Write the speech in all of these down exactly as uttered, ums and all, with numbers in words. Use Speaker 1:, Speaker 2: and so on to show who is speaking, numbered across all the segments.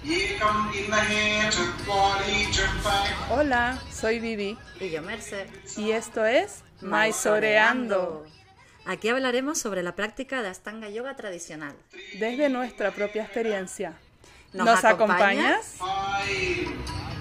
Speaker 1: Hola, soy Vivi.
Speaker 2: Y yo Merce.
Speaker 1: Y esto es Maizoreando.
Speaker 2: Aquí hablaremos sobre la práctica de Ashtanga Yoga tradicional.
Speaker 1: Desde nuestra propia experiencia.
Speaker 2: ¿Nos,
Speaker 1: ¿Nos
Speaker 2: acompañas?
Speaker 1: acompañas?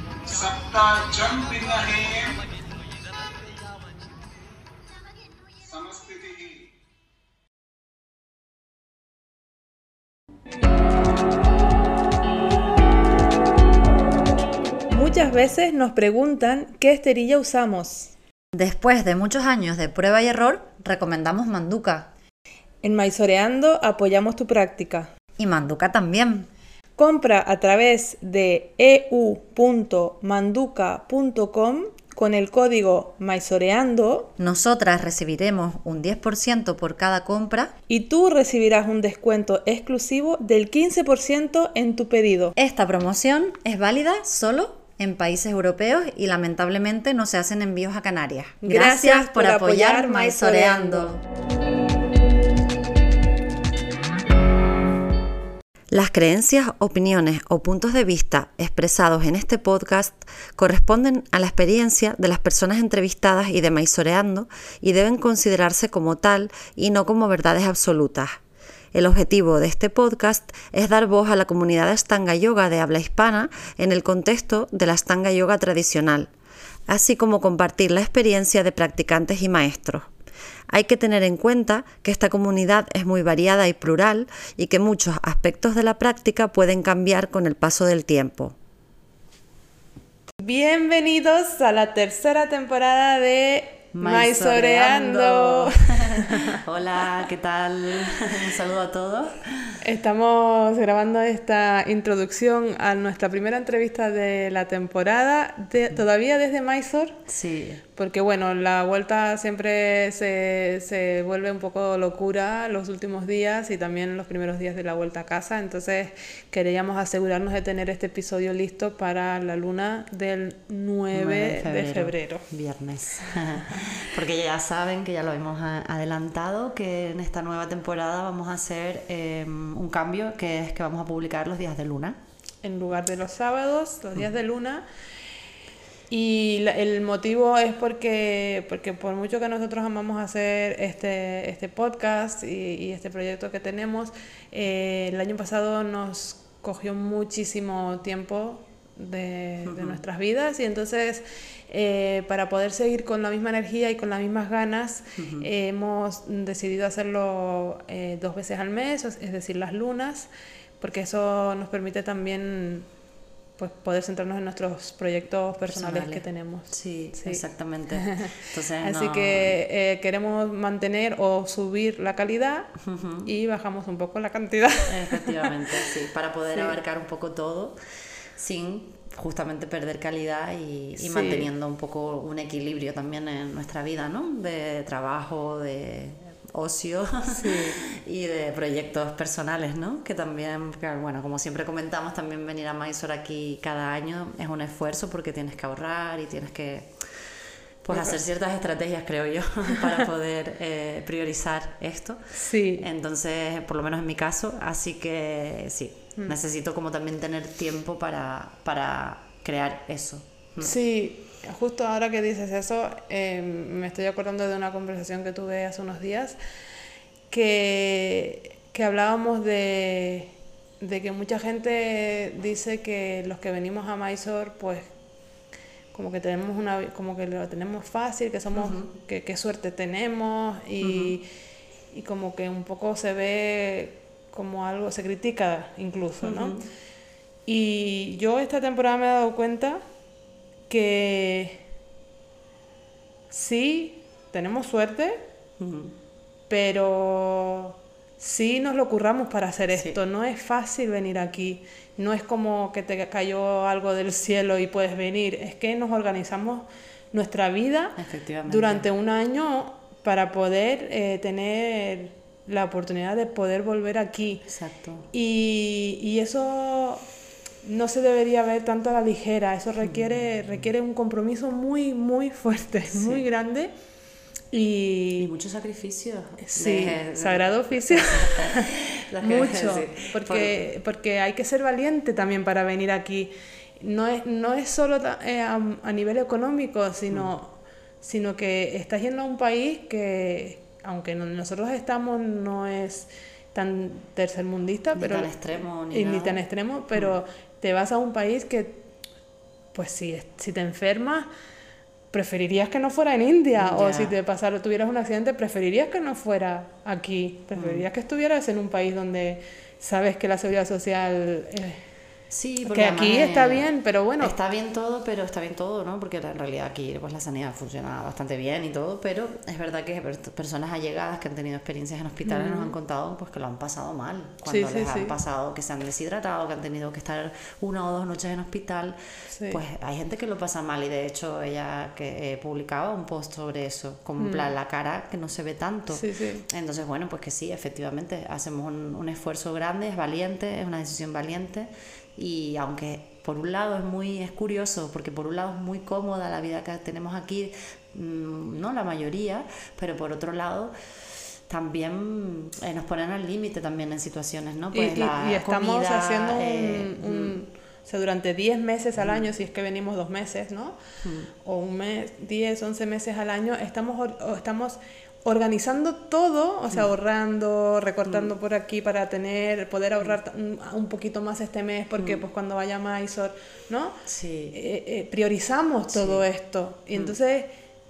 Speaker 1: Muchas veces nos preguntan qué esterilla usamos.
Speaker 2: Después de muchos años de prueba y error, recomendamos Manduka.
Speaker 1: En Maizoreando apoyamos tu práctica.
Speaker 2: Y Manduka también.
Speaker 1: Compra a través de e u punto manduka punto com con el código Maizoreando.
Speaker 2: Nosotras recibiremos un diez por ciento por cada compra.
Speaker 1: Y tú recibirás un descuento exclusivo del quince por ciento en tu pedido.
Speaker 2: Esta promoción es válida solo en países europeos y lamentablemente no se hacen envíos a Canarias.
Speaker 1: Gracias, Gracias por, por apoyar, apoyar Maizoreando.
Speaker 2: Las creencias, opiniones o puntos de vista expresados en este podcast corresponden a la experiencia de las personas entrevistadas y de Maizoreando y deben considerarse como tal y no como verdades absolutas. El objetivo de este podcast es dar voz a la comunidad de Ashtanga Yoga de habla hispana en el contexto de la Ashtanga Yoga tradicional, así como compartir la experiencia de practicantes y maestros. Hay que tener en cuenta que esta comunidad es muy variada y plural y que muchos aspectos de la práctica pueden cambiar con el paso del tiempo.
Speaker 1: Bienvenidos a la tercera temporada de Maizoreando.
Speaker 2: Hola, ¿qué tal? Un saludo a todos.
Speaker 1: Estamos grabando esta introducción a nuestra primera entrevista de la temporada, de, todavía desde Mysore.
Speaker 2: Sí.
Speaker 1: Porque bueno, la vuelta siempre se, se vuelve un poco locura los últimos días y también los primeros días de la vuelta a casa. Entonces queríamos asegurarnos de tener este episodio listo para la luna del nueve de febrero.
Speaker 2: Viernes. Porque ya saben que ya lo hemos adelantado, que en esta nueva temporada vamos a hacer eh, un cambio, que es que vamos a publicar los días de luna.
Speaker 1: En lugar de los sábados, los días de luna. Y la, el motivo es porque, porque por mucho que nosotros amamos hacer este, este podcast y, y este proyecto que tenemos, eh, el año pasado nos cogió muchísimo tiempo de, uh-huh. de nuestras vidas y entonces eh, para poder seguir con la misma energía y con las mismas ganas uh-huh. eh, hemos decidido hacerlo eh, dos veces al mes, es decir, las lunas, porque eso nos permite también pues poder centrarnos en nuestros proyectos personales, personales. que tenemos.
Speaker 2: Sí, sí. Exactamente. Entonces,
Speaker 1: Así
Speaker 2: no...
Speaker 1: que eh, queremos mantener o subir la calidad uh-huh. y bajamos un poco la cantidad.
Speaker 2: Efectivamente, sí, para poder
Speaker 1: sí.
Speaker 2: abarcar un poco todo sin justamente perder calidad y, y
Speaker 1: sí.
Speaker 2: manteniendo un poco un equilibrio también en nuestra vida, ¿no? De trabajo, de ocio
Speaker 1: sí.
Speaker 2: y de proyectos personales, ¿no? Que también, bueno, como siempre comentamos, también venir a Mysore aquí cada año es un esfuerzo porque tienes que ahorrar y tienes que pues hacer ciertas estrategias, creo yo, para poder eh, priorizar esto.
Speaker 1: Sí.
Speaker 2: Entonces, por lo menos en mi caso, así que sí, mm. necesito como también tener tiempo para, para crear eso.
Speaker 1: Sí. Justo ahora que dices eso, eh, me estoy acordando de una conversación que tuve hace unos días que, que hablábamos de, de que mucha gente dice que los que venimos a Mysore pues como que tenemos una como que lo tenemos fácil, que somos uh-huh. que qué suerte tenemos y, uh-huh. y como que un poco se ve como algo, se critica incluso, uh-huh. ¿no? Y yo esta temporada me he dado cuenta que sí, tenemos suerte, uh-huh. pero sí nos lo curramos para hacer esto. Sí. No es fácil venir aquí, no es como que te cayó algo del cielo y puedes venir, es que nos organizamos nuestra vida durante un año para poder eh, tener la oportunidad de poder volver aquí.
Speaker 2: Exacto.
Speaker 1: Y, y eso no se debería ver tanto a la ligera, eso requiere, requiere un compromiso muy, muy fuerte, sí. muy grande. Y,
Speaker 2: y mucho sacrificio.
Speaker 1: Sí,
Speaker 2: de,
Speaker 1: sagrado oficio. mucho,
Speaker 2: sí,
Speaker 1: porque, por... porque hay que ser valiente también para venir aquí. No es, no es solo eh, a, a nivel económico, sino, mm. sino que estás yendo a un país que, aunque no, nosotros estamos, no es tan tercermundista,
Speaker 2: ni
Speaker 1: pero,
Speaker 2: tan extremo, ni,
Speaker 1: y,
Speaker 2: nada.
Speaker 1: ni tan extremo, pero mm. te vas a un país que, pues si, si te enfermas, preferirías que no fuera en India, yeah. o si te pasara, tuvieras un accidente, preferirías que no fuera aquí, preferirías mm. que estuvieras en un país donde sabes que la seguridad social... Eh,
Speaker 2: Sí,
Speaker 1: que aquí
Speaker 2: es,
Speaker 1: está bien, pero bueno.
Speaker 2: Está bien todo, pero está bien todo, ¿no? Porque en realidad aquí pues la sanidad funciona bastante bien y todo, pero es verdad que personas allegadas que han tenido experiencias en hospitales mm. nos han contado pues que lo han pasado mal. Cuando
Speaker 1: sí,
Speaker 2: les
Speaker 1: sí,
Speaker 2: han
Speaker 1: sí.
Speaker 2: pasado, que se han deshidratado, que han tenido que estar una o dos noches en hospital, sí. pues hay gente que lo pasa mal y de hecho ella que eh, publicaba un post sobre eso, como en plan mm. la cara que no se ve tanto.
Speaker 1: Sí, sí.
Speaker 2: Entonces, bueno, pues que sí, efectivamente, hacemos un, un esfuerzo grande, es valiente, es una decisión valiente. Y aunque por un lado es muy es curioso, porque por un lado es muy cómoda la vida que tenemos aquí, no la mayoría, pero por otro lado también eh, nos ponen al límite también en situaciones, ¿no? Pues
Speaker 1: y,
Speaker 2: la
Speaker 1: y, y estamos
Speaker 2: comida,
Speaker 1: haciendo un,
Speaker 2: eh,
Speaker 1: un o sea, durante diez meses al mm. año, si es que venimos dos meses, ¿no? Mm. O un mes, diez, once meses al año, estamos, estamos organizando todo, o sea, ahorrando, recortando mm. por aquí para tener, poder ahorrar un, un poquito más este mes, porque mm. pues cuando vaya a Mysore, ¿no?
Speaker 2: Sí.
Speaker 1: Eh, eh, priorizamos todo
Speaker 2: sí.
Speaker 1: esto. Y mm. entonces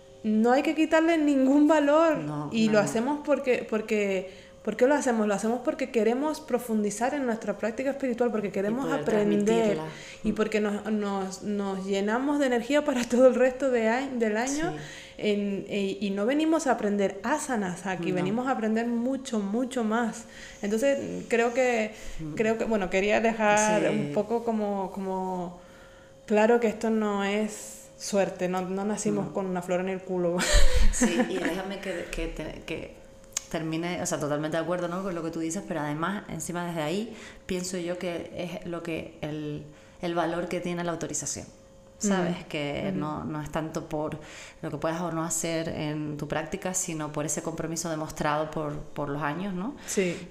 Speaker 1: no hay que quitarle ningún valor.
Speaker 2: No,
Speaker 1: y
Speaker 2: no,
Speaker 1: lo
Speaker 2: no.
Speaker 1: hacemos porque... porque ¿Por qué lo hacemos? Lo hacemos porque queremos profundizar en nuestra práctica espiritual, porque queremos aprender y porque nos, nos, nos llenamos de energía para todo el resto de año, del año. Sí. En, en, y no venimos a aprender asanas aquí, no. venimos a aprender mucho, mucho más. Entonces creo que, mm. creo que bueno, quería dejar sí. un poco como, como claro que esto no es suerte, no, no nacimos mm. con una flor en el culo.
Speaker 2: Sí, y déjame que... que, te, que termine, o sea, totalmente de acuerdo, ¿no?, con lo que tú dices, pero además, encima desde ahí, pienso yo que es lo que el, el valor que tiene la autorización, ¿sabes? Mm. Que mm. no, no es tanto por lo que puedas o no hacer en tu práctica, sino por ese compromiso demostrado por, por los años, ¿no?
Speaker 1: Sí.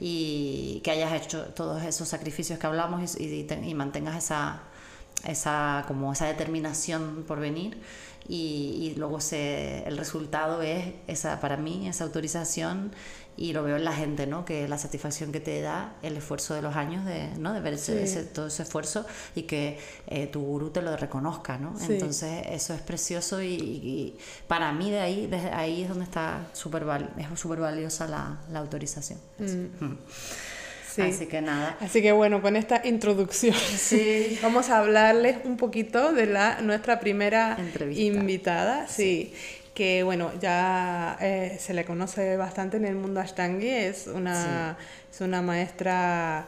Speaker 2: Y que hayas hecho todos esos sacrificios que hablamos y, y, y mantengas esa, esa, como esa determinación por venir. Y, y luego se, el resultado es esa, para mí, esa autorización, y lo veo en la gente, ¿no?, que la satisfacción que te da el esfuerzo de los años, de, ¿no?, de ver ese, sí. ese, todo ese esfuerzo y que eh, tu gurú te lo reconozca, ¿no? Sí. Entonces eso es precioso y, y para mí de ahí, desde ahí es donde está súper val, es súper valiosa la, la autorización. Mm. Mm.
Speaker 1: Sí.
Speaker 2: Así que nada.
Speaker 1: Así que bueno, con esta introducción
Speaker 2: sí.
Speaker 1: vamos a hablarles un poquito de la nuestra primera
Speaker 2: entrevista
Speaker 1: invitada, sí, sí. que bueno, ya eh, se le conoce bastante en el mundo Ashtangi, es una, sí. es una maestra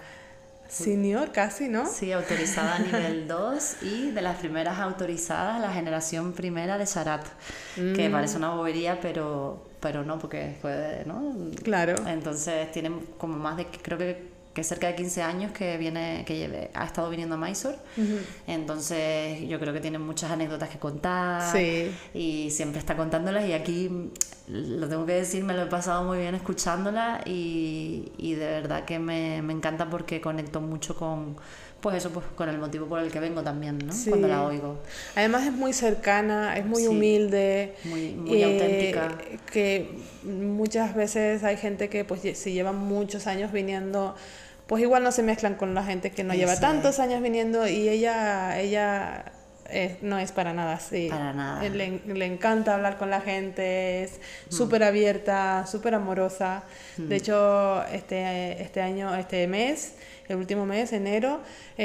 Speaker 1: senior casi, ¿no?
Speaker 2: Sí, autorizada a nivel dos y de las primeras autorizadas, la generación primera de Sharat, mm. que parece una bobería, pero, pero no, porque fue, ¿no?
Speaker 1: Claro.
Speaker 2: Entonces tiene como más de, creo que que cerca de quince años que viene que lleve, ha estado viniendo a Mysore. Uh-huh. Entonces yo creo que tiene muchas anécdotas que contar,
Speaker 1: sí.
Speaker 2: y siempre está contándolas, y aquí lo tengo que decir, me lo he pasado muy bien escuchándola, y, y de verdad que me, me encanta porque conecto mucho con, pues eso, pues con el motivo por el que vengo también, ¿no? Sí. Cuando la oigo.
Speaker 1: Además es muy cercana, es muy sí. humilde,
Speaker 2: muy, muy eh, auténtica.
Speaker 1: Que muchas veces hay gente que pues si lleva muchos años viniendo, pues igual no se mezclan con la gente que no sí, lleva sí. tantos años viniendo, y ella ella eh, no es para nada así.
Speaker 2: Para nada.
Speaker 1: Le, le encanta hablar con la gente, es mm. súper abierta, súper amorosa. Mm. De hecho, este, este año, este mes, el último mes, enero,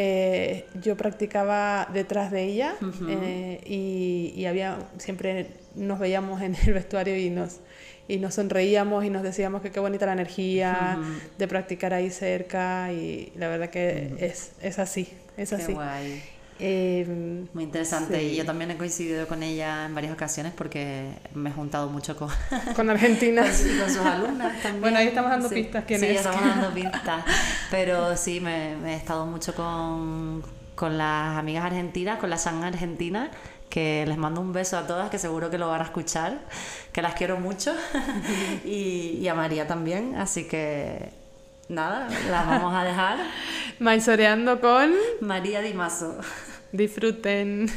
Speaker 1: eh, yo practicaba detrás de ella, uh-huh. eh, y, y había siempre nos veíamos en el vestuario y nos y nos sonreíamos y nos decíamos que qué bonita la energía uh-huh. de practicar ahí cerca, y la verdad que uh-huh. es, es así, es
Speaker 2: qué
Speaker 1: así.
Speaker 2: Guay.
Speaker 1: Eh,
Speaker 2: Muy interesante,
Speaker 1: sí.
Speaker 2: y yo también he coincidido con ella en varias ocasiones porque me he juntado mucho con
Speaker 1: con argentinas
Speaker 2: con, con sus alumnas también.
Speaker 1: Bueno, ahí estamos dando
Speaker 2: sí.
Speaker 1: pistas quién
Speaker 2: sí,
Speaker 1: es.
Speaker 2: Sí, estamos dando pistas, pero sí, me, me he estado mucho con, con las amigas argentinas, con la Shan argentina, que les mando un beso a todas, que seguro que lo van a escuchar, que las quiero mucho, y, y a María también, así que nada, la vamos a dejar.
Speaker 1: Maizoreando con
Speaker 2: María Di Maso.
Speaker 1: Disfruten.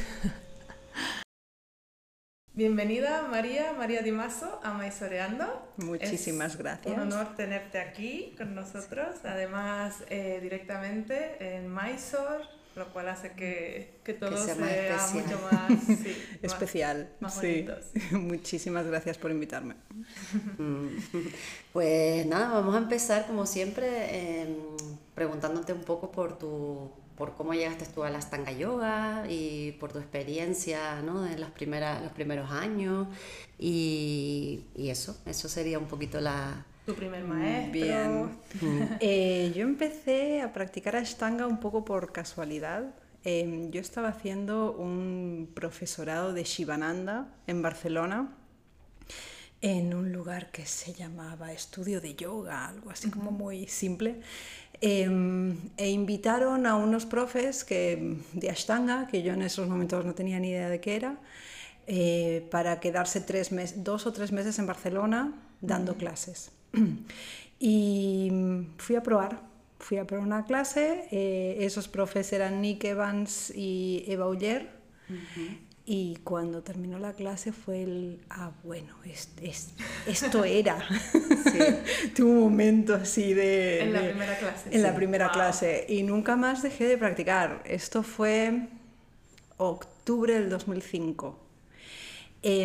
Speaker 1: Bienvenida María, María Di Maso a Maizoreando.
Speaker 3: Muchísimas
Speaker 1: es
Speaker 3: gracias.
Speaker 1: Un honor tenerte aquí con nosotros, además eh, directamente en Mysore, lo cual hace que, que todo
Speaker 2: que sea,
Speaker 1: sea
Speaker 2: más
Speaker 1: mucho más sí,
Speaker 3: especial.
Speaker 1: Más, más
Speaker 3: sí.
Speaker 1: bonitos.
Speaker 3: Muchísimas gracias por invitarme.
Speaker 2: Pues nada, vamos a empezar como siempre eh, preguntándote un poco por tu por cómo llegaste tú a la Ashtanga Yoga y por tu experiencia, ¿no? En las primeras, los primeros años y, y eso, eso sería un poquito la...
Speaker 1: Tu primer maestro.
Speaker 3: Bien. eh, yo empecé a practicar Ashtanga un poco por casualidad. Eh, yo estaba haciendo un profesorado de Shivananda en Barcelona, en un lugar que se llamaba Estudio de Yoga, algo así como muy simple. Eh, e invitaron a unos profes que, de Ashtanga, que yo en esos momentos no tenía ni idea de qué era, eh, para quedarse tres mes, dos o tres meses en Barcelona dando uh-huh. clases. Y fui a probar, fui a probar una clase, eh, esos profes eran Nick Evans y Eva Uller, uh-huh. Y cuando terminó la clase fue el, ah, bueno, es, es, esto era. Sí. Tuve un momento así de...
Speaker 1: En la
Speaker 3: de,
Speaker 1: primera clase.
Speaker 3: En sí. la primera wow. clase. Y nunca más dejé de practicar. Esto fue octubre del dos mil cinco. Eh,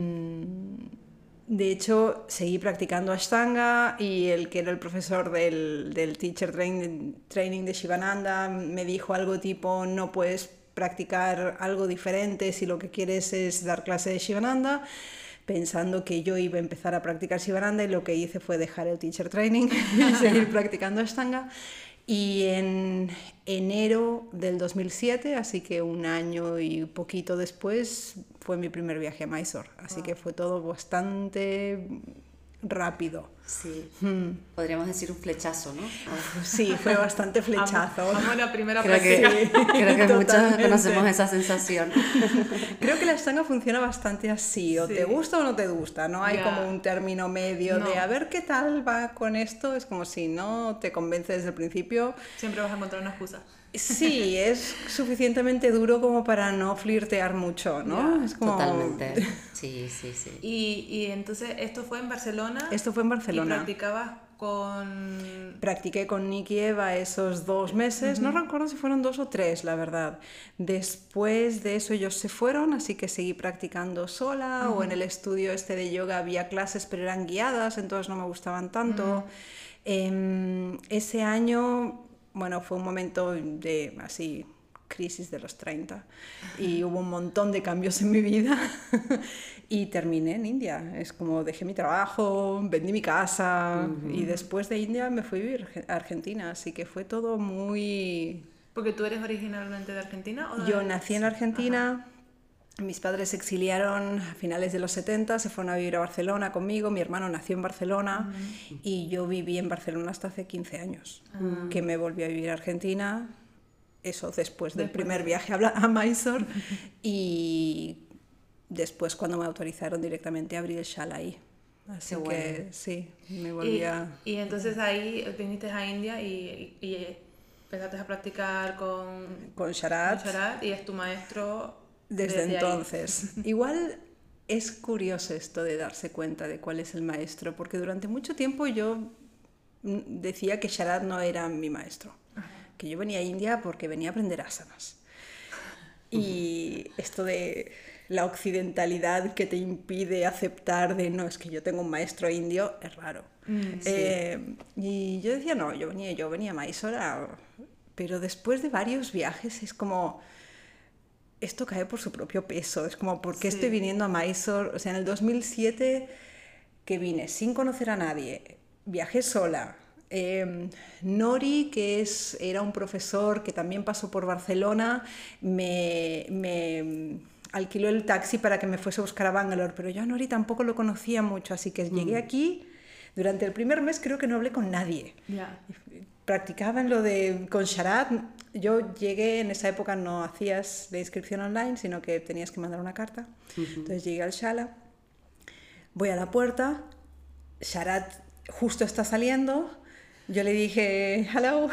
Speaker 3: de hecho, seguí practicando Ashtanga y el que era el profesor del, del Teacher Training, training de Shivananda me dijo algo tipo, no puedes practicar algo diferente si lo que quieres es dar clase de Shivananda, pensando que yo iba a empezar a practicar Shivananda, y lo que hice fue dejar el teacher training y seguir practicando Ashtanga. Y en enero del dos mil siete, así que un año y poquito después, fue mi primer viaje a Mysore, así wow. que fue todo bastante rápido.
Speaker 2: Sí, hmm. podríamos decir un flechazo, ¿no?
Speaker 3: Sí, fue bastante flechazo.
Speaker 1: Vamos a la primera
Speaker 2: creo
Speaker 1: práctica.
Speaker 2: Que, creo que muchos conocemos esa sensación.
Speaker 3: Creo que la Ashtanga funciona bastante así, o sí. te gusta o no te gusta, no hay yeah. como un término medio no. de a ver qué tal va con esto, es como si no te convence desde el principio.
Speaker 1: Siempre vas a encontrar una excusa.
Speaker 3: Sí, es suficientemente duro como para no flirtear mucho, ¿no?
Speaker 2: Yeah,
Speaker 3: es como...
Speaker 2: Totalmente, sí, sí, sí.
Speaker 1: Y, y entonces, ¿esto fue en Barcelona?
Speaker 3: Esto fue en Barcelona.
Speaker 1: ¿Y practicabas con...?
Speaker 3: Practiqué con Nick y Eva esos dos meses, uh-huh. no recuerdo si fueron dos o tres, la verdad. Después de eso ellos se fueron, así que seguí practicando sola, uh-huh. o en el estudio este de yoga había clases, pero eran guiadas, entonces no me gustaban tanto. Uh-huh. Eh, ese año... Bueno, fue un momento de, así, crisis de los treinta y hubo un montón de cambios en mi vida y terminé en India. Es como dejé mi trabajo, vendí mi casa uh-huh. y después de India me fui a vivir a Argentina, así que fue todo muy...
Speaker 1: ¿Porque tú eres originalmente de Argentina? ¿O de...
Speaker 3: Yo nací en Argentina. Ajá. Mis padres se exiliaron a finales de los setenta, se fueron a vivir a Barcelona conmigo, mi hermano nació en Barcelona uh-huh. y yo viví en Barcelona hasta hace quince años, uh-huh. que me volví a vivir a Argentina, eso después del después. primer viaje a, a Mysore y después cuando me autorizaron directamente a abrir el Shala ahí. Así
Speaker 2: Qué
Speaker 3: que
Speaker 2: bueno.
Speaker 3: sí, me volví
Speaker 1: y,
Speaker 3: a...
Speaker 1: Y entonces ahí viniste a India y, y, y empezaste a practicar con...
Speaker 3: Con Sharat.
Speaker 1: Con Sharat y es tu maestro...
Speaker 3: Desde, Desde entonces. Igual es curioso esto de darse cuenta de cuál es el maestro, porque durante mucho tiempo yo decía que Sharat no era mi maestro, Ajá. que yo venía a India porque venía a aprender asanas. Y esto de la occidentalidad que te impide aceptar de no, es que yo tengo un maestro indio, es raro. Mm, sí. eh, y yo decía, no, yo venía, yo venía a Mysore, pero después de varios viajes es como... Esto cae por su propio peso, es como, ¿por qué sí. estoy viniendo a Mysore? O sea, en el dos mil siete que vine sin conocer a nadie, viajé sola. Eh, Nori, que es, era un profesor que también pasó por Barcelona, me, me alquiló el taxi para que me fuese a buscar a Bangalore, pero yo a Nori tampoco lo conocía mucho, así que mm. llegué aquí, durante el primer mes creo que no hablé con nadie.
Speaker 1: Yeah.
Speaker 3: Practicaba en lo de con Sharat. Yo llegué, en esa época no hacías de inscripción online, sino que tenías que mandar una carta. Uh-huh. Entonces llegué al Shala, voy a la puerta, Sharat justo está saliendo, Yo le dije, hello,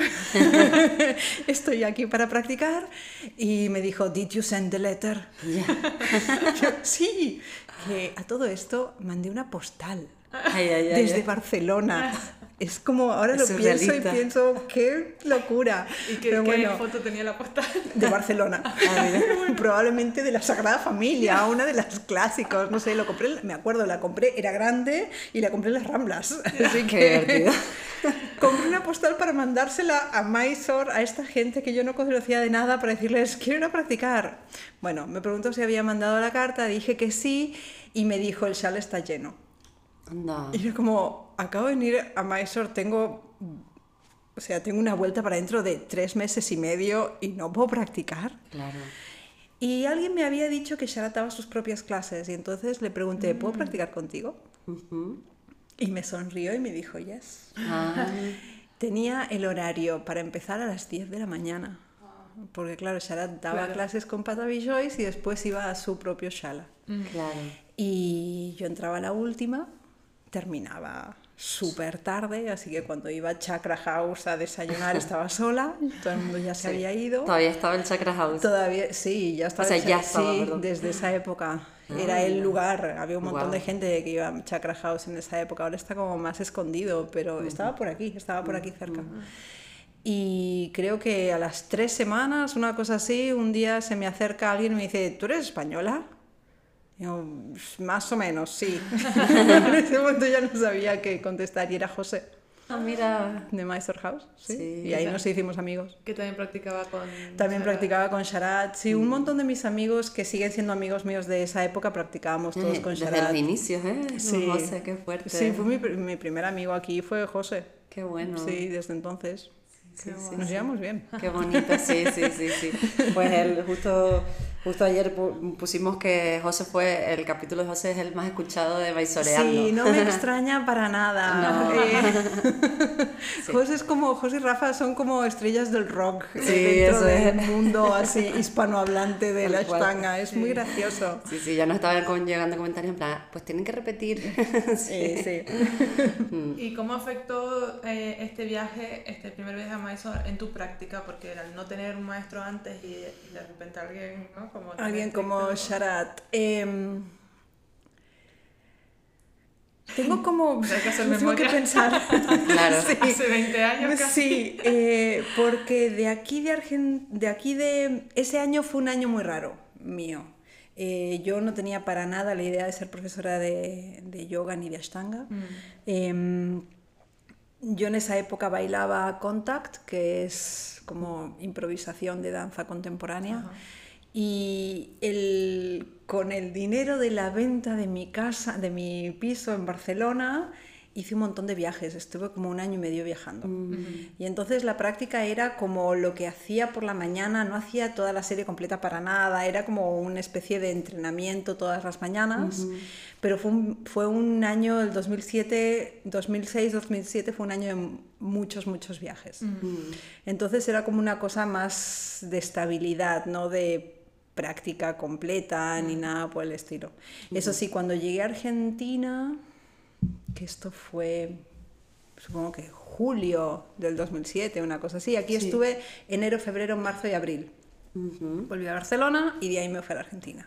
Speaker 3: estoy aquí para practicar. Y me dijo, did you send the letter?
Speaker 2: Yeah.
Speaker 3: Yo, sí, que a todo esto mandé una postal
Speaker 2: Ay, ay, ay,
Speaker 3: desde
Speaker 2: ay.
Speaker 3: Barcelona. Es como, ahora
Speaker 2: Es
Speaker 3: lo pienso y
Speaker 2: surrealista.
Speaker 3: pienso, qué locura.
Speaker 1: ¿Y qué,
Speaker 3: Pero
Speaker 1: qué
Speaker 3: bueno,
Speaker 1: foto tenía la postal?
Speaker 3: de Barcelona. Probablemente de la Sagrada Familia, una de las clásicos, no sé, lo compré, me acuerdo, la compré, era grande y la compré en las Ramblas. Así
Speaker 2: Qué
Speaker 3: que
Speaker 2: divertido.
Speaker 3: compré una postal para mandársela a Mysore, a esta gente que yo no conocía de nada, para decirles, quiero ir a practicar. Bueno, me preguntó si había mandado la carta, dije que sí y me dijo, el shal está lleno.
Speaker 2: No.
Speaker 3: Y yo como, acabo de venir a Mysore, tengo, o sea, tengo una vuelta para dentro de tres meses y medio y no puedo practicar.
Speaker 2: Claro.
Speaker 3: Y alguien me había dicho que Sharat daba sus propias clases y entonces le pregunté, ¿puedo practicar contigo?
Speaker 2: Ujú.
Speaker 3: Y me sonrió y me dijo, yes.
Speaker 2: Ah,
Speaker 3: Tenía el horario para empezar a las diez de la mañana. Porque claro, Sharat daba
Speaker 1: Claro.
Speaker 3: clases con Patavi Joyce y después iba a su propio shala.
Speaker 2: claro.
Speaker 3: Y yo entraba a la última, terminaba súper tarde, así que cuando iba a Chakra House a desayunar estaba sola, todo el mundo ya se
Speaker 2: Sí.
Speaker 3: había ido.
Speaker 2: Todavía estaba el Chakra House.
Speaker 3: Todavía, sí, ya estaba.
Speaker 2: O sea,
Speaker 3: el
Speaker 2: ya
Speaker 3: Cha-
Speaker 2: estaba,
Speaker 3: sí,
Speaker 2: perdón.
Speaker 3: desde esa época.
Speaker 2: Ah,
Speaker 3: Era el
Speaker 2: mira.
Speaker 3: lugar, había un montón
Speaker 2: Guau.
Speaker 3: de gente que iba a Chakra House en esa época, ahora está como más escondido, pero estaba por aquí, estaba por aquí cerca. Y creo que a las tres semanas, una cosa así, un día se me acerca alguien y me dice, ¿tú eres española? Y yo, más o menos, sí. En ese momento ya no sabía qué contestar y era José,
Speaker 2: Ah, mira.
Speaker 3: de Mysore House, ¿sí?
Speaker 2: Sí.
Speaker 3: Y ahí nos hicimos amigos.
Speaker 1: Que también practicaba con...
Speaker 3: También
Speaker 1: Sharat.
Speaker 3: practicaba con Sharat. Sí, un montón de mis amigos que siguen siendo amigos míos de esa época practicábamos todos
Speaker 2: Eh,
Speaker 3: con
Speaker 2: Desde
Speaker 3: Sharat.
Speaker 2: los inicios, ¿eh?
Speaker 3: Sí.
Speaker 2: José, qué fuerte.
Speaker 3: Sí, fue mi, pr- mi primer amigo aquí, fue José.
Speaker 2: Qué bueno.
Speaker 3: Sí, desde entonces.
Speaker 2: Sí, sí,
Speaker 3: Nos
Speaker 2: sí.
Speaker 3: llevamos bien.
Speaker 2: Qué bonito, sí, sí, sí, sí. Pues él, justo, justo ayer pu- pusimos que José fue, el capítulo de José es el más escuchado de Baisoreando.
Speaker 3: Sí, no me extraña para nada.
Speaker 2: No.
Speaker 3: Eh,
Speaker 2: Sí.
Speaker 3: José es como, José y Rafa son como estrellas del rock eh,
Speaker 2: Sí,
Speaker 3: dentro
Speaker 2: eso
Speaker 3: del
Speaker 2: es.
Speaker 3: mundo así hispanohablante de
Speaker 2: Tal
Speaker 3: la
Speaker 2: cual.
Speaker 3: Ashtanga. Es muy gracioso.
Speaker 2: Sí, sí, ya nos estaban con- llegando comentarios en plan, pues tienen que repetir.
Speaker 3: Sí, sí.
Speaker 1: ¿Y cómo afectó eh, este viaje, este primer viaje a Mysore en tu práctica? Porque al no tener un maestro antes y de, y de repente alguien, ¿no? Como tan
Speaker 3: Alguien como
Speaker 1: estricto.
Speaker 3: Sharat. Em, tengo como...
Speaker 1: Hay que hacer
Speaker 3: tengo que
Speaker 1: memoria.
Speaker 3: pensar.
Speaker 2: Claro.
Speaker 3: Sí.
Speaker 1: Hace veinte años casi.
Speaker 3: Sí, eh, porque de aquí de Argen- de aquí de ese año fue un año muy raro mío. Eh, yo no tenía para nada la idea de ser profesora de, de yoga ni de ashtanga. Em, yo en esa época bailaba contact, que es como improvisación de danza contemporánea.
Speaker 1: Ajá.
Speaker 3: Y el, con el dinero de la venta de mi casa, de mi piso en Barcelona, hice un montón de viajes. Estuve como un año y medio viajando. Y entonces la práctica era como lo que hacía por la mañana, no hacía toda la serie completa para nada, era como una especie de entrenamiento todas las mañanas. Pero fue un, fue un año, el dos mil siete, dos mil seis, dos mil siete fue un año de muchos, muchos viajes. Entonces era como una cosa más de estabilidad, no de práctica completa ni nada por el estilo. Eso sí, cuando llegué a Argentina, que esto fue, supongo que julio del dos mil siete, una cosa así, aquí
Speaker 2: Sí.
Speaker 3: estuve enero, febrero, marzo y abril.
Speaker 2: Ujú.
Speaker 3: Volví a Barcelona y de ahí me fui a la Argentina.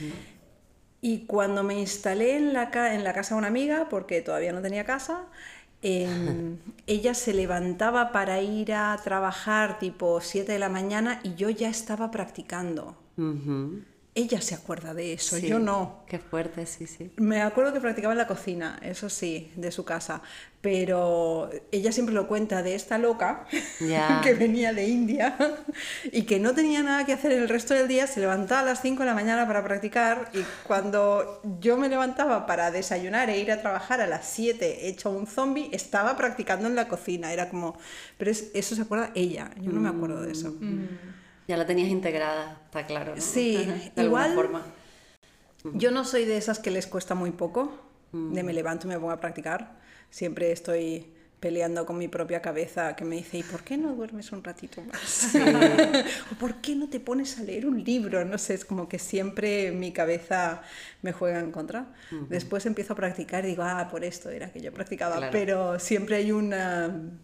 Speaker 3: Y cuando me instalé en la, ca- en la casa de una amiga, porque todavía no tenía casa, em, ella se levantaba para ir a trabajar tipo siete de la mañana y yo ya estaba practicando.
Speaker 2: Ujú.
Speaker 3: Ella se acuerda de eso,
Speaker 2: Sí.
Speaker 3: yo no.
Speaker 2: Qué fuerte, sí, sí.
Speaker 3: Me acuerdo que practicaba en la cocina, eso sí, de su casa, pero ella siempre lo cuenta de esta loca
Speaker 2: Ya.
Speaker 3: que venía de India y que no tenía nada que hacer el resto del día, se levantaba a las cinco de la mañana para practicar y cuando yo me levantaba para desayunar e ir a trabajar a las siete hecho un zombie, estaba practicando en la cocina, era como, pero es- eso se acuerda ella, yo no me acuerdo de eso.
Speaker 2: Ya la tenías integrada, está claro, ¿no?
Speaker 3: Sí,
Speaker 2: de alguna
Speaker 3: igual-
Speaker 2: forma.
Speaker 3: Yo no soy de esas que les cuesta muy poco, de me levanto y me pongo a practicar. Siempre estoy peleando con mi propia cabeza que me dice, ¿y por qué no duermes un ratito más? ¿O por qué no te pones a leer un libro? No sé, es como que siempre mi cabeza me juega en contra. Después empiezo a practicar y digo, ah, por esto era que yo practicaba,
Speaker 2: Claro.
Speaker 3: pero siempre hay una...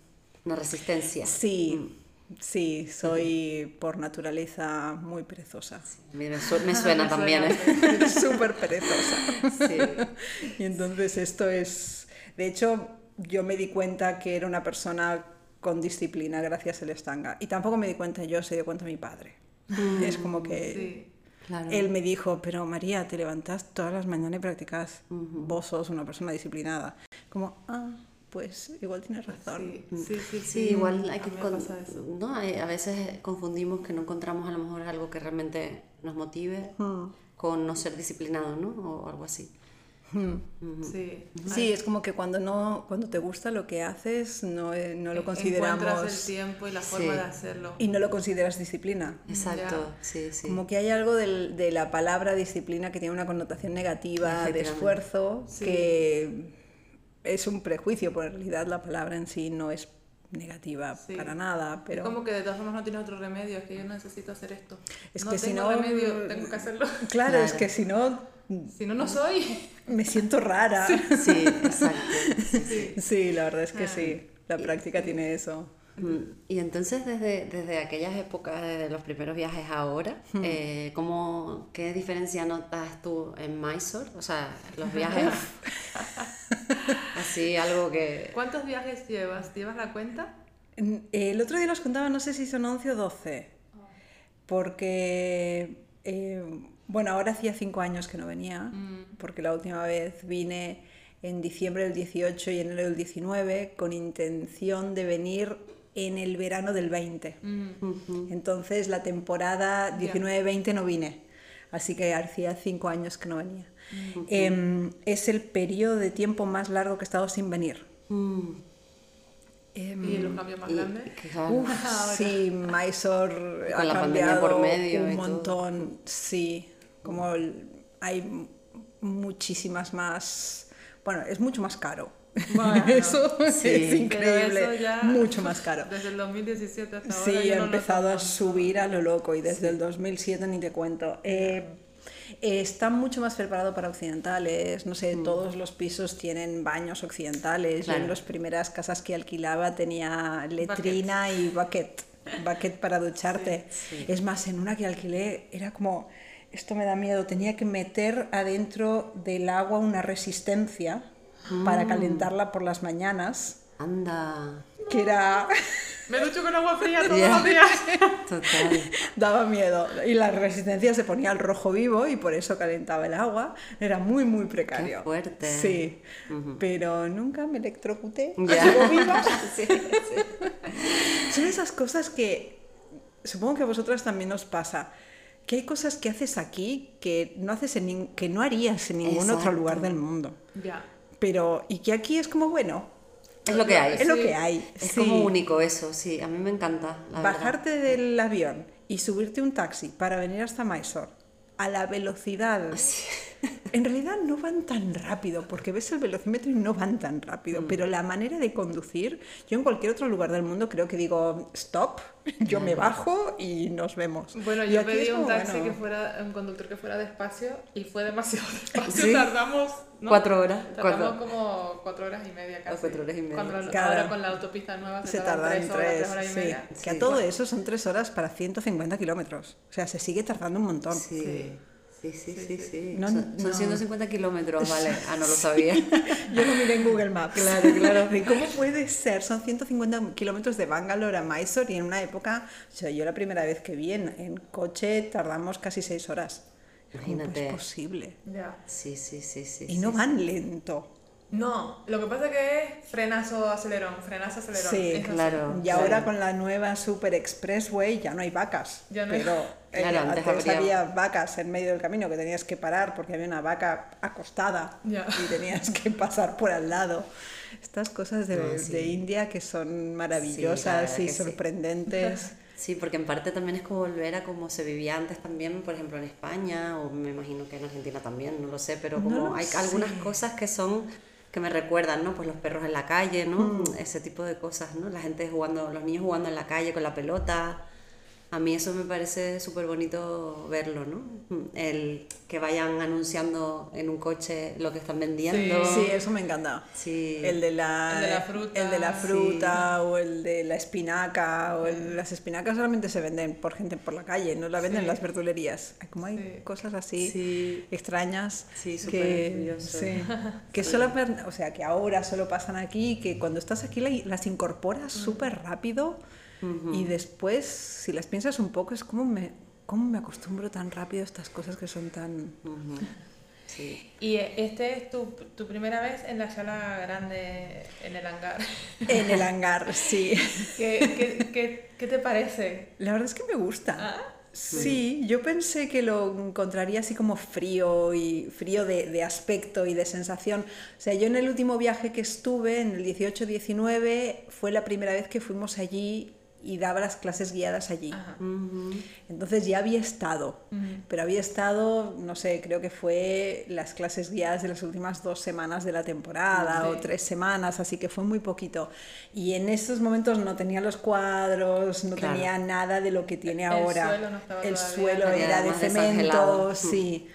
Speaker 2: Una resistencia.
Speaker 3: Sí,
Speaker 2: Mm.
Speaker 3: sí, soy por naturaleza muy perezosa.
Speaker 2: Sí, a mí me, su- me suena
Speaker 1: Me
Speaker 2: también.
Speaker 1: suena.
Speaker 2: ¿eh?
Speaker 3: Súper perezosa.
Speaker 2: Sí.
Speaker 3: Y entonces esto es... De hecho, yo me di cuenta que era una persona con disciplina gracias al Estanga. Y tampoco me di cuenta yo, se dio cuenta mi padre. Es como que...
Speaker 1: Sí.
Speaker 2: Claro.
Speaker 3: Él me dijo, pero María, te levantas todas las mañanas y practicas. Vos sos una persona disciplinada. Como, ah, pues igual tienes razón.
Speaker 1: Sí, sí, sí,
Speaker 2: Sí,
Speaker 1: sí.
Speaker 2: igual hay
Speaker 1: A
Speaker 2: que
Speaker 1: mí me
Speaker 2: con-
Speaker 1: pasa eso.
Speaker 2: ¿no? Hay- a veces confundimos que no encontramos a lo mejor algo que realmente nos motive con no ser disciplinado, ¿no? O algo así.
Speaker 1: Sí.
Speaker 3: Sí, es como que cuando no cuando te gusta lo que haces, no, eh, no lo
Speaker 1: Encuentras
Speaker 3: consideramos...
Speaker 1: el tiempo y la
Speaker 2: Sí.
Speaker 1: forma de hacerlo.
Speaker 3: Y no lo consideras disciplina.
Speaker 2: Exacto,
Speaker 1: Ya.
Speaker 2: sí, sí.
Speaker 3: Como que hay algo del- de la palabra disciplina que tiene una connotación negativa de
Speaker 2: Efectivamente.
Speaker 3: esfuerzo,
Speaker 1: Sí.
Speaker 3: que es un prejuicio, pero en realidad la palabra en sí no es negativa
Speaker 1: Sí.
Speaker 3: para nada. Pero
Speaker 1: Es como que de todas formas no tienes otro remedio, es que yo necesito hacer esto.
Speaker 3: Es
Speaker 1: no
Speaker 3: que si
Speaker 1: tengo
Speaker 3: no-
Speaker 1: remedio, tengo que hacerlo.
Speaker 3: claro,
Speaker 2: Claro.
Speaker 3: es que si no,
Speaker 1: Si no, no soy.
Speaker 3: me siento rara. Sí,
Speaker 2: Sí, exacto. Sí.
Speaker 1: Sí.
Speaker 3: la verdad es que sí. La práctica tiene eso.
Speaker 2: Mm, Y entonces desde, desde aquellas épocas, desde los primeros viajes a ahora, eh, ¿cómo, ¿qué diferencia notas tú en Mysore? O sea, los viajes, así algo que...
Speaker 1: ¿Cuántos viajes llevas? ¿Llevas la cuenta?
Speaker 3: El otro día los contaba, no sé si son once o doce, porque, eh, bueno, ahora hacía cinco años que no venía, porque la última vez vine en diciembre del dieciocho y enero del diecinueve con intención de venir en el verano del veinte. Entonces la temporada diecinueve veinte no vine, así que hacía cinco años que no venía. Em, es el periodo de tiempo más largo que he estado sin venir.
Speaker 2: Mm,
Speaker 3: Em,
Speaker 1: ¿Y los cambios más
Speaker 2: y-
Speaker 1: grandes?
Speaker 2: que claro,
Speaker 3: Uf, sí, Mysore ha
Speaker 2: Con la pandemia
Speaker 3: cambiado
Speaker 2: por medio y
Speaker 3: un
Speaker 2: todo.
Speaker 3: montón, sí, como el- hay muchísimas más, bueno, es mucho más caro.
Speaker 1: Bueno,
Speaker 3: eso
Speaker 2: sí.
Speaker 3: es increíble,
Speaker 1: Pero eso ya-
Speaker 3: mucho más caro.
Speaker 1: Desde el dos mil diecisiete hasta ahora.
Speaker 3: Sí,
Speaker 1: yo
Speaker 3: ha
Speaker 1: no
Speaker 3: empezado
Speaker 1: noto
Speaker 3: a subir a lo loco y desde el dos mil siete ni te cuento. Eh, eh, está mucho más preparado para occidentales, no sé, todos los pisos tienen baños occidentales. Yo
Speaker 2: Claro.
Speaker 3: en las primeras casas que alquilaba tenía letrina y bucket, bucket para ducharte. Es más, en una que alquilé era como, esto me da miedo, tenía que meter adentro del agua una resistencia para calentarla por las mañanas,
Speaker 2: anda,
Speaker 3: que era...
Speaker 1: Me ducho con agua fría todos
Speaker 2: Ya.
Speaker 1: los días.
Speaker 2: total.
Speaker 3: Daba miedo. Y la resistencia se ponía al rojo vivo y por eso calentaba el agua. Era muy, muy precario.
Speaker 2: Qué fuerte.
Speaker 3: Sí. Pero nunca me electrocuté.
Speaker 2: Ya.
Speaker 3: Sigo viva.
Speaker 2: Sí, sí.
Speaker 3: Son esas cosas que supongo que a vosotras también os pasa. Que hay cosas que haces aquí que no, haces en nin- que no harías en ningún otro
Speaker 2: Exacto.
Speaker 3: lugar del mundo.
Speaker 1: Ya.
Speaker 3: Pero, y que aquí es como, bueno,
Speaker 2: Es lo que hay.
Speaker 3: es lo
Speaker 1: Sí.
Speaker 3: que hay.
Speaker 2: Es
Speaker 3: Sí.
Speaker 2: como único eso, sí, a mí me encanta. La
Speaker 3: Bajarte del avión y subirte un taxi para venir hasta Mysore a la velocidad. En realidad no van tan rápido, porque ves el velocímetro y no van tan rápido,
Speaker 2: Mm.
Speaker 3: pero la manera de conducir, yo en cualquier otro lugar del mundo creo que digo, stop, yo me bajo y nos vemos.
Speaker 1: Bueno,
Speaker 3: Y
Speaker 1: yo
Speaker 3: aquí
Speaker 1: pedí
Speaker 3: es
Speaker 1: un
Speaker 3: como,
Speaker 1: taxi
Speaker 3: bueno,
Speaker 1: que fuera, un conductor que fuera despacio y fue demasiado despacio.
Speaker 2: ¿Sí?
Speaker 1: Tardamos. ¿no?
Speaker 2: Cuatro horas,
Speaker 1: Tardamos
Speaker 2: cuatro.
Speaker 1: como cuatro horas y media casi.
Speaker 2: cuatro horas y media.
Speaker 1: Cuando la-
Speaker 3: Claro.
Speaker 1: ahora con la autopista nueva se,
Speaker 3: se tarda en
Speaker 1: tres horas,
Speaker 3: tres,
Speaker 1: tres horas y
Speaker 3: sí.
Speaker 1: media.
Speaker 3: Que a
Speaker 2: Sí.
Speaker 3: todo eso son tres horas para ciento cincuenta kilómetros. O sea, se sigue tardando un montón.
Speaker 2: Sí, sí, sí, sí, sí.
Speaker 3: No,
Speaker 2: son son
Speaker 3: no.
Speaker 2: ciento cincuenta kilómetros, vale. Ah, no lo sabía.
Speaker 3: Yo lo miré en Google Maps.
Speaker 2: Claro, claro.
Speaker 3: De ¿Cómo puede ser? Son ciento cincuenta kilómetros de Bangalore a Mysore y en una época, o sea, yo la primera vez que vi en, en coche tardamos casi seis horas. ¿Cómo
Speaker 2: Imagínate.
Speaker 3: es posible?
Speaker 1: Ya.
Speaker 2: Sí, sí, sí, sí.
Speaker 3: Y no
Speaker 2: sí,
Speaker 3: van lento.
Speaker 1: No, lo que pasa que es frenazo, acelerón, frenazo, acelerón.
Speaker 3: Sí,
Speaker 1: Es así.
Speaker 2: claro.
Speaker 3: Y ahora con la nueva Super Expressway ya no hay vacas.
Speaker 1: Ya no hay-
Speaker 3: pero eh,
Speaker 2: Claro,
Speaker 3: antes,
Speaker 2: antes habría-
Speaker 3: había vacas en medio del camino que tenías que parar porque había una vaca acostada
Speaker 1: Ya.
Speaker 3: y tenías que pasar por al lado. Estas cosas de,
Speaker 2: No, sí.
Speaker 3: de India que son
Speaker 2: Sí, la
Speaker 3: maravillosas
Speaker 2: verdad
Speaker 3: y
Speaker 2: que sí.
Speaker 3: sorprendentes.
Speaker 2: Sí, porque en parte también es como volver a como se vivía antes también, por ejemplo, en España, o me imagino que en Argentina también, no lo sé, pero como
Speaker 3: No lo
Speaker 2: hay
Speaker 3: sé.
Speaker 2: algunas cosas que son, que me recuerdan, ¿no? Pues los perros en la calle, ¿no? Ese tipo de cosas, ¿no? La gente jugando, los niños jugando en la calle con la pelota. A mí eso me parece súper bonito verlo, ¿no? El que vayan anunciando en un coche lo que están vendiendo.
Speaker 3: Sí, sí, eso me encanta.
Speaker 2: Sí.
Speaker 3: El de la,
Speaker 1: El de la fruta.
Speaker 3: el de la fruta
Speaker 1: Sí.
Speaker 3: o el de la espinaca. O el, las espinacas solamente se venden por gente por la calle, no la venden en
Speaker 1: Sí.
Speaker 3: las verdulerías. Como hay
Speaker 1: Sí.
Speaker 3: cosas así
Speaker 2: Sí.
Speaker 3: extrañas
Speaker 2: Sí, súper
Speaker 3: que,
Speaker 2: curioso.
Speaker 3: sí, que solo, o sea, que ahora solo pasan aquí, que cuando estás aquí la- las incorporas súper rápido. Y después, si las piensas un poco, es como me, cómo me acostumbro tan rápido a estas cosas que son tan...
Speaker 2: Ujú. Sí.
Speaker 1: Y este es tu, tu primera vez en la sala grande, en el hangar.
Speaker 3: En el hangar, sí.
Speaker 1: ¿Qué, qué, qué, qué te parece?
Speaker 3: La verdad es que me gusta.
Speaker 1: ¿Ah?
Speaker 3: Sí, yo pensé que lo encontraría así como frío y frío de, de aspecto y de sensación. O sea, yo en el último viaje que estuve, en el dieciocho diecinueve, fue la primera vez que fuimos allí y daba las clases guiadas allí.
Speaker 1: Ajá.
Speaker 2: Ujú.
Speaker 3: Entonces ya había estado,
Speaker 1: Ujú.
Speaker 3: pero había estado, no sé, creo que fue las clases guiadas de las últimas dos semanas de la temporada
Speaker 1: Sí.
Speaker 3: o tres semanas, así que fue muy poquito. Y en esos momentos no tenía los cuadros, no
Speaker 2: Claro.
Speaker 3: tenía nada de lo que tiene
Speaker 1: El
Speaker 3: ahora.
Speaker 1: suelo no estaba
Speaker 3: El
Speaker 1: todavía.
Speaker 3: suelo
Speaker 2: Había
Speaker 3: era de
Speaker 2: más
Speaker 3: cemento,
Speaker 2: desangelado.
Speaker 3: sí.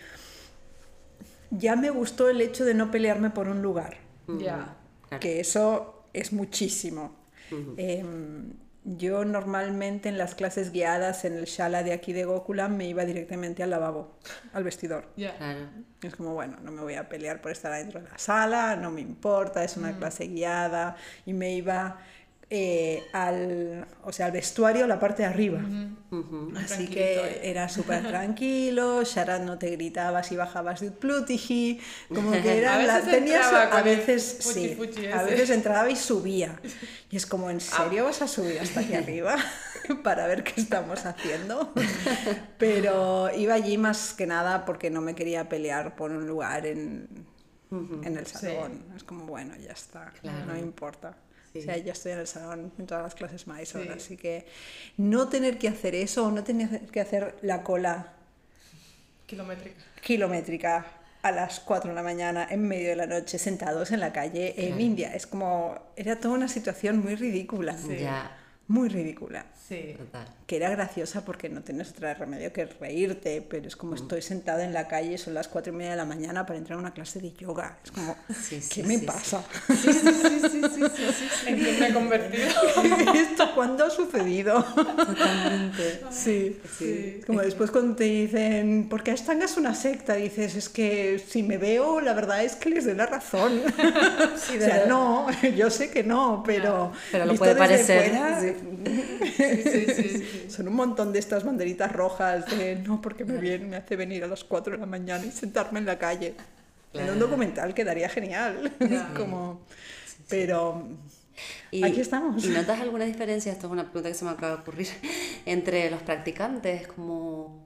Speaker 3: Ya me gustó el hecho de no pelearme por un lugar,
Speaker 1: Ya.
Speaker 2: Claro.
Speaker 3: que eso es muchísimo.
Speaker 2: Ujú.
Speaker 3: Em, yo normalmente en las clases guiadas en el Shala de aquí de Gokulam me iba directamente al lavabo, al vestidor.
Speaker 1: Ya.
Speaker 2: Claro.
Speaker 3: Es como, bueno, no me voy a pelear por estar adentro de la sala, no me importa, es una clase guiada. Y me iba eh, al, o sea, al vestuario, a la parte de arriba.
Speaker 2: Ujú.
Speaker 3: Así
Speaker 1: Tranquilito
Speaker 3: que
Speaker 1: ahí.
Speaker 3: era súper tranquilo, Sharat no te gritaba si bajabas de Utplutiji, como que era...
Speaker 1: A
Speaker 3: la-
Speaker 1: veces
Speaker 3: tenías-
Speaker 1: entraba con
Speaker 3: a
Speaker 1: el
Speaker 3: veces
Speaker 1: fuchi
Speaker 3: sí,
Speaker 1: fuchi
Speaker 3: a
Speaker 1: ese.
Speaker 3: veces entraba y subía. Y es como, ¿en serio vas a subir hasta aquí arriba para ver qué estamos haciendo? Pero iba allí más que nada porque no me quería pelear por un lugar en, en el salón. Es como, bueno, ya está,
Speaker 2: Claro.
Speaker 3: no importa.
Speaker 2: Sí.
Speaker 3: O sea, ya estoy en el salón en todas las clases Mysore,
Speaker 1: Sí.
Speaker 3: así que no tener que hacer eso o no tener que hacer la cola
Speaker 1: Kilométrica.
Speaker 3: kilométrica a las cuatro de la mañana en medio de la noche sentados en la calle en
Speaker 2: Claro.
Speaker 3: India. Es como, era toda una situación muy ridícula,
Speaker 1: Sí.
Speaker 2: Ya.
Speaker 3: muy ridícula.
Speaker 1: Sí.
Speaker 2: Total.
Speaker 3: Que era graciosa porque no tienes otro remedio que reírte, pero es como estoy sentada en la calle, son las cuatro y media de la mañana para entrar a una clase de yoga. Es como,
Speaker 2: Sí, sí,
Speaker 3: ¿qué me
Speaker 2: sí,
Speaker 3: pasa?
Speaker 2: Sí, sí, sí, sí, sí, sí.
Speaker 1: ¿En qué me he convertido?
Speaker 3: ¿Esto cuándo ha sucedido?
Speaker 2: Totalmente.
Speaker 3: Sí.
Speaker 1: Sí.
Speaker 3: Es como después cuando te dicen, ¿por qué Ashtanga es una secta? Dices, es que si me veo, la verdad es que les doy la razón. O sea, no, yo sé que no, pero...
Speaker 2: Pero lo
Speaker 3: visto
Speaker 2: puede
Speaker 3: desde
Speaker 2: parecer,
Speaker 3: fuera,
Speaker 2: sí.
Speaker 1: Sí, sí, sí, sí.
Speaker 3: son un montón de estas banderitas rojas de no, porque me viene, me hace venir a las cuatro de la mañana y sentarme en la calle. En
Speaker 2: Claro.
Speaker 3: un documental quedaría genial.
Speaker 1: Ya.
Speaker 3: Como... Pero...
Speaker 2: Y,
Speaker 3: Aquí estamos.
Speaker 2: ¿Y notas alguna diferencia? Esto es una pregunta que se me acaba de ocurrir. Entre los practicantes, como...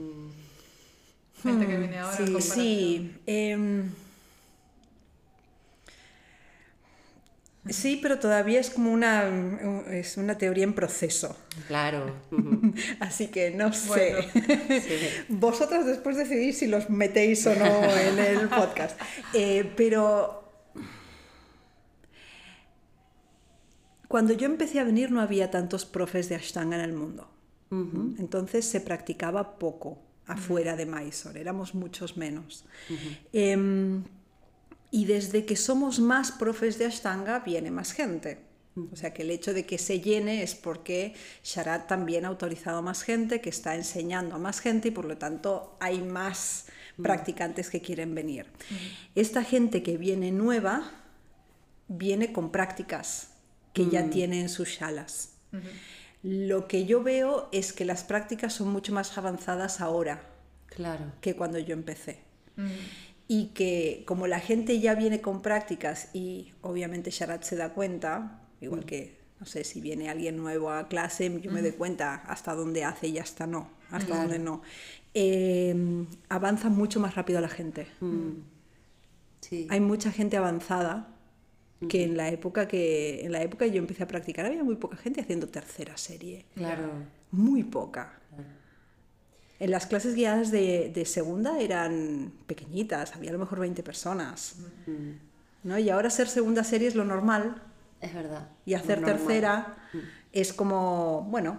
Speaker 2: mm,
Speaker 1: Gente que viene ahora.
Speaker 2: sí,
Speaker 1: en comparación.
Speaker 3: Sí, em, sí, pero todavía es como una, es una teoría en proceso.
Speaker 2: Claro. Ujú.
Speaker 3: Así que no sé.
Speaker 1: Bueno,
Speaker 2: Sí.
Speaker 3: Vosotras después decidís si los metéis o no en el podcast. Eh, pero cuando yo empecé a venir no había tantos profes de Ashtanga en el mundo.
Speaker 2: Ujú.
Speaker 3: Entonces se practicaba poco afuera de Mysore, éramos muchos menos. Em, y desde que somos más profes de Ashtanga viene más gente. O sea que el hecho de que se llene es porque Sharat también ha autorizado a más gente, que está enseñando a más gente y por lo tanto hay más practicantes que quieren venir. Esta gente que viene nueva viene con prácticas que ya tiene en sus shalas. Lo que yo veo es que las prácticas son mucho más avanzadas ahora
Speaker 2: Claro.
Speaker 3: que cuando yo empecé.
Speaker 1: Mm.
Speaker 3: Y que como la gente ya viene con prácticas y obviamente Sharat se da cuenta, igual que, no sé, si viene alguien nuevo a clase, yo me doy cuenta hasta dónde hace y hasta no, hasta
Speaker 2: Claro.
Speaker 3: dónde no. Eh, avanza mucho más rápido la gente.
Speaker 2: Mm. Sí.
Speaker 3: Hay mucha gente avanzada que en la época que en la época que yo empecé a practicar había muy poca gente haciendo tercera serie.
Speaker 2: Claro.
Speaker 3: Muy poca. En las clases guiadas de, de segunda eran pequeñitas, había a lo mejor veinte personas.
Speaker 2: Mm.
Speaker 3: ¿No? Y ahora ser segunda serie es lo normal
Speaker 2: Es verdad.
Speaker 3: y hacer
Speaker 2: Lo normal.
Speaker 3: tercera es como, bueno,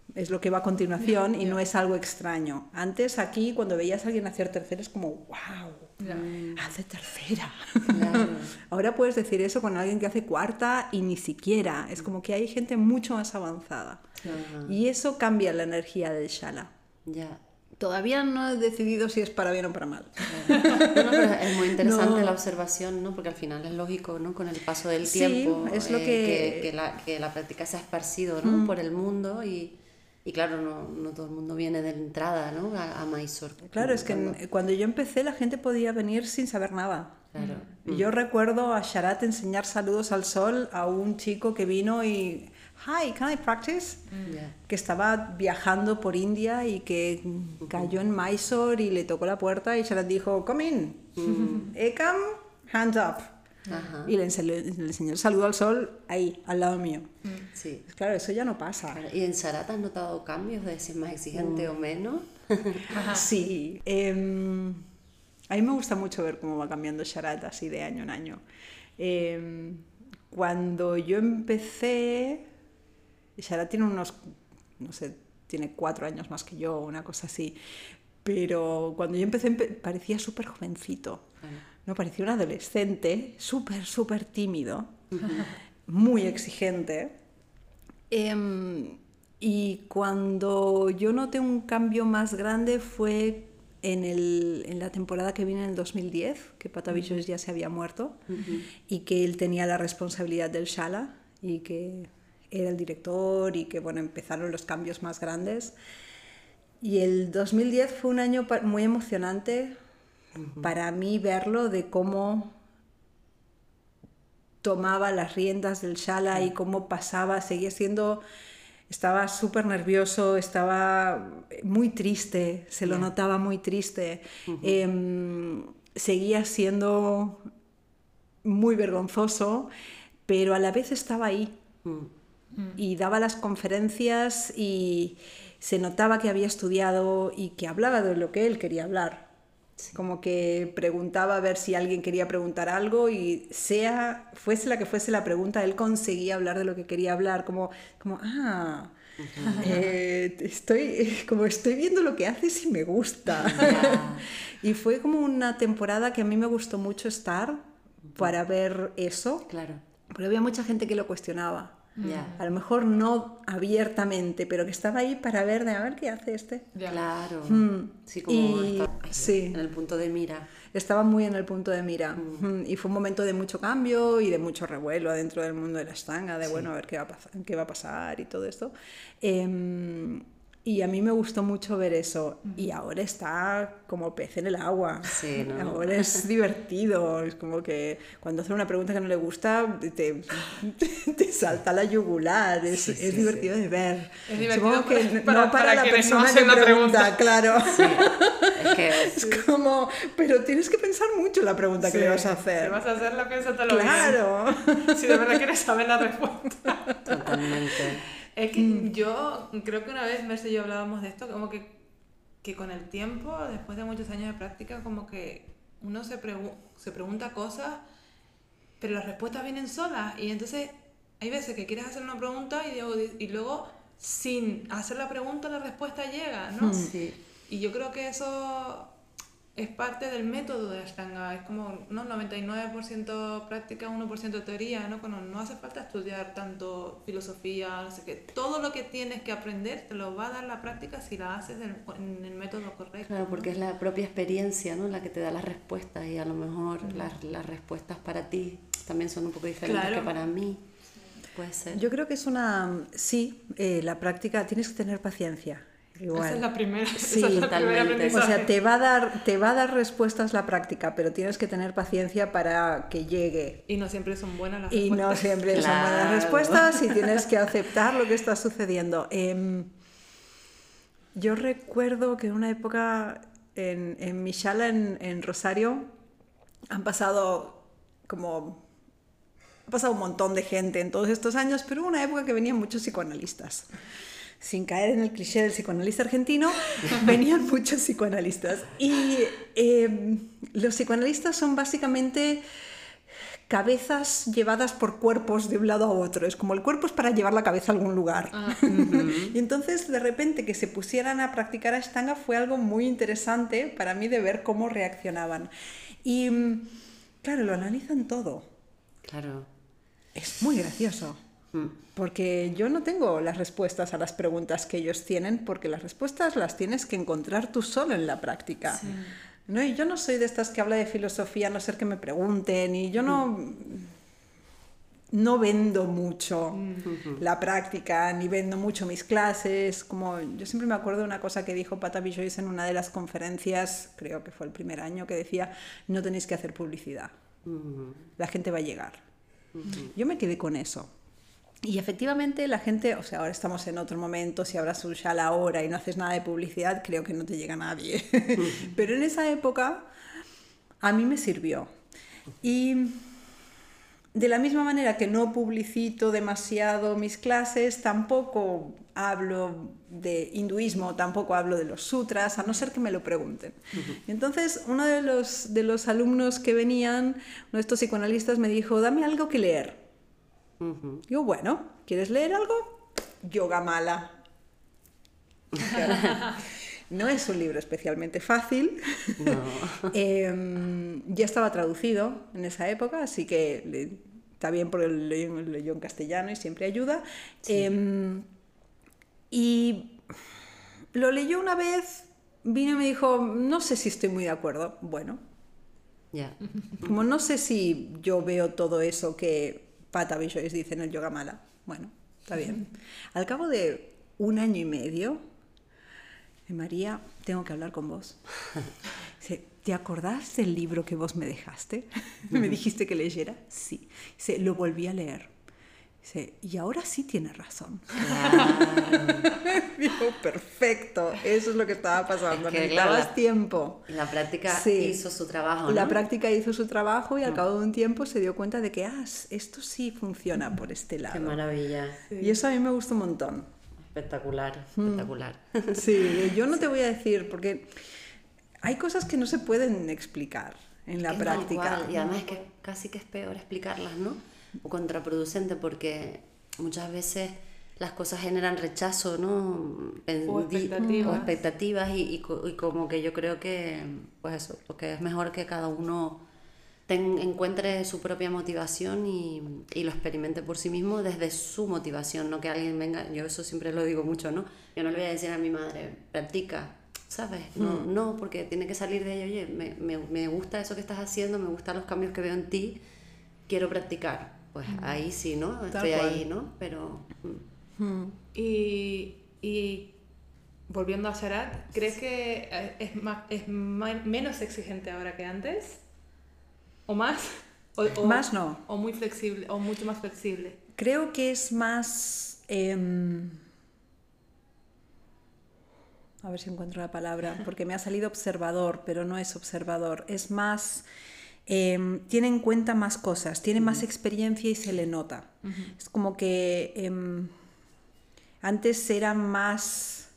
Speaker 3: es lo que va a continuación y no es algo extraño. Antes aquí, cuando veías a alguien hacer tercera, es como, wow, mm. hace tercera. Claro. Ahora puedes decir eso con alguien que hace cuarta y ni siquiera. Es como que hay gente mucho más avanzada. Ajá. Y eso cambia la energía del Shala.
Speaker 2: Ya.
Speaker 3: Todavía no he decidido si es para bien o para mal.
Speaker 2: Claro. Bueno, pero es muy interesante no. la observación, ¿no? Porque al final es lógico, ¿no? Con el paso del tiempo,
Speaker 3: sí, es lo
Speaker 2: eh,
Speaker 3: que...
Speaker 2: Que, que, la, que la práctica se ha esparcido, ¿no? Mm. por el mundo y... Y claro, no, no todo el mundo viene de entrada, ¿no? a, a Mysore.
Speaker 3: Claro, es que en, cuando yo empecé la gente podía venir sin saber nada.
Speaker 2: Claro.
Speaker 3: Mm. Yo recuerdo a Sharat enseñar saludos al sol a un chico que vino y... Hi, can I practice? Mm. Yeah. Que estaba viajando por India y que uh-huh. cayó en Mysore y le tocó la puerta y Sharat dijo, come in. Mm. Ekam, hands up. Ajá. Y le enseñó, le enseñó el saludo al sol ahí, al lado mío.
Speaker 2: Sí.
Speaker 3: Claro, eso ya no pasa.
Speaker 2: Claro. ¿Y en Sharat has notado cambios de si es más exigente mm. o menos?
Speaker 3: Sí. Eh, a mí me gusta mucho ver cómo va cambiando Sharat así de año en año. Eh, cuando yo empecé, Sharat tiene unos, no sé, tiene cuatro años más que yo, una cosa así. Pero cuando yo empecé parecía súper jovencito. Claro. No, parecía un adolescente, súper, súper tímido, uh-huh. muy exigente. Eh, y cuando yo noté un cambio más grande fue en, el, en la temporada que vine en el dos mil diez, que Patabi Jois uh-huh. ya se había muerto, uh-huh. y que él tenía la responsabilidad del Shala, y que era el director, y que bueno, empezaron los cambios más grandes. Y el dos mil diez fue un año muy emocionante, para mí verlo, de cómo tomaba las riendas del Shala y cómo pasaba, seguía siendo, estaba súper nervioso, estaba muy triste, se lo yeah. notaba muy triste, uh-huh. eh, seguía siendo muy vergonzoso, pero a la vez estaba ahí uh-huh. y daba las conferencias y se notaba que había estudiado y que hablaba de lo que él quería hablar. Sí. Como que preguntaba a ver si alguien quería preguntar algo y sea, fuese la que fuese la pregunta, él conseguía hablar de lo que quería hablar, como, como ah, uh-huh. eh, estoy, como estoy viendo lo que haces y me gusta. Yeah. Y fue como una temporada que a mí me gustó mucho estar uh-huh. para ver eso,
Speaker 2: claro.
Speaker 3: porque había mucha gente que lo cuestionaba.
Speaker 2: Yeah.
Speaker 3: A lo mejor no abiertamente, pero que estaba ahí para ver, de a ver qué hace este.
Speaker 2: Yeah. Claro.
Speaker 3: Mm.
Speaker 2: Sí, como
Speaker 3: y,
Speaker 2: está
Speaker 3: sí.
Speaker 2: en el punto de mira.
Speaker 3: Estaba muy en el punto de mira.
Speaker 2: Mm.
Speaker 3: Y fue un momento de mucho cambio y de mucho revuelo dentro del mundo de la Ashtanga, de
Speaker 2: sí.
Speaker 3: bueno, a ver qué va a pasar, qué va a pasar y todo esto. Eh, Y a mí me gustó mucho ver eso. Uh-huh. Y ahora está como pez en el agua.
Speaker 2: Sí, ¿no?
Speaker 3: Ahora es divertido. Es como que cuando hace una pregunta que no le gusta, te, te salta la yugular. Es,
Speaker 2: sí,
Speaker 3: es
Speaker 2: sí,
Speaker 3: divertido
Speaker 2: sí.
Speaker 3: de ver.
Speaker 1: Es divertido
Speaker 3: Supongo que
Speaker 1: para, para,
Speaker 3: no para,
Speaker 1: para
Speaker 3: la persona
Speaker 1: no
Speaker 3: que pregunta,
Speaker 1: pregunta,
Speaker 3: claro.
Speaker 2: Sí. Es, que es,
Speaker 3: es como, pero tienes que pensar mucho la pregunta sí. que le vas a hacer.
Speaker 1: Si vas a hacerla, piénsatelo
Speaker 3: claro.
Speaker 1: bien. Claro. Si de verdad quieres saber la respuesta.
Speaker 2: Totalmente.
Speaker 1: Es que mm. yo creo que una vez Merce y yo hablábamos de esto, como que, que con el tiempo, después de muchos años de práctica, como que uno se, pregu- se pregunta cosas, pero las respuestas vienen solas. Y entonces hay veces que quieres hacer una pregunta y, digo, y luego, sin hacer la pregunta, la respuesta llega, ¿no?
Speaker 2: Sí.
Speaker 1: Y yo creo que eso es parte del método de Ashtanga. Es como, ¿no? noventa y nueve por ciento práctica, uno por ciento teoría, ¿no? Cuando no hace falta estudiar tanto filosofía, no sé qué. Todo lo que tienes que aprender te lo va a dar la práctica si la haces en, en el método correcto.
Speaker 2: Claro, porque
Speaker 1: ¿no?
Speaker 2: es la propia experiencia, ¿no? La que te da las respuestas, y a lo mejor mm. las, las respuestas para ti también son un poco diferentes claro. que para mí. Sí. Puede ser.
Speaker 3: Yo creo que es una... Sí, eh, la práctica, tienes que tener paciencia. Igual.
Speaker 1: Esa es la primera,
Speaker 3: sí,
Speaker 1: esa es la primera aprendizaje.
Speaker 3: O sea, te va a dar, te va a dar respuestas la práctica, pero tienes que tener paciencia para que llegue.
Speaker 1: Y no siempre son buenas las
Speaker 3: y
Speaker 1: respuestas.
Speaker 3: Y no siempre
Speaker 2: claro.
Speaker 3: son buenas respuestas y tienes que aceptar lo que está sucediendo. Eh, yo recuerdo que en una época en, en mi shala en, en Rosario han pasado como... Ha pasado un montón de gente en todos estos años, pero hubo una época que venían muchos psicoanalistas. Sin caer en el cliché del psicoanalista argentino, venían muchos psicoanalistas. Y eh, los psicoanalistas son básicamente cabezas llevadas por cuerpos de un lado a otro. Es como el cuerpo es para llevar la cabeza a algún lugar.
Speaker 1: Ah.
Speaker 3: Y entonces de repente que se pusieran a practicar Ashtanga fue algo muy interesante para mí de ver cómo reaccionaban. Y claro, lo analizan todo.
Speaker 2: Claro.
Speaker 3: Es muy gracioso. Porque yo no tengo las respuestas a las preguntas que ellos tienen, porque las respuestas las tienes que encontrar tú solo en la práctica. Sí. ¿No? Y yo no soy de estas que habla de filosofía a no ser que me pregunten, y yo no, no vendo mucho uh-huh. la práctica, ni vendo mucho mis clases. Como yo siempre me acuerdo de una cosa que dijo Patabi Joyce en una de las conferencias, creo que fue el primer año, que decía, no tenéis que hacer publicidad, uh-huh. la gente va a llegar. Uh-huh. Yo me quedé con eso. Y efectivamente la gente, o sea, ahora estamos en otro momento, si abras un shala ahora y no haces nada de publicidad, creo que no te llega nadie. Pero en esa época a mí me sirvió. Y de la misma manera que no publicito demasiado mis clases, tampoco hablo de hinduismo, tampoco hablo de los sutras, a no ser que me lo pregunten. Y entonces uno de los, de los alumnos que venían, uno de estos psicoanalistas, me dijo, dame algo que leer. Uh-huh. Digo, bueno, ¿quieres leer algo? Yogamala. No es un libro especialmente fácil. No. eh, ya estaba traducido en esa época, así que le, está bien porque lo leyó en castellano y siempre ayuda. Sí. Eh, y lo leyó una vez, vino y me dijo, no sé si estoy muy de acuerdo. Bueno,
Speaker 2: yeah.
Speaker 3: como no sé si yo veo todo eso que Patabi Joyce dice en el Yogamala. Bueno, está bien. Al cabo de un año y medio, María, tengo que hablar con vos. Dice, ¿te acordás del libro que vos me dejaste? ¿Me dijiste que leyera? Sí. Dice, lo volví a leer. Dice, y ahora sí tienes razón.
Speaker 2: Claro.
Speaker 3: Dijo, perfecto, eso es lo que estaba pasando. Es que, necesitabas claro, tiempo.
Speaker 2: La práctica sí. hizo su trabajo, ¿no?
Speaker 3: La práctica hizo su trabajo y al cabo de un tiempo se dio cuenta de que, ah, esto sí funciona por este lado.
Speaker 2: Qué maravilla.
Speaker 3: Sí. Y eso a mí me gustó un montón.
Speaker 2: Espectacular, espectacular.
Speaker 3: Sí, yo no te voy a decir, porque hay cosas que no se pueden explicar en la
Speaker 2: es
Speaker 3: práctica.
Speaker 2: Igual. Y además es que casi que es peor explicarlas, ¿no? O contraproducente, porque muchas veces las cosas generan rechazo, ¿no?
Speaker 1: O expectativas.
Speaker 2: O expectativas y, y, y como que yo creo que, pues eso, porque es mejor que cada uno ten, encuentre su propia motivación y, y lo experimente por sí mismo desde su motivación, no que alguien venga, yo eso siempre lo digo mucho, ¿no? Yo no le voy a decir a mi madre, practica, ¿sabes? No, mm. no, porque tiene que salir de ella, oye, me, me, me gusta eso que estás haciendo, me gustan los cambios que veo en ti, quiero practicar. Pues mm. ahí sí, ¿no? Tal Estoy cual. Ahí, ¿no? Pero...
Speaker 1: Mm. Y, y volviendo a Sharat, ¿crees que es, más, es más, menos exigente ahora que antes? ¿O más? O, o,
Speaker 3: más no.
Speaker 1: ¿O muy flexible? ¿O mucho más flexible?
Speaker 3: Creo que es más... Eh, a ver si encuentro la palabra, porque me ha salido observador, pero no es observador. Es más... Eh, tiene en cuenta más cosas, tiene uh-huh. más experiencia y se le nota. Uh-huh. Es como que eh, antes era más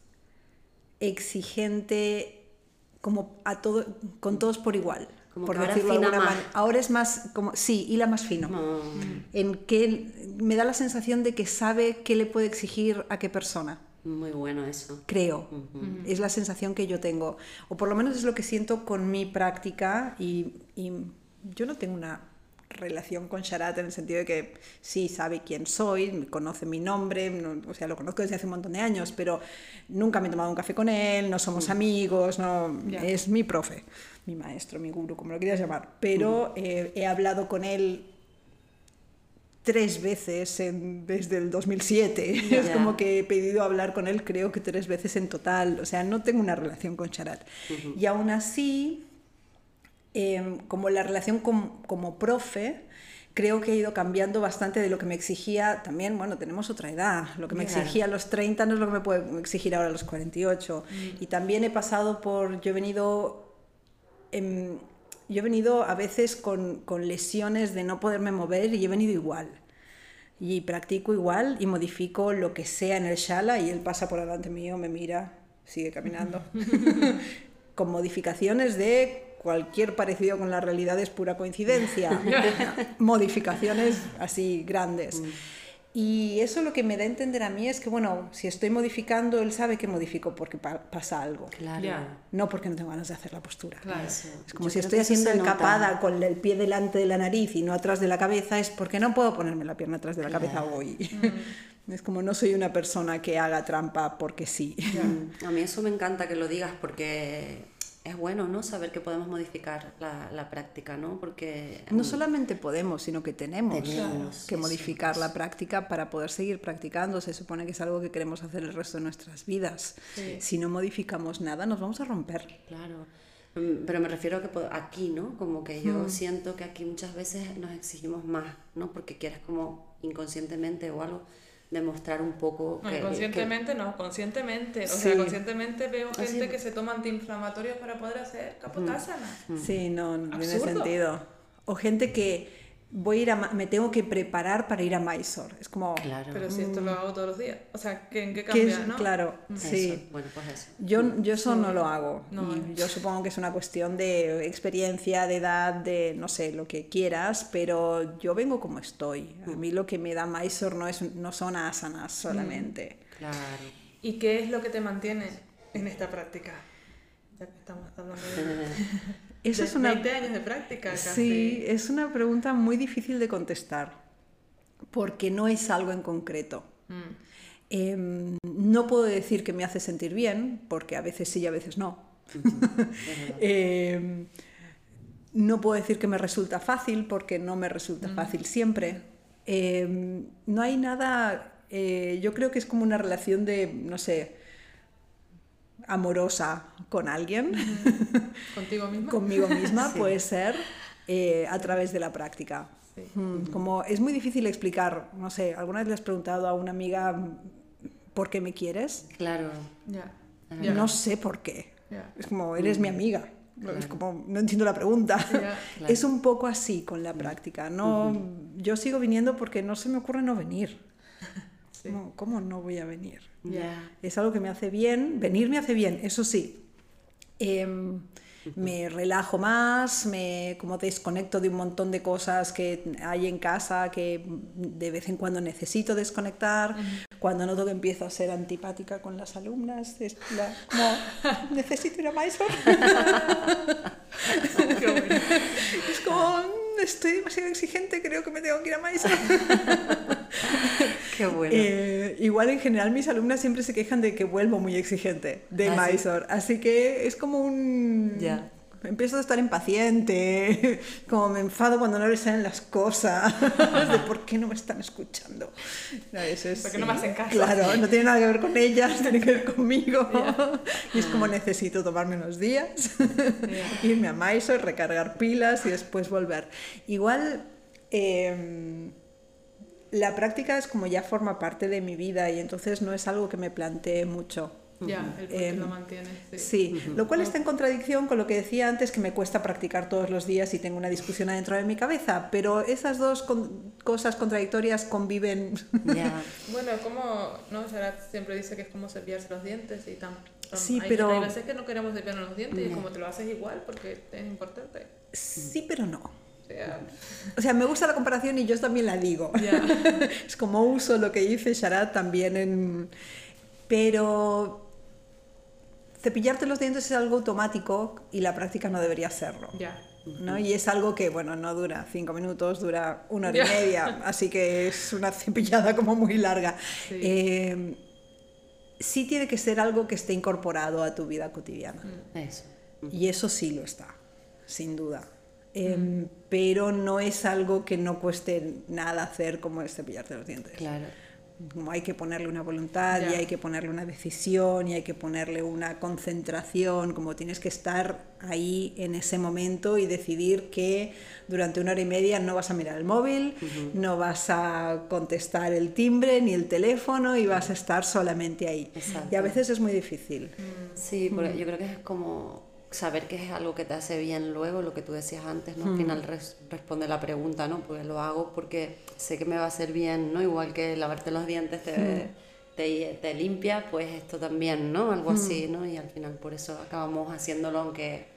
Speaker 3: exigente como a todo, con todos por igual,
Speaker 2: como
Speaker 3: por
Speaker 2: que
Speaker 3: decirlo de alguna
Speaker 2: más.
Speaker 3: manera. Ahora es más como, sí, hila más fino.
Speaker 2: Uh-huh.
Speaker 3: En que me da la sensación de que sabe qué le puede exigir a qué persona.
Speaker 2: Muy bueno eso.
Speaker 3: Creo.
Speaker 2: Uh-huh.
Speaker 3: Es la sensación que yo tengo. O por lo menos es lo que siento con mi práctica y... y yo no tengo una relación con Sharat en el sentido de que sí sabe quién soy, conoce mi nombre, no, o sea, lo conozco desde hace un montón de años, pero nunca me he tomado un café con él, no somos amigos, no, yeah. es mi profe, mi maestro, mi gurú, como lo quieras llamar, pero uh-huh. eh, he hablado con él tres veces en, desde el dos mil siete, yeah. es como que he pedido hablar con él creo que tres veces en total, o sea, no tengo una relación con Sharat. Uh-huh. Y aún así... Eh, como la relación con, como profe creo que ha ido cambiando bastante de lo que me exigía también, bueno, tenemos otra edad, lo que me claro. exigía a los treinta no es lo que me puede exigir ahora a los cuarenta y ocho mm. y también he pasado por, yo he venido eh, yo he venido a veces con, con lesiones de no poderme mover y he venido igual y practico igual y modifico lo que sea en el shala y él pasa por delante mío, me mira, sigue caminando con modificaciones de cualquier parecido con la realidad es pura coincidencia. Modificaciones así grandes. Y eso lo que me da a entender a mí es que, bueno, si estoy modificando, él sabe que modifico porque pa pasa algo.
Speaker 2: Claro.
Speaker 1: Ya.
Speaker 3: No porque no tengo ganas de hacer la postura.
Speaker 1: Claro.
Speaker 2: Eso.
Speaker 3: Es como
Speaker 2: Yo
Speaker 3: si
Speaker 2: creo
Speaker 3: estoy
Speaker 2: que eso
Speaker 3: haciendo
Speaker 2: se
Speaker 3: encapada
Speaker 2: nota.
Speaker 3: con el pie delante de la nariz y no atrás de la cabeza, es porque no puedo ponerme la pierna atrás de la
Speaker 2: Claro.
Speaker 3: cabeza hoy. Mm. Es como no soy una persona que haga trampa porque sí.
Speaker 2: Mm, A mí eso me encanta que lo digas porque es bueno, ¿no? Saber que podemos modificar la, la práctica, ¿no? Porque...
Speaker 3: No solamente podemos, sino que tenemos,
Speaker 2: Tenemos,
Speaker 3: que
Speaker 2: eso,
Speaker 3: modificar
Speaker 2: eso.
Speaker 3: la práctica para poder seguir practicando. Se supone que es algo que queremos hacer el resto de nuestras vidas.
Speaker 1: Sí.
Speaker 3: Si no modificamos nada, nos vamos a romper.
Speaker 2: Claro, Mm, pero me refiero a que po- aquí, ¿no? Como que yo siento que aquí muchas veces nos exigimos más, ¿no? Porque quieres como inconscientemente o algo demostrar un poco
Speaker 1: No,
Speaker 2: que...
Speaker 1: inconscientemente no, conscientemente. O
Speaker 3: Sí.
Speaker 1: sea, conscientemente veo
Speaker 2: Así-
Speaker 1: gente que se toma antiinflamatorios para poder hacer kapotasana.
Speaker 3: Sí, no, no tiene
Speaker 1: Absurdo.
Speaker 3: sentido. O gente que voy a ir a, Ma- me tengo que preparar para ir a Mysore. Es como...
Speaker 2: que- Claro.
Speaker 1: Pero si esto lo hago todos los días. O sea, ¿qué- ¿en qué
Speaker 3: ¿qué
Speaker 1: cambia,
Speaker 3: es?
Speaker 1: no?
Speaker 3: Claro,
Speaker 2: Eso,
Speaker 3: sí.
Speaker 2: bueno, pues eso.
Speaker 3: Yo, yo eso no lo hago.
Speaker 1: No,
Speaker 3: Y yo supongo que es una cuestión de experiencia, de edad, de no sé, lo que quieras, pero yo vengo como estoy. A mí lo que me da Mysore no, es, no son asanas solamente.
Speaker 2: Claro.
Speaker 1: ¿Y qué es lo que te mantiene en esta práctica? Ya que estamos hablando de,
Speaker 3: Eso
Speaker 1: de
Speaker 3: es una...
Speaker 1: veinte años de práctica casi.
Speaker 3: Sí, es una pregunta muy difícil de contestar, porque no es algo en concreto.
Speaker 1: Mm.
Speaker 3: Eh, no puedo decir que me hace sentir bien, porque a veces sí y a veces no. Eh, no puedo decir que me resulta fácil, porque no me resulta fácil siempre. Eh, no hay nada, eh, yo creo que es como una relación de, no sé, amorosa con alguien,
Speaker 1: ¿Contigo misma?
Speaker 3: conmigo misma,
Speaker 2: Sí.
Speaker 3: puede ser, eh, a través de la práctica.
Speaker 1: Sí.
Speaker 3: Mm, Como es muy difícil explicar, no sé, alguna vez le has preguntado a una amiga ¿por qué me quieres?
Speaker 2: Claro.
Speaker 1: Ya.
Speaker 2: Ajá.
Speaker 1: Ya.
Speaker 3: No sé por qué.
Speaker 1: Ya.
Speaker 3: Es como, eres mi amiga. Es como, no entiendo la pregunta.
Speaker 1: Ya.
Speaker 2: Claro.
Speaker 3: Es un poco así con la práctica. No, yo sigo viniendo porque no se me ocurre no venir.
Speaker 1: Sí.
Speaker 3: No, ¿cómo no voy a venir?
Speaker 2: Ya.
Speaker 3: Es algo que me hace bien. Venir me hace bien, eso sí. Em, me relajo más, me como desconecto de un montón de cosas que hay en casa que de vez en cuando necesito desconectar. Cuando noto que empiezo a ser antipática con las alumnas, es la- como, necesito ir a Mysore.
Speaker 1: Qué bueno.
Speaker 3: Es como, "Mm, estoy demasiado exigente, creo que me tengo que ir a Mysore".
Speaker 2: Qué bueno.
Speaker 3: Eh, igual en general mis alumnas siempre se quejan de que vuelvo muy exigente de
Speaker 2: Ah, ¿sí?
Speaker 3: Mysore, así que es como un...
Speaker 2: Ya.
Speaker 3: Empiezo a estar impaciente, como me enfado cuando no les salen las cosas, de por qué no me están escuchando. No, eso es,
Speaker 1: ¿Por qué no me hacen caso?
Speaker 3: Claro, no tiene nada que ver con ellas, tiene que ver conmigo. Y es como necesito tomarme unos días, irme a Mysore, recargar pilas y después volver. Igual... eh, la práctica es como ya forma parte de mi vida y entonces no es algo que me plantee mucho.
Speaker 1: Ya, el por qué
Speaker 3: Em,
Speaker 1: lo mantienes. Sí.
Speaker 3: Sí, lo cual está en contradicción con lo que decía antes, que me cuesta practicar todos los días y tengo una discusión adentro de mi cabeza, pero esas dos con- cosas contradictorias conviven.
Speaker 2: Ya.
Speaker 1: Bueno, como, ¿no? Sharat siempre dice que es como cepillarse los dientes y tan... tan-
Speaker 3: Sí,
Speaker 1: hay,
Speaker 3: pero-
Speaker 1: hay veces que no queremos cepillarnos los dientes y es
Speaker 2: Ya.
Speaker 1: como te lo haces igual porque es importante.
Speaker 3: Sí, pero no.
Speaker 1: O sea,
Speaker 3: O sea, me gusta la comparación y yo también la digo.
Speaker 1: ya.
Speaker 3: Es como uso lo que dice Sharat también en... Pero cepillarte los dientes es algo automático y la práctica no debería serlo.
Speaker 1: Ya.
Speaker 3: ¿No? Y es algo que, bueno, no dura cinco minutos, dura una hora y
Speaker 1: Ya.
Speaker 3: media, así que es una cepillada como muy larga.
Speaker 1: Sí.
Speaker 3: Eh, sí tiene que ser algo que esté incorporado a tu vida cotidiana.
Speaker 2: Eso.
Speaker 3: Y eso sí lo está, sin duda. Eh, pero no es algo que no cueste nada hacer como es cepillarte los dientes.
Speaker 2: Claro.
Speaker 3: Como hay que ponerle una voluntad y
Speaker 1: Ya.
Speaker 3: hay que ponerle una decisión y hay que ponerle una concentración, como tienes que estar ahí en ese momento y decidir que durante una hora y media no vas a mirar el móvil, no vas a contestar el timbre ni el teléfono y vas a estar solamente ahí.
Speaker 2: Exacto.
Speaker 3: Y a veces es muy difícil.
Speaker 2: Sí, porque yo creo que es como saber que es algo que te hace bien luego, lo que tú decías antes, ¿no? Al final res- responde la pregunta, ¿no? Porque lo hago porque sé que me va a hacer bien, ¿no? Igual que lavarte los dientes te, te, te limpia, pues esto también, ¿no? Algo así, ¿no? Y al final por eso acabamos haciéndolo, aunque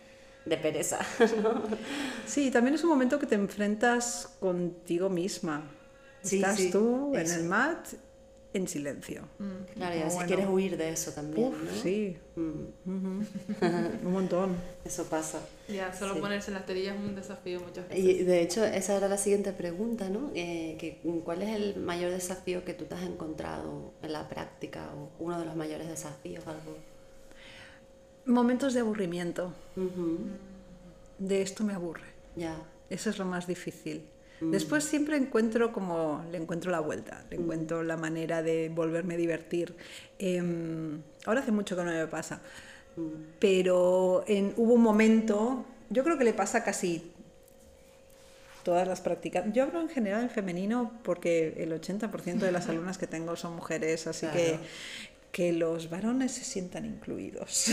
Speaker 2: de pereza, ¿no?
Speaker 3: Sí, también es un momento que te enfrentas contigo misma.
Speaker 2: Sí,
Speaker 3: Estás
Speaker 2: sí,
Speaker 3: tú en
Speaker 2: eso.
Speaker 3: el mat en silencio.
Speaker 2: Claro, y a
Speaker 3: Como,
Speaker 2: veces
Speaker 3: bueno,
Speaker 2: quieres huir de eso también,
Speaker 3: Uf,
Speaker 2: ¿no?
Speaker 3: sí,
Speaker 2: Mm,
Speaker 3: un montón.
Speaker 2: eso pasa.
Speaker 1: Ya, solo
Speaker 2: Sí.
Speaker 1: ponerse en las terillas es un desafío muchas veces.
Speaker 2: Y de hecho, esa era la siguiente pregunta, ¿no? Eh, que, ¿cuál es el mayor desafío que tú te has encontrado en la práctica o uno de los mayores desafíos, algo?
Speaker 3: Momentos de aburrimiento.
Speaker 2: Ujú,
Speaker 3: De esto me aburre.
Speaker 2: ya,
Speaker 3: Eso es lo más difícil.
Speaker 2: Mm.
Speaker 3: Después siempre encuentro como, le encuentro la vuelta, le encuentro la manera de volverme a divertir. Em, ahora hace mucho que no me pasa, pero en, hubo un momento, yo creo que le pasa a casi todas las practicantes. Yo hablo en general en femenino porque el ochenta por ciento de las alumnas que tengo son mujeres, así
Speaker 2: Claro.
Speaker 3: que que los varones se sientan incluidos.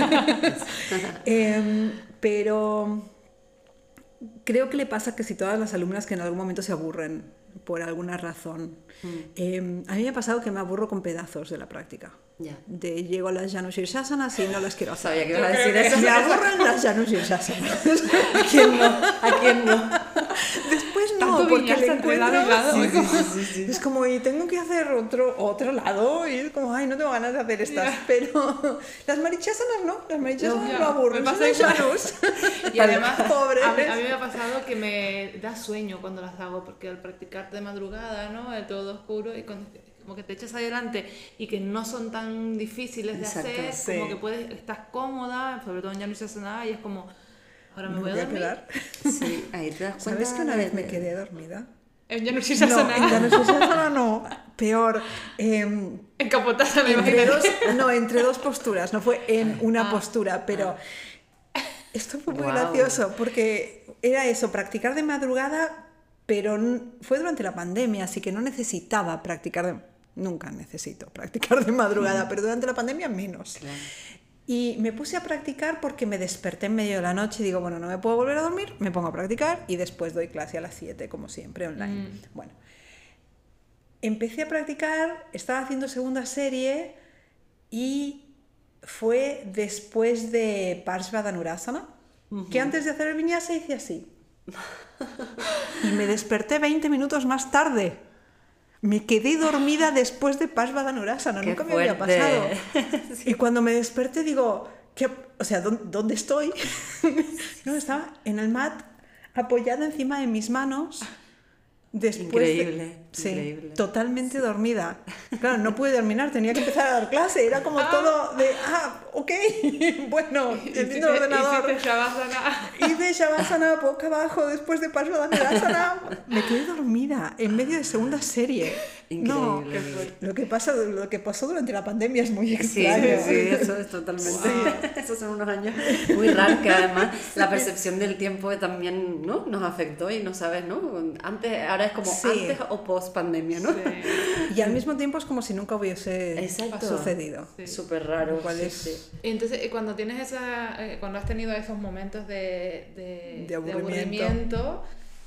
Speaker 3: Em, pero creo que le pasa que si todas las alumnas que en algún momento se aburren por alguna razón. Eh, a mí me ha pasado que me aburro con pedazos de la práctica.
Speaker 2: ya.
Speaker 3: De llego a las Janu Shirsasanas y no las quiero hacer.
Speaker 2: Sabía que ibas a decir eso.
Speaker 3: Me aburren las Janu Shirsasanas.
Speaker 2: ¿A quién no? ¿A quién no?
Speaker 3: Después no,
Speaker 1: Tanto
Speaker 3: porque
Speaker 1: viñas
Speaker 3: le
Speaker 1: entre lado y
Speaker 3: encuentro...
Speaker 1: lado.
Speaker 2: Sí, sí, sí, sí.
Speaker 3: Es como, y tengo que hacer otro, otro lado, y es como, ay, no tengo ganas de hacer estas,
Speaker 1: Ya.
Speaker 3: pero las marichasanas no, las marichasanas
Speaker 1: Ya,
Speaker 3: no aburren,
Speaker 1: me
Speaker 3: son
Speaker 1: pasa
Speaker 3: las
Speaker 1: igual.
Speaker 3: Janus.
Speaker 1: Y además,
Speaker 3: Pobres.
Speaker 1: a mí, a mí me ha pasado que me da sueño cuando las hago, porque al practicar de madrugada, ¿no? El todo oscuro, y cuando, como que te echas adelante y que no son tan difíciles de
Speaker 2: Exacto,
Speaker 1: hacer,
Speaker 3: sí.
Speaker 1: como que puedes, estás cómoda, sobre todo en ya no hice nada, y es como, ahora me,
Speaker 3: Me
Speaker 1: voy a
Speaker 3: voy a
Speaker 1: dormir.
Speaker 3: quedar.
Speaker 2: Sí, ahí te das cuenta.
Speaker 3: ¿Sabes que una
Speaker 2: de-
Speaker 3: vez me
Speaker 2: de-
Speaker 3: quedé dormida?
Speaker 1: En ya no hice
Speaker 3: No, en
Speaker 1: nada.
Speaker 3: Janu Shirsasana no, peor. em,
Speaker 1: Encapotada me
Speaker 3: entre
Speaker 1: imagino.
Speaker 3: dos, no, entre dos posturas, no fue en una
Speaker 1: Ah,
Speaker 3: postura, pero esto fue muy
Speaker 2: Guau.
Speaker 3: gracioso porque era eso, practicar de madrugada, pero n- fue durante la pandemia, así que no necesitaba practicar de... Nunca necesito practicar de madrugada, pero durante la pandemia menos.
Speaker 2: Claro.
Speaker 3: Y me puse a practicar porque me desperté en medio de la noche y digo, bueno, no me puedo volver a dormir, me pongo a practicar y después doy clase a las siete, como siempre, online.
Speaker 1: Mm.
Speaker 3: Bueno, empecé a practicar, estaba haciendo segunda serie y fue después de Parshvadanurasana, que antes de hacer el vinyasa hice así. Y me desperté veinte minutos más tarde. Me quedé dormida después de Parshvadanurasana,
Speaker 2: Qué
Speaker 3: nunca me había
Speaker 2: fuerte.
Speaker 3: pasado. Y cuando me desperté digo, ¿qué? O sea, ¿dónde, dónde estoy? No, estaba en el mat apoyada encima de mis manos. Después de-
Speaker 2: Increíble,
Speaker 3: sí,
Speaker 2: increíble.
Speaker 3: totalmente dormida. Claro, no pude terminar, tenía que empezar a dar clase. Era como todo de, ah, ok, bueno, enciendo el ordenador.
Speaker 1: Hiciste Shavasana.
Speaker 3: Hice Shavasana boca abajo después de Parshvadanurasana. Me quedé dormida en medio de segunda serie. No,
Speaker 2: Increíble.
Speaker 3: lo que pasa, lo que pasó durante la pandemia es muy
Speaker 2: Sí,
Speaker 3: extraño.
Speaker 2: sí, eso es totalmente. Esos son unos años muy raros que además la percepción del tiempo también, ¿no? Nos afectó y no sabes, ¿no? Antes, ahora es como
Speaker 3: Sí.
Speaker 2: antes o post pandemia, ¿no?
Speaker 3: Y al mismo tiempo es como si nunca hubiese
Speaker 2: Exacto.
Speaker 3: sucedido.
Speaker 1: Sí.
Speaker 2: Súper raro.
Speaker 3: Lo cual
Speaker 2: sí,
Speaker 3: es-
Speaker 2: sí.
Speaker 1: Y entonces, eh, cuando tienes esa, eh, cuando has tenido esos momentos de, de,
Speaker 3: De aburrimiento.
Speaker 1: aburrimiento,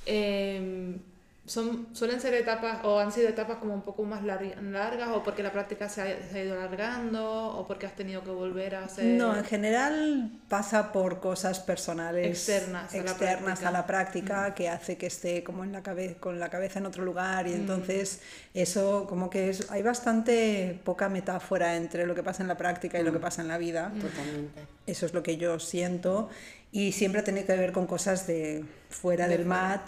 Speaker 1: eh, son, suelen ser etapas, o han sido etapas como un poco más lar- largas, o porque la práctica se ha, se ha ido alargando, o porque has tenido que volver a hacer...
Speaker 3: No, en general pasa por cosas personales
Speaker 1: Externas a la
Speaker 3: externas
Speaker 1: práctica.
Speaker 3: a la práctica que hace que esté como en la cabe- con la cabeza en otro lugar y entonces eso como que es, hay bastante poca metáfora entre lo que pasa en la práctica y lo que pasa en la vida.
Speaker 2: Totalmente.
Speaker 3: Eso es lo que yo siento y siempre tiene que ver con cosas de fuera
Speaker 1: De
Speaker 3: del
Speaker 1: fuera.
Speaker 3: mat.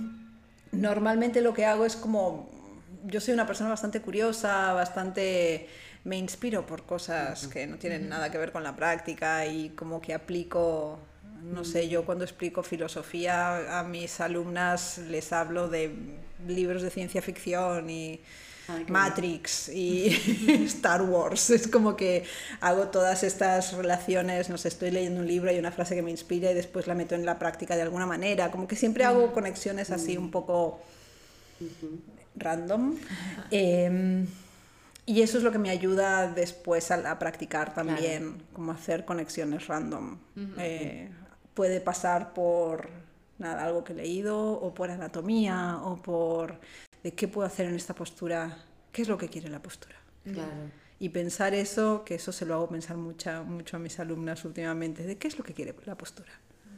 Speaker 3: Normalmente lo que hago es como, yo soy una persona bastante curiosa, bastante, me inspiro por cosas que no tienen nada que ver con la práctica y como que aplico, no sé, yo cuando explico filosofía a mis alumnas les hablo de libros de ciencia ficción y
Speaker 2: Ay, qué
Speaker 3: Matrix y Star Wars. Es como que hago todas estas relaciones, no sé, estoy leyendo un libro y una frase que me inspira y después la meto en la práctica de alguna manera. Como que siempre hago conexiones así un poco random. Eh, y eso es lo que me ayuda después a, a practicar también, como hacer conexiones random. Eh, puede pasar por nada, algo que he leído, o por anatomía, o por de qué puedo hacer en esta postura, qué es lo que quiere la postura.
Speaker 2: Claro.
Speaker 3: Y pensar eso, que eso se lo hago pensar mucha, mucho a mis alumnas últimamente, de qué es lo que quiere la postura.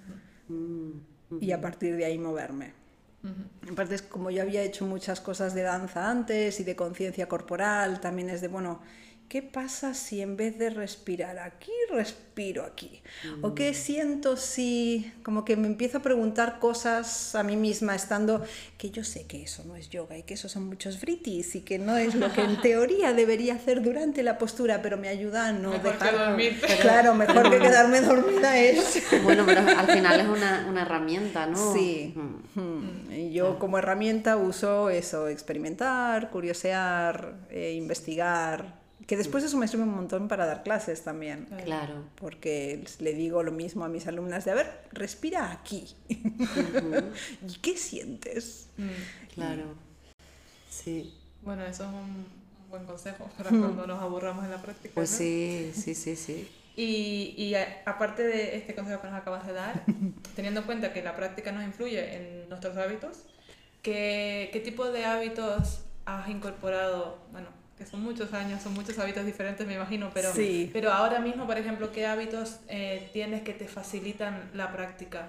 Speaker 2: Mm, mm.
Speaker 3: Y a partir de ahí moverme. Uh-huh. Aparte es como yo había hecho muchas cosas de danza antes y de conciencia corporal, también es de, bueno, ¿qué pasa si en vez de respirar aquí, respiro aquí? Mm. ¿O qué siento si como que me empiezo a preguntar cosas a mí misma estando, que yo sé que eso no es yoga y que eso son muchos vritis y que no es lo que en teoría debería hacer durante la postura, pero me ayuda a no
Speaker 1: mejor
Speaker 3: dejar...
Speaker 1: que dormir.
Speaker 3: Pero, claro, mejor que quedarme dormida es...
Speaker 2: Bueno, pero al final es una, una herramienta, ¿no?
Speaker 3: Sí. Mm. Mm. Y yo como herramienta uso eso, experimentar, curiosear, eh, investigar... Que después eso me sirve un montón para dar clases también.
Speaker 2: Claro.
Speaker 3: Porque le digo lo mismo a mis alumnas de, a ver, respira aquí. Uh-huh. ¿Y qué sientes?
Speaker 1: Mm,
Speaker 2: claro. Sí.
Speaker 1: Bueno, eso es un buen consejo para mm. cuando nos aburramos en la práctica.
Speaker 2: Pues
Speaker 1: ¿no?
Speaker 2: sí, sí, sí, sí.
Speaker 1: Y, y a, aparte de este consejo que nos acabas de dar, teniendo en cuenta que la práctica nos influye en nuestros hábitos, ¿qué, qué tipo de hábitos has incorporado? Bueno, que son muchos años, son muchos hábitos diferentes, me imagino, pero,
Speaker 3: sí.
Speaker 1: pero ahora mismo, por ejemplo, ¿qué hábitos eh, tienes que te facilitan la práctica?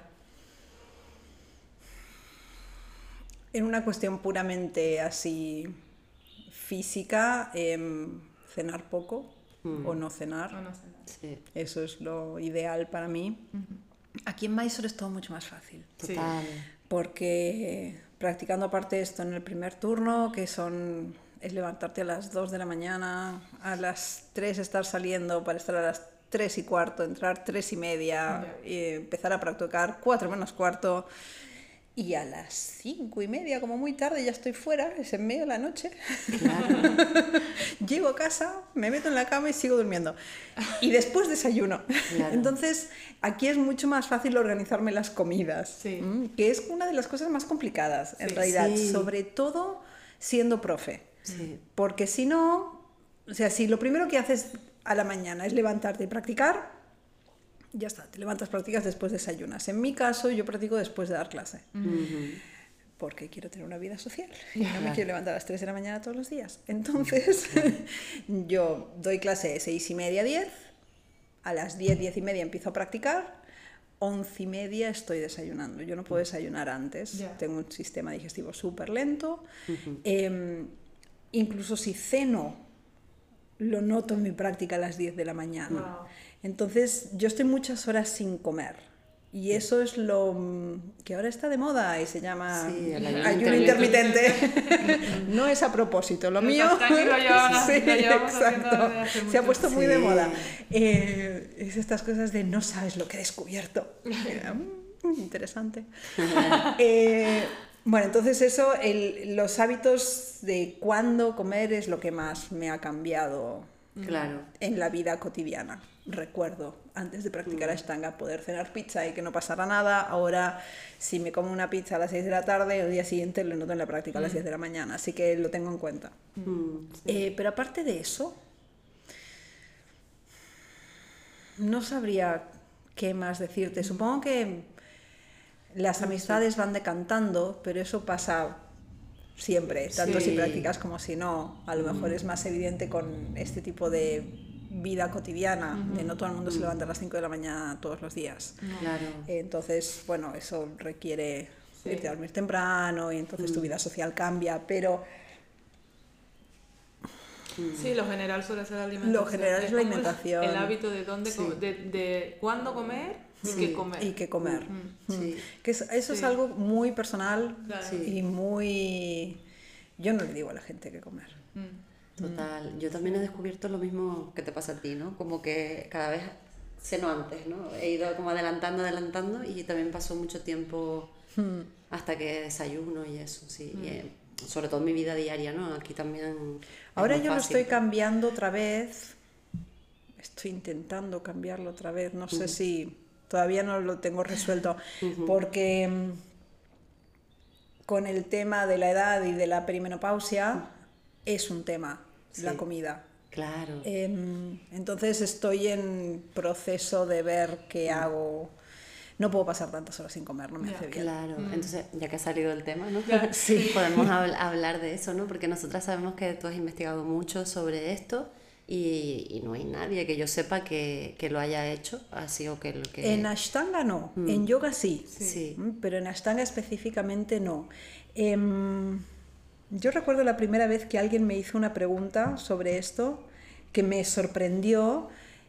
Speaker 3: En una cuestión puramente así física, eh, cenar poco mm. o no cenar,
Speaker 1: o no cenar.
Speaker 3: Sí. Eso es lo ideal para mí. Uh-huh. Aquí en Mysore es todo mucho más fácil.
Speaker 2: Total.
Speaker 3: Sí. Porque practicando aparte esto en el primer turno, que son... es levantarte a las dos de la mañana, a las tres estar saliendo para estar a las tres y cuarto, entrar tres y media, yeah. y empezar a practicar cuatro menos cuarto, y a las cinco y media, como muy tarde, ya estoy fuera, es en medio de la noche. Claro. Llego a casa, me meto en la cama y sigo durmiendo. Y después desayuno. Claro. Entonces, aquí es mucho más fácil organizarme las comidas, sí. que es una de las cosas más complicadas, en sí, realidad, sí. sobre todo siendo profe. Sí. Porque si no, o sea, si lo primero que haces a la mañana es levantarte y practicar, ya está, te levantas, practicas, después desayunas. En mi caso, yo practico después de dar clase, uh-huh. porque quiero tener una vida social y no me quiero levantar a las tres de la mañana todos los días. Entonces, uh-huh. yo doy clase de seis y media a diez, a las diez, diez y media empiezo a practicar, once y media estoy desayunando. Yo no puedo desayunar antes, yeah. tengo un sistema digestivo súper lento. Uh-huh. Eh, Incluso si ceno, lo noto en mi práctica a las diez de la mañana. Wow. Entonces, yo estoy muchas horas sin comer. Y eso es lo que ahora está de moda y se llama sí, ayuno intermitente. No es a propósito, lo mío...
Speaker 1: Lo llevamos, sí, lo llevamos
Speaker 3: exacto. Se ha puesto muy sí. de moda. Eh, es estas cosas de no sabes lo que he descubierto. mm, interesante. eh, Bueno, entonces eso, el, los hábitos de cuándo comer es lo que más me ha cambiado
Speaker 2: claro.
Speaker 3: en la vida cotidiana. Recuerdo, antes de practicar Ashtanga, poder cenar pizza y que no pasara nada. Ahora, si me como una pizza a las seis de la tarde, el día siguiente lo noto en la práctica a las diez de la mañana. Así que lo tengo en cuenta. Mm, sí. eh, pero aparte de eso, no sabría qué más decirte. Supongo que... las amistades van decantando, pero eso pasa siempre, tanto sí. si practicas como si no. A lo mejor es más evidente con este tipo de vida cotidiana, uh-huh. de no todo el mundo uh-huh. se levanta a las cinco de la mañana todos los días.
Speaker 2: Claro.
Speaker 3: Entonces, bueno, eso requiere sí. irte a dormir temprano y entonces uh-huh. tu vida social cambia, pero...
Speaker 1: Sí, lo general suele ser la alimentación.
Speaker 3: Lo general es, es la alimentación.
Speaker 1: El, el hábito de dónde sí. com- de, de cuándo comer y sí. qué comer.
Speaker 3: Y qué comer.
Speaker 1: Mm.
Speaker 3: Sí. Que es, eso sí. es algo muy personal claro. sí. y muy... Yo no le digo a la gente qué comer.
Speaker 2: Mm. Total. Yo también he descubierto lo mismo que te pasa a ti, ¿no? Como que cada vez ceno antes, ¿no? He ido como adelantando, adelantando y también pasó mucho tiempo mm. hasta que desayuno y eso, sí. Mm. Y, eh, sobre todo en mi vida diaria, ¿no? Aquí también...
Speaker 3: Ahora yo fácil. Lo estoy cambiando otra vez. Estoy intentando cambiarlo otra vez. No uh-huh. sé si... Todavía no lo tengo resuelto. Uh-huh. Porque con el tema de la edad y de la perimenopausia uh-huh. es un tema, sí. la comida.
Speaker 2: Claro.
Speaker 3: Eh, entonces estoy en proceso de ver qué uh-huh. hago... No puedo pasar tantas horas sin comer, no me yeah, hace bien.
Speaker 2: Claro, mm. entonces ya que ha salido el tema, ¿no?
Speaker 3: Yeah, sí.
Speaker 2: Podemos habl- hablar de eso, ¿no? Porque nosotras sabemos que tú has investigado mucho sobre esto y, y no hay nadie que yo sepa que, que lo haya hecho así o que lo que...
Speaker 3: En Ashtanga no, mm. en yoga sí,
Speaker 2: sí,
Speaker 3: pero en Ashtanga específicamente no. Eh, yo recuerdo la primera vez que alguien me hizo una pregunta sobre esto que me sorprendió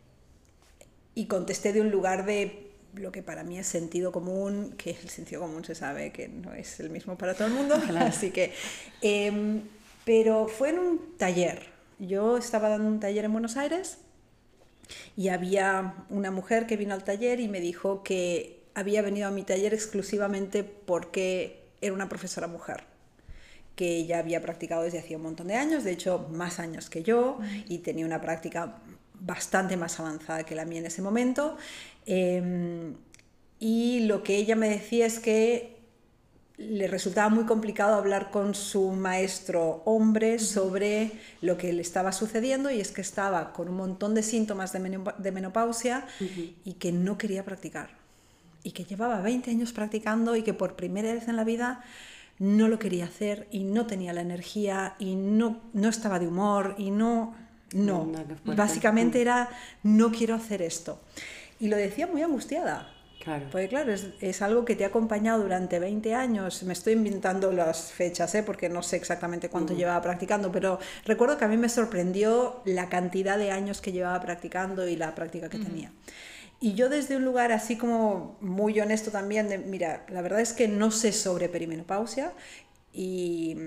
Speaker 3: y contesté de un lugar de lo que para mí es sentido común, que el sentido común se sabe que no es el mismo para todo el mundo, así que... Eh, pero fue en un taller. Yo estaba dando un taller en Buenos Aires y había una mujer que vino al taller y me dijo que había venido a mi taller exclusivamente porque era una profesora mujer, que ella había practicado desde hacía un montón de años, de hecho más años que yo, y tenía una práctica bastante más avanzada que la mía en ese momento. Eh, y lo que ella me decía es que le resultaba muy complicado hablar con su maestro hombre sobre lo que le estaba sucediendo, y es que estaba con un montón de síntomas de menopausia uh-huh. y que no quería practicar, y que llevaba veinte años practicando y que por primera vez en la vida no lo quería hacer y no tenía la energía y no, no estaba de humor y no, no, no básicamente era no quiero hacer esto, y lo decía muy angustiada.
Speaker 2: Claro.
Speaker 3: Porque claro, es, es algo que te ha acompañado durante veinte años. Me estoy inventando las fechas, ¿eh? Porque no sé exactamente cuánto uh-huh. llevaba practicando, pero recuerdo que a mí me sorprendió la cantidad de años que llevaba practicando y la práctica que uh-huh. tenía. Y yo desde un lugar así como muy honesto también, de, mira, la verdad es que no sé sobre perimenopausia y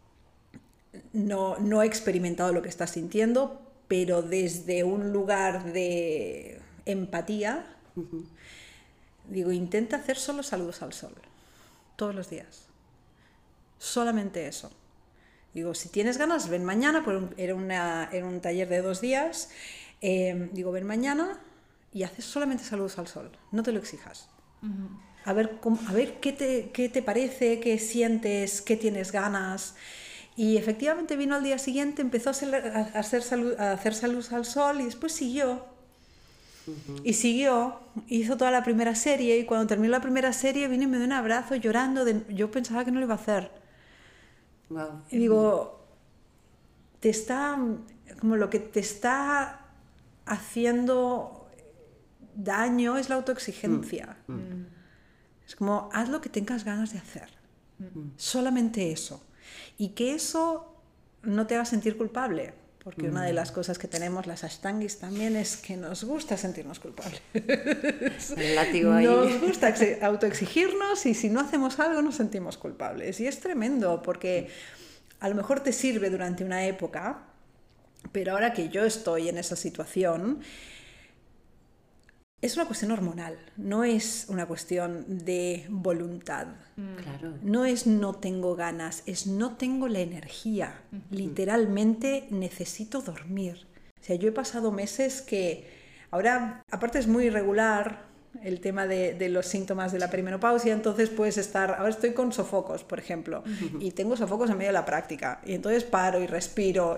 Speaker 3: no, no he experimentado lo que estás sintiendo, pero desde un lugar de empatía... Uh-huh. Digo, intenta hacer solo saludos al sol, todos los días. Solamente eso. Digo, si tienes ganas, ven mañana, pues era, una, era un taller de dos días. Eh, digo, ven mañana y haces solamente saludos al sol, no te lo exijas. Uh-huh. A ver, a ver qué, te, qué te parece, qué sientes, qué tienes ganas. Y efectivamente vino al día siguiente, empezó a hacer, a hacer, salud, a hacer saludos al sol y después siguió. Uh-huh. Y siguió, hizo toda la primera serie, y cuando terminó la primera serie vino y me dio un abrazo llorando. De, yo pensaba que no lo iba a hacer.
Speaker 2: Wow.
Speaker 3: Y digo, te está, como lo que te está haciendo daño es la autoexigencia. Uh-huh. Es como, haz lo que tengas ganas de hacer. Uh-huh. Solamente eso. Y que eso no te haga sentir culpable. Porque mm. una de las cosas que tenemos las ashtangis también es que nos gusta sentirnos culpables.
Speaker 2: El látigo ahí.
Speaker 3: Nos gusta autoexigirnos y si no hacemos algo nos sentimos culpables. Y es tremendo porque a lo mejor te sirve durante una época, pero ahora que yo estoy en esa situación, es una cuestión hormonal, no es una cuestión de voluntad.
Speaker 2: Claro.
Speaker 3: No es no tengo ganas, es no tengo la energía. Uh-huh. Literalmente necesito dormir. O sea, yo he pasado meses que ahora, aparte es muy irregular el tema de, de los síntomas de la perimenopausia, entonces puedes estar, ahora estoy con sofocos, por ejemplo, uh-huh. y tengo sofocos en medio de la práctica, y entonces paro y respiro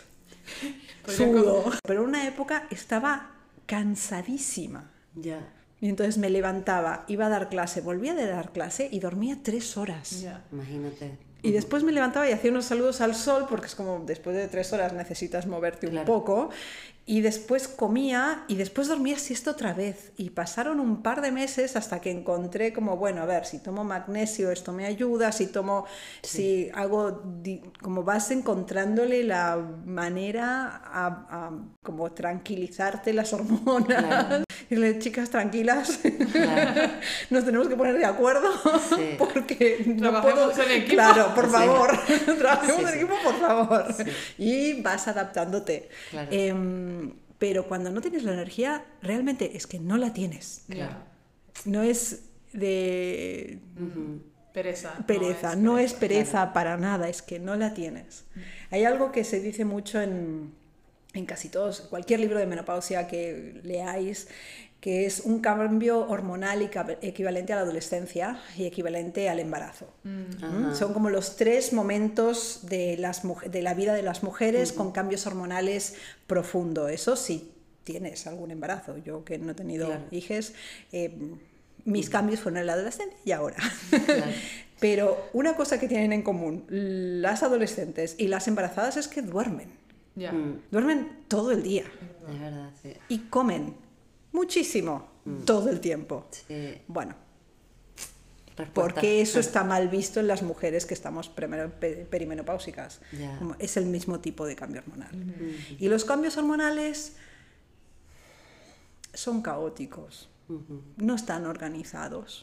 Speaker 3: y sudo. Pero en una época estaba cansadísima.
Speaker 2: Ya.
Speaker 3: Y entonces me levantaba, iba a dar clase, volvía de dar clase y dormía tres horas.
Speaker 2: Ya. Imagínate.
Speaker 3: Y después me levantaba y hacía unos saludos al sol, porque es como después de tres horas necesitas moverte claro. un poco. Y después comía y después dormía siesta otra vez. Y pasaron un par de meses hasta que encontré como, bueno, a ver, si tomo magnesio esto me ayuda, si tomo, sí. si hago, como vas encontrándole la manera a, a como tranquilizarte las hormonas. Claro. Y le, chicas, tranquilas, claro. nos tenemos que poner de acuerdo sí. porque no puedo...
Speaker 1: en equipo.
Speaker 3: Claro, por favor,
Speaker 1: sí.
Speaker 3: trabajemos
Speaker 1: sí,
Speaker 3: en
Speaker 1: sí.
Speaker 3: equipo, por favor.
Speaker 2: Sí.
Speaker 3: Y vas adaptándote.
Speaker 2: Claro.
Speaker 3: Eh, pero cuando no tienes la energía, realmente es que no la tienes.
Speaker 2: Claro.
Speaker 3: No es de...
Speaker 1: Uh-huh. Pereza.
Speaker 3: Pereza, no es pereza, no es pereza claro. para nada, es que no la tienes. Uh-huh. Hay algo que se dice mucho en, en casi todos, cualquier libro de menopausia que leáis, que es un cambio hormonal equivalente a la adolescencia y equivalente al embarazo. Uh-huh. Son como los tres momentos de, las, de la vida de las mujeres uh-huh. con cambios hormonales profundos. Eso sí tienes algún embarazo. Yo que no he tenido claro. hijos, eh, mis uh-huh. cambios fueron en la adolescencia y ahora. Claro. Pero una cosa que tienen en común las adolescentes y las embarazadas es que duermen.
Speaker 1: Ya.
Speaker 2: Mm,
Speaker 3: Duermen todo el día
Speaker 2: es verdad, sí.
Speaker 3: y comen muchísimo todo el tiempo.
Speaker 2: Sí.
Speaker 3: Bueno,
Speaker 2: Respuesta.
Speaker 3: porque eso está mal visto en las mujeres que estamos primero- pe- perimenopáusicas.
Speaker 2: Ya.
Speaker 3: Como es el mismo tipo de cambio hormonal. Y los cambios hormonales son caóticos.
Speaker 2: Ujú.
Speaker 3: No están organizados.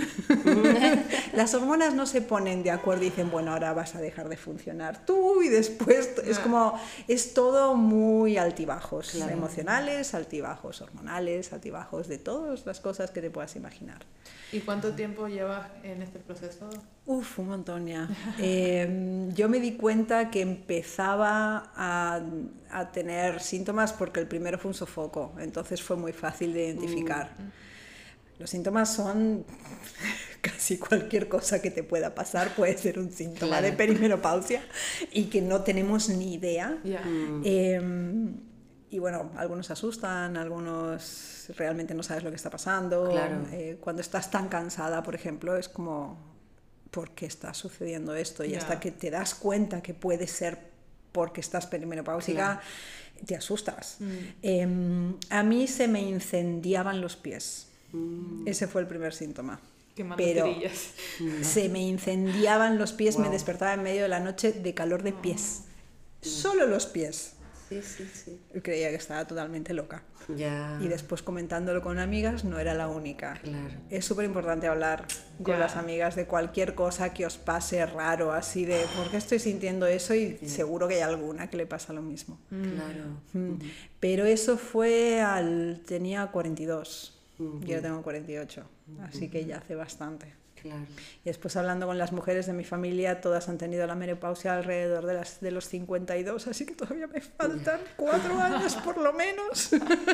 Speaker 3: Las hormonas no se ponen de acuerdo y dicen, bueno, ahora vas a dejar de funcionar tú y después es como, es todo muy altibajos,
Speaker 2: Claro.
Speaker 3: emocionales, altibajos hormonales, altibajos de todas las cosas que te puedas imaginar.
Speaker 1: ¿Y cuánto tiempo llevas en este proceso?
Speaker 3: Uf, un montón ya. Eh, yo me di cuenta que empezaba a, a tener síntomas porque el primero fue un sofoco, entonces fue muy fácil de identificar. Los síntomas son casi cualquier cosa que te pueda pasar, puede ser un síntoma
Speaker 2: Claro.
Speaker 3: de perimenopausia y que no tenemos ni idea.
Speaker 1: Ya.
Speaker 3: Eh, y bueno, algunos asustan, algunos realmente no sabes lo que está pasando.
Speaker 2: Claro.
Speaker 3: Eh, cuando estás tan cansada, por ejemplo, es como, ¿por qué está sucediendo esto? Y
Speaker 1: Ya.
Speaker 3: hasta que te das cuenta que puede ser porque estás perimenopáusica,
Speaker 2: Claro.
Speaker 3: te asustas.
Speaker 1: Mm.
Speaker 3: Eh, a mí se me incendiaban los pies.
Speaker 2: Mm.
Speaker 3: Ese fue el primer síntoma.
Speaker 1: Quemando
Speaker 3: Pero
Speaker 1: tirillas.
Speaker 3: se me incendiaban los pies, me
Speaker 2: Wow.
Speaker 3: despertaba en medio de la noche de calor de pies. Solo los pies.
Speaker 2: Sí, sí, sí.
Speaker 3: Creía que estaba totalmente loca.
Speaker 2: Ya.
Speaker 3: Y después comentándolo con amigas, no era la única.
Speaker 2: Claro.
Speaker 3: Es súper importante hablar con
Speaker 1: Ya.
Speaker 3: las amigas de cualquier cosa que os pase raro, así de ¿por qué estoy sintiendo eso? Y seguro que hay alguna que le pasa lo mismo.
Speaker 2: Claro.
Speaker 3: Mm. Pero eso fue al... tenía cuarenta y dos.
Speaker 2: Ujú.
Speaker 3: Yo tengo cuarenta y ocho, así que ya hace bastante.
Speaker 2: Claro.
Speaker 3: Y después hablando con las mujeres de mi familia, todas han tenido la menopausia alrededor de, las, de los cincuenta y dos, así que todavía me faltan cuatro años por lo menos.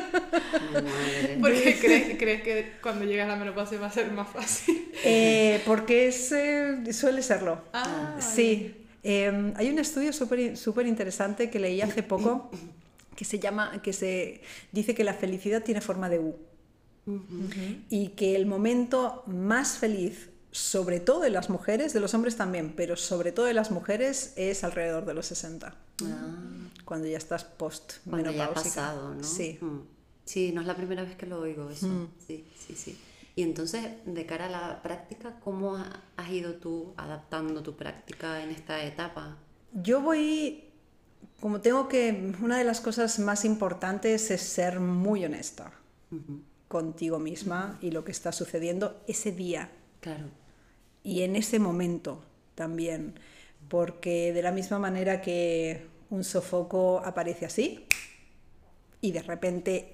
Speaker 2: Madre.
Speaker 1: ¿Por qué crees, crees que cuando llegas a la menopausia va a ser más fácil?
Speaker 3: Eh, porque es, eh, suele serlo.
Speaker 1: Ah,
Speaker 3: Sí. Eh, hay un estudio súper súper interesante que leí hace poco que se llama, que se dice que la felicidad tiene forma de U. Y que el momento más feliz, sobre todo de las mujeres, de los hombres también, pero sobre todo de las mujeres, es alrededor de los sesenta,
Speaker 2: Ah,
Speaker 3: cuando ya estás post
Speaker 2: cuando ya ha
Speaker 3: menopáusica.
Speaker 2: pasado, ¿no?
Speaker 3: Sí.
Speaker 2: Mm. Sí, no es la primera vez que lo oigo eso. Sí, sí, sí. Y entonces, de cara a la práctica, ¿cómo ha- has ido tú adaptando tu práctica en esta etapa?
Speaker 3: Yo voy, como tengo que, una de las cosas más importantes es ser muy honesta
Speaker 2: Ujú.
Speaker 3: contigo misma y lo que está sucediendo ese día
Speaker 2: Claro.
Speaker 3: y en ese momento también, porque de la misma manera que un sofoco aparece así y de repente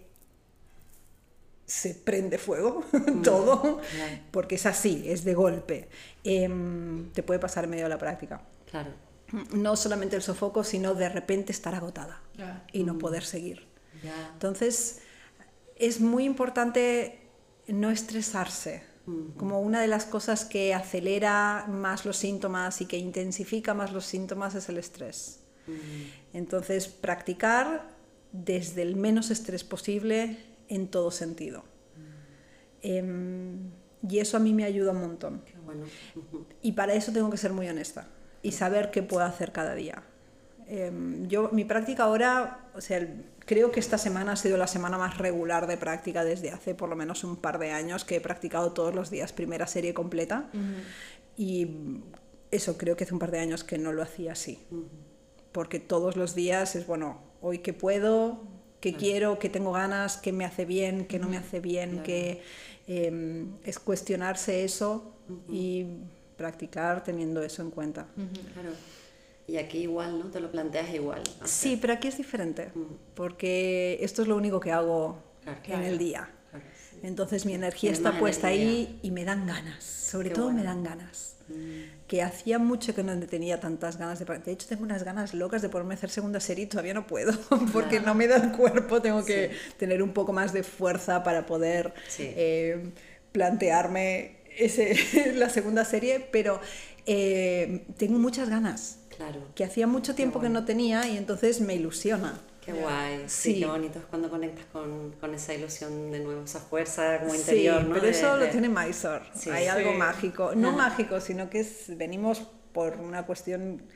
Speaker 3: se prende fuego todo,
Speaker 2: claro.
Speaker 3: porque es así, es de golpe, em, te puede pasar en medio de la práctica.
Speaker 2: Claro.
Speaker 3: No solamente el sofoco, sino de repente estar agotada
Speaker 1: Ya.
Speaker 3: y no poder seguir.
Speaker 2: Ya.
Speaker 3: Entonces, es muy importante no estresarse. Como una de las cosas que acelera más los síntomas y que intensifica más los síntomas es el estrés. Entonces, practicar desde el menos estrés posible en todo sentido. Em, y eso a mí me ayuda un montón.
Speaker 2: Qué bueno. Ujú.
Speaker 3: Y para eso tengo que ser muy honesta y saber qué puedo hacer cada día. Eh, yo, mi práctica ahora, o sea, el- creo que esta semana ha sido la semana más regular de práctica desde hace por lo menos un par de años que he practicado todos los días primera serie completa. Y eso, creo que hace un par de años que no lo hacía así. Porque todos los días es, bueno, hoy qué puedo, qué quiero, qué tengo ganas, qué me hace bien, qué no me hace bien, qué, eh, es cuestionarse eso y practicar teniendo eso en cuenta.
Speaker 2: Claro. Y aquí igual, ¿no? Te lo planteas igual. ¿no?
Speaker 3: Sí, pero aquí es diferente, porque esto es lo único que hago
Speaker 2: Claro,
Speaker 3: en el día.
Speaker 2: Claro.
Speaker 3: Entonces mi energía
Speaker 2: Tienes
Speaker 3: está
Speaker 2: más
Speaker 3: puesta
Speaker 2: energía.
Speaker 3: ahí y me dan ganas, sobre
Speaker 2: Qué
Speaker 3: todo me
Speaker 2: bueno.
Speaker 3: dan ganas. Que hacía mucho que no tenía tantas ganas de... De hecho, tengo unas ganas locas de ponerme a hacer segunda serie y todavía no puedo, porque no me da el cuerpo, tengo que tener un poco más de fuerza para poder
Speaker 2: Sí.
Speaker 3: eh, plantearme ese, la segunda serie, pero eh, tengo muchas ganas,
Speaker 2: Claro.
Speaker 3: que hacía mucho tiempo que no tenía y entonces me ilusiona.
Speaker 2: Qué guay. Sí,
Speaker 3: Sí.
Speaker 2: qué bonito es cuando conectas con, con esa ilusión de nuevo, esa fuerza como
Speaker 3: Sí,
Speaker 2: interior, ¿no?
Speaker 3: pero
Speaker 2: De-
Speaker 3: eso
Speaker 2: de-
Speaker 3: lo tiene Mysore.
Speaker 2: Sí.
Speaker 3: Hay algo
Speaker 1: Sí.
Speaker 3: mágico. No mágico, sino que es- venimos por una cuestión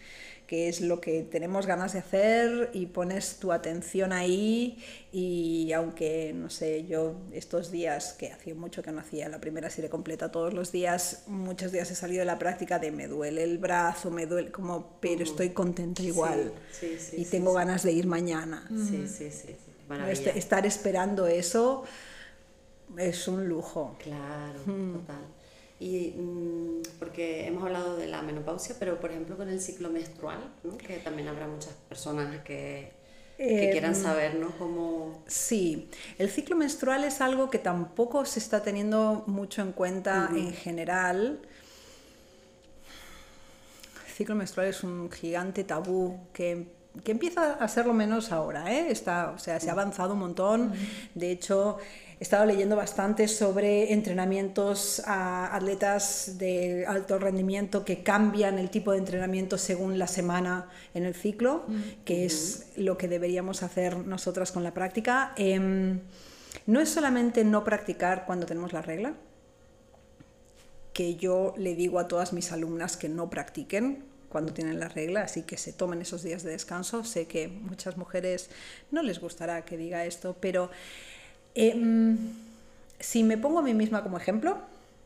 Speaker 3: qué es lo que tenemos ganas de hacer y pones tu atención ahí. Y aunque, no sé, yo estos días, que hacía mucho que no hacía la primera serie completa todos los días, muchos días he salido de la práctica de me duele el brazo, me duele como, pero estoy contenta igual.
Speaker 2: Sí, sí, sí,
Speaker 3: y
Speaker 2: sí,
Speaker 3: tengo
Speaker 2: sí.
Speaker 3: ganas de ir mañana.
Speaker 2: Sí, sí, sí, sí. Maravilla.
Speaker 3: Este- estar esperando eso es un lujo.
Speaker 2: Claro, total. Y mm, porque hemos hablado de la menopausia, pero por ejemplo con el ciclo menstrual, ¿no? Que también habrá muchas personas que, que
Speaker 3: Eh,
Speaker 2: quieran saber, ¿no? Cómo...
Speaker 3: Sí, el ciclo menstrual es algo que tampoco se está teniendo mucho en cuenta
Speaker 2: Ujú.
Speaker 3: en general. El ciclo menstrual es un gigante tabú que, que empieza a serlo menos ahora, ¿eh? Está, o sea, se ha avanzado un montón. De hecho, he estado leyendo bastante sobre entrenamientos a atletas de alto rendimiento que cambian el tipo de entrenamiento según la semana en el ciclo, que es lo que deberíamos hacer nosotras con la práctica. Eh, no es solamente no practicar cuando tenemos la regla, que yo le digo a todas mis alumnas que no practiquen cuando tienen la regla, así que se tomen esos días de descanso. Sé que muchas mujeres no les gustará que diga esto, pero eh, si me pongo a mí misma como ejemplo,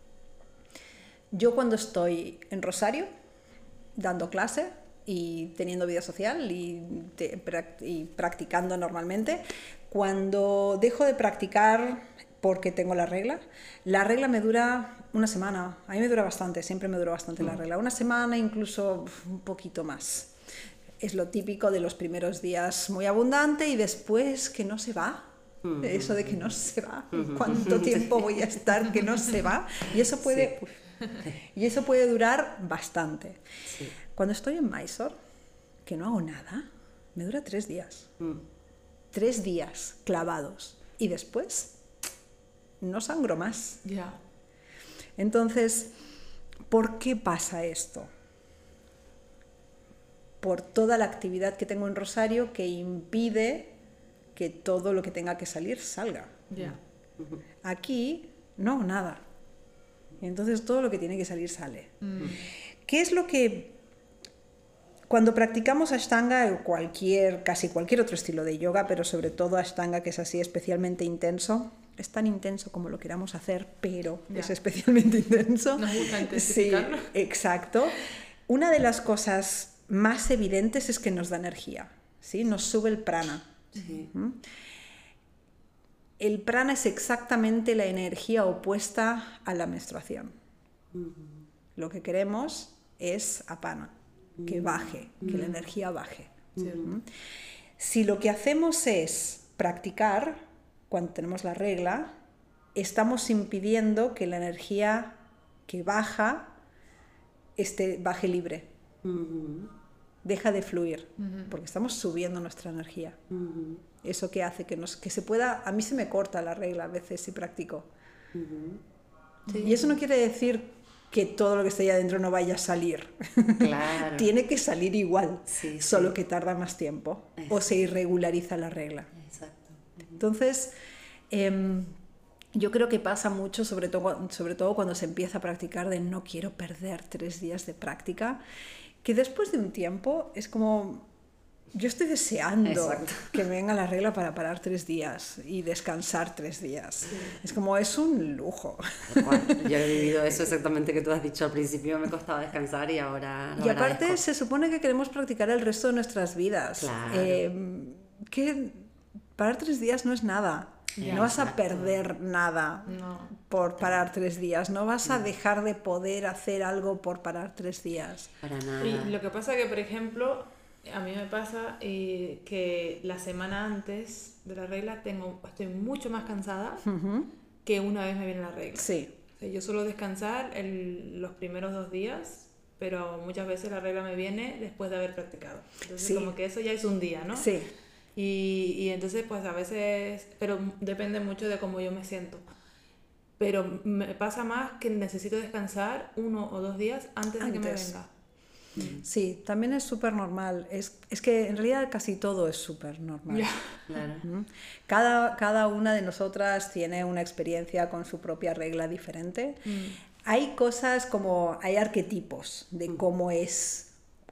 Speaker 3: yo cuando estoy en Rosario dando clase y teniendo vida social y, te, y practicando normalmente, cuando dejo de practicar porque tengo la regla, la regla me dura una semana, a mí me dura bastante, siempre me dura bastante la regla, una semana, incluso un poquito más. Es lo típico de los primeros días muy abundante y después que no se va. Eso de que no se va, cuánto tiempo voy a estar que no se va, y eso puede,
Speaker 2: Sí.
Speaker 3: y eso puede durar bastante.
Speaker 2: Sí.
Speaker 3: Cuando estoy en Mysore, que no hago nada, me dura tres días.
Speaker 2: Mm.
Speaker 3: Tres días clavados. Y después no sangro más.
Speaker 1: Ya.
Speaker 3: Entonces, ¿por qué pasa esto? Por toda la actividad que tengo en Rosario que impide que todo lo que tenga que salir salga.
Speaker 1: Ya.
Speaker 3: Aquí no hago nada. Y entonces todo lo que tiene que salir sale.
Speaker 1: Mm.
Speaker 3: ¿Qué es lo que cuando practicamos Ashtanga o cualquier, casi cualquier otro estilo de yoga, pero sobre todo Ashtanga, que es así especialmente intenso, es tan intenso como lo queramos hacer, pero
Speaker 1: Ya.
Speaker 3: es especialmente intenso.
Speaker 1: Nos gusta
Speaker 3: Sí,
Speaker 1: intensificarlo.
Speaker 3: exacto. Una de las cosas más evidentes es que nos da energía, ¿sí? Nos sube el prana.
Speaker 2: Sí.
Speaker 3: ¿Mm? El prana es exactamente la energía opuesta a la menstruación.
Speaker 2: Ujú.
Speaker 3: Lo que queremos es apana, que baje, que la energía baje.
Speaker 1: Cierto.
Speaker 3: ¿Mm? Si lo que hacemos es practicar cuando tenemos la regla, estamos impidiendo que la energía que baja esté, baje libre,
Speaker 2: Ujú.
Speaker 3: deja de fluir, porque estamos subiendo nuestra energía.
Speaker 2: Ujú.
Speaker 3: Eso que hace que, nos, que se pueda... A mí se me corta la regla a veces si practico.
Speaker 2: Ujú.
Speaker 3: Y eso no quiere decir que todo lo que esté ahí adentro no vaya a salir.
Speaker 2: Claro.
Speaker 3: Tiene que salir igual,
Speaker 2: Sí,
Speaker 3: solo
Speaker 2: sí.
Speaker 3: que tarda más tiempo
Speaker 2: Exacto.
Speaker 3: o se irregulariza la regla.
Speaker 2: Exacto.
Speaker 3: Entonces, em, yo creo que pasa mucho, sobre todo, sobre todo cuando se empieza a practicar de no quiero perder tres días de práctica, que después de un tiempo es como... Yo estoy deseando
Speaker 2: Exacto.
Speaker 3: que me venga la regla para parar tres días y descansar tres días. Es como, es un lujo.
Speaker 2: Tal cual. Yo he vivido eso exactamente que tú has dicho al principio, me costaba descansar y ahora lo
Speaker 3: Y aparte
Speaker 2: agradezco.
Speaker 3: se supone que queremos practicar el resto de nuestras vidas.
Speaker 2: Claro.
Speaker 3: Eh, que parar tres días no es nada.
Speaker 2: Ya,
Speaker 3: no vas a
Speaker 2: exacto.
Speaker 3: perder nada
Speaker 1: No.
Speaker 3: por parar tres días. No vas a dejar de poder hacer algo por parar tres días.
Speaker 2: Para nada.
Speaker 1: Y lo que pasa que, por ejemplo, a mí me pasa eh, que la semana antes de la regla tengo, estoy mucho más cansada
Speaker 3: Ujú.
Speaker 1: que una vez me viene la regla.
Speaker 3: Sí.
Speaker 1: O sea, yo suelo descansar el- los primeros dos días, pero muchas veces la regla me viene después de haber practicado. Entonces,
Speaker 3: Sí.
Speaker 1: como que eso ya es un día, ¿no?
Speaker 3: Sí.
Speaker 1: Y, y entonces, pues a veces, pero depende mucho de cómo yo me siento. Pero me pasa más que necesito descansar uno o dos días antes de que me
Speaker 3: Antes.
Speaker 1: venga.
Speaker 3: Sí, también es súper normal. Es, es que en realidad casi todo es súper normal.
Speaker 1: Ya.
Speaker 2: Claro.
Speaker 3: ¿Mm? Cada, cada una de nosotras tiene una experiencia con su propia regla diferente. Hay cosas como, hay arquetipos de cómo es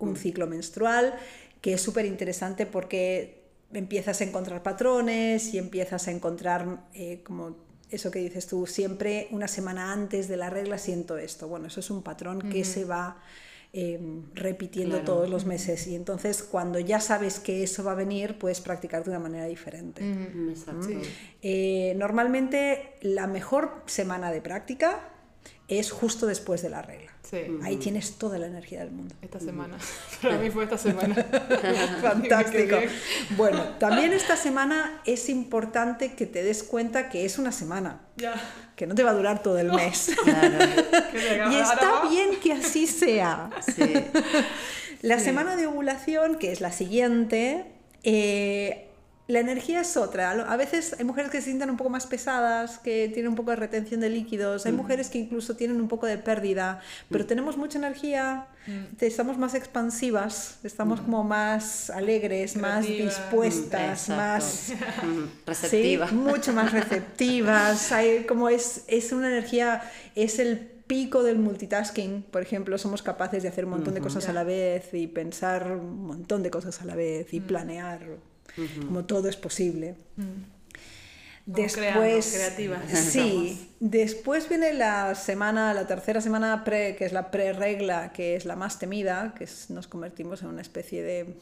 Speaker 3: un ciclo menstrual, que es súper interesante porque empiezas a encontrar patrones y empiezas a encontrar eh, como eso que dices tú, siempre una semana antes de la regla siento esto. Bueno, eso es un patrón uh-huh. que se va eh, repitiendo claro. todos los meses, y entonces cuando ya sabes que eso va a venir, puedes practicar de una manera diferente.
Speaker 2: Uh-huh. Exacto.
Speaker 3: ¿Mm? Eh, normalmente la mejor semana de práctica es justo después de la regla.
Speaker 1: Sí.
Speaker 3: Ahí tienes toda la energía del mundo.
Speaker 1: Esta semana. Para mí fue esta semana.
Speaker 3: Fantástico. Bueno, también esta semana es importante que te des cuenta que es una semana.
Speaker 1: Ya.
Speaker 3: Que no te va a durar todo el
Speaker 1: no.
Speaker 3: mes.
Speaker 2: Claro.
Speaker 3: Y está bien que así sea.
Speaker 2: Sí.
Speaker 3: La
Speaker 1: sí.
Speaker 3: semana de ovulación, que es la siguiente, eh, la energía es otra. A veces hay mujeres que se sienten un poco más pesadas, que tienen un poco de retención de líquidos, hay mm. mujeres que incluso tienen un poco de pérdida, pero mm. tenemos mucha energía, mm. estamos más expansivas, estamos mm. como más alegres, creativas, más dispuestas,
Speaker 2: mm,
Speaker 3: más
Speaker 2: receptivas.
Speaker 3: ¿sí? Mucho más receptivas. Hay, como es, es una energía, es el pico del multitasking, por ejemplo, somos capaces de hacer un montón uh-huh. de cosas yeah. a la vez y pensar un montón de cosas a la vez y mm. planear. Uh-huh. Como todo es posible.
Speaker 1: Mm.
Speaker 3: Después,
Speaker 1: creativas.
Speaker 3: Sí, después viene la semana, la tercera semana pre, que es la pre-regla, que es la más temida, que es, nos convertimos en una especie de...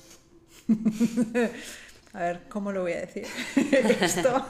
Speaker 3: A ver, ¿cómo lo voy a decir? Esto.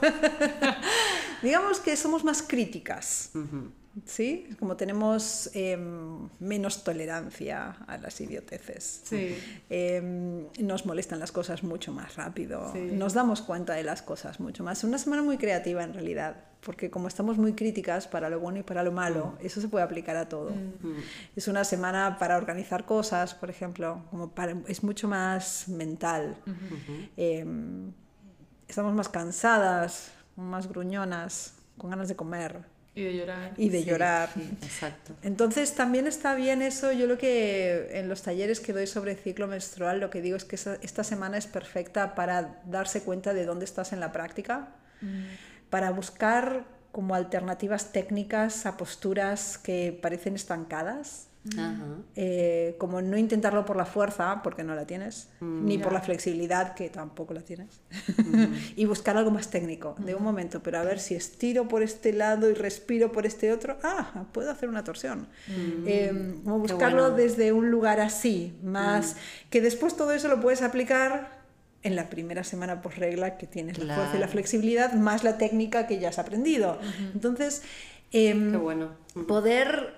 Speaker 3: Digamos que somos más críticas. Uh-huh. ¿Sí? Como tenemos eh, menos tolerancia a las idioteces.
Speaker 1: Sí.
Speaker 3: Eh, nos molestan las cosas mucho más rápido.
Speaker 1: Sí.
Speaker 3: Nos damos cuenta de las cosas mucho más. Es una semana muy creativa en realidad, porque como estamos muy críticas para lo bueno y para lo malo, mm. eso se puede aplicar a todo. Mm. Es una semana para organizar cosas, por ejemplo, como para, es mucho más mental. Uh-huh. Eh, estamos más cansadas, más gruñonas, con ganas de comer.
Speaker 1: Y de llorar.
Speaker 3: Y de
Speaker 2: sí,
Speaker 3: llorar.
Speaker 2: Sí, exacto.
Speaker 3: Entonces también está bien eso. Yo lo que en los talleres que doy sobre ciclo menstrual, lo que digo es que esa, esta semana es perfecta para darse cuenta de dónde estás en la práctica, mm. para buscar como alternativas técnicas a posturas que parecen estancadas. Uh-huh. Eh, como no intentarlo por la fuerza, porque no la tienes, uh-huh. ni por la flexibilidad, que tampoco la tienes, uh-huh. y buscar algo más técnico, uh-huh. de un momento, pero a ver si estiro por este lado y respiro por este otro, ah, puedo hacer una torsión. Uh-huh. Eh, como buscarlo bueno. desde un lugar así, más uh-huh. que después todo eso lo puedes aplicar en la primera semana por regla, que tienes claro. la fuerza y la flexibilidad, más la técnica que ya has aprendido. Uh-huh. Entonces, eh,
Speaker 2: Qué bueno. Uh-huh.
Speaker 3: poder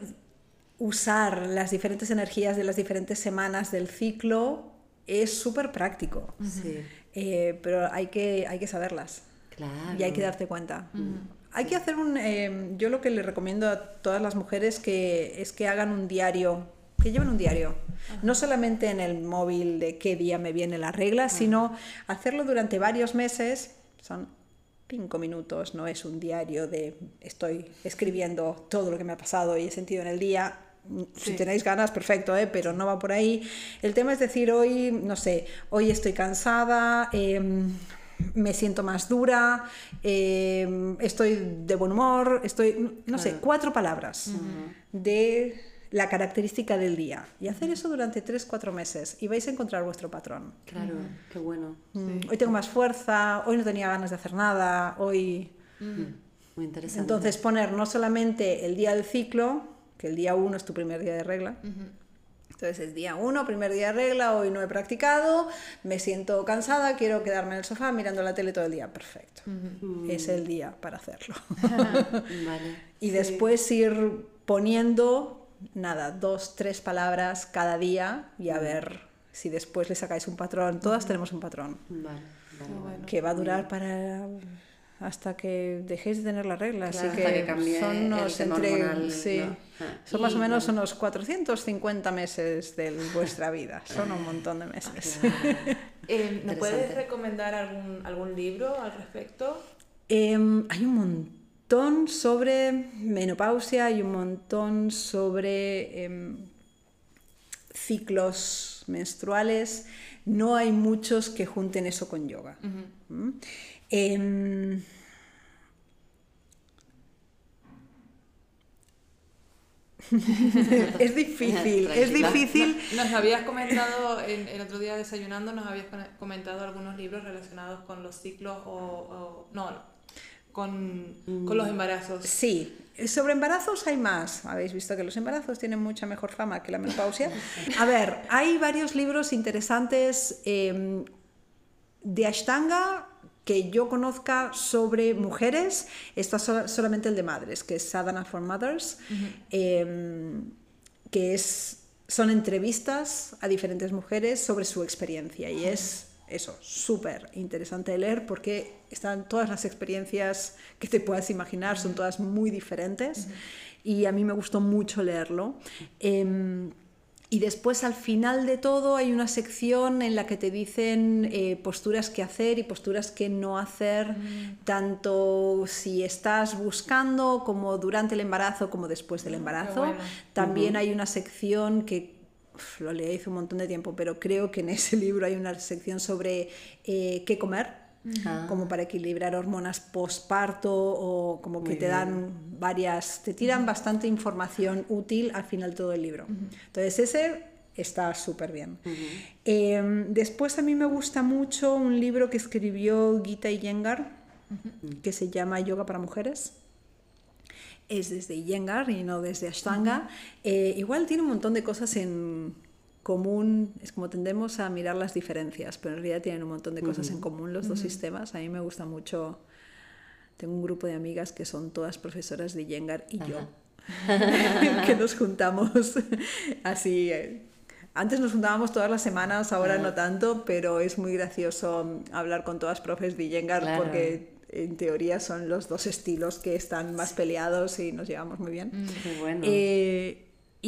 Speaker 3: usar las diferentes energías de las diferentes semanas del ciclo es súper práctico.
Speaker 2: Sí.
Speaker 3: Eh, pero hay que, hay que saberlas.
Speaker 2: Claro.
Speaker 3: Y hay que darte cuenta.
Speaker 1: Uh-huh.
Speaker 3: Hay que hacer un... Eh, yo lo que le recomiendo a todas las mujeres que, es que hagan un diario, que lleven un diario. Uh-huh. No solamente en el móvil de qué día me viene la regla, uh-huh. sino hacerlo durante varios meses. Son cinco minutos, no es un diario de estoy escribiendo todo lo que me ha pasado y he sentido en el día. Si sí. tenéis ganas, perfecto, ¿eh? Pero no va por ahí. El tema es decir, hoy, no sé, hoy estoy cansada, eh, me siento más dura, eh, estoy de buen humor, estoy, no claro. sé, cuatro palabras uh-huh. de la característica del día. Y hacer eso durante tres, cuatro meses y vais a encontrar vuestro patrón.
Speaker 2: Claro, uh-huh. qué bueno.
Speaker 3: Mm, sí. Hoy tengo más fuerza, hoy no tenía ganas de hacer nada, hoy...
Speaker 2: Uh-huh. Muy interesante.
Speaker 3: Entonces poner no solamente el día del ciclo, que el día uno es tu primer día de regla. Uh-huh. Entonces es día uno, primer día de regla, hoy no he practicado, me siento cansada, quiero quedarme en el sofá mirando la tele todo el día. Perfecto. Uh-huh. Es el día para hacerlo.
Speaker 2: Vale.
Speaker 3: Y sí. después ir poniendo, nada, dos, tres palabras cada día y a uh-huh. ver si después le sacáis un patrón. Todas uh-huh. tenemos un patrón.
Speaker 2: Vale. Vale,
Speaker 3: bueno. Que va a durar para... hasta que dejéis de tener la regla,
Speaker 2: claro,
Speaker 3: así que,
Speaker 2: hasta que cambie
Speaker 3: son unos
Speaker 2: el
Speaker 3: entre
Speaker 2: hormonal,
Speaker 3: sí,
Speaker 2: ¿no? Ah,
Speaker 3: son
Speaker 2: y,
Speaker 3: más o menos
Speaker 2: claro.
Speaker 3: unos cuatrocientos cincuenta meses de vuestra vida, son un montón de meses.
Speaker 1: eh, ¿Me puedes recomendar algún, algún libro al respecto?
Speaker 3: Eh, hay un montón sobre menopausia, hay un montón sobre eh, ciclos menstruales, no hay muchos que junten eso con yoga. Uh-huh. ¿Mm? Eh, Es difícil, es difícil.
Speaker 1: Nos, nos habías comentado el, el otro día desayunando, nos habías comentado algunos libros relacionados con los ciclos o, o no, con, mm. con los embarazos.
Speaker 3: Sí, sobre embarazos hay más. Habéis visto que los embarazos tienen mucha mejor fama que la menopausia. A ver, hay varios libros interesantes eh, de Ashtanga que yo conozca sobre mujeres. Está so- solamente el de madres, que es Sadhana for Mothers, uh-huh. eh, que es, son entrevistas a diferentes mujeres sobre su experiencia y uh-huh. es eso, súper interesante de leer porque están todas las experiencias que te puedas imaginar, son todas muy diferentes uh-huh. y a mí me gustó mucho leerlo. Eh, Y después al final de todo hay una sección en la que te dicen eh, posturas que hacer y posturas que no hacer, mm. tanto si estás buscando como durante el embarazo como después del embarazo. Bueno. También uh-huh. hay una sección que uf, lo leí hace un montón de tiempo, pero creo que en ese libro hay una sección sobre eh, qué comer. Uh-huh. Como para equilibrar hormonas postparto o como que Muy te bien. dan varias, te tiran uh-huh. bastante información útil al final de todo el libro. Uh-huh. Entonces ese está súper bien. Uh-huh. Eh, después a mí me gusta mucho un libro que escribió Gita Iyengar uh-huh. que se llama Yoga para Mujeres. Es desde Iyengar y no desde Ashtanga. Uh-huh. Eh, igual tiene un montón de cosas en común, es como tendemos a mirar las diferencias, pero en realidad tienen un montón de cosas uh-huh. en común los uh-huh. dos sistemas. A mí me gusta mucho, tengo un grupo de amigas que son todas profesoras de Iyengar y uh-huh. yo, que nos juntamos así, eh, antes nos juntábamos todas las semanas, ahora uh-huh. no tanto, pero es muy gracioso hablar con todas profes de Iyengar claro. porque en teoría son los dos estilos que están más peleados y nos llevamos muy bien.
Speaker 2: Uh-huh. Qué bueno.
Speaker 3: Eh,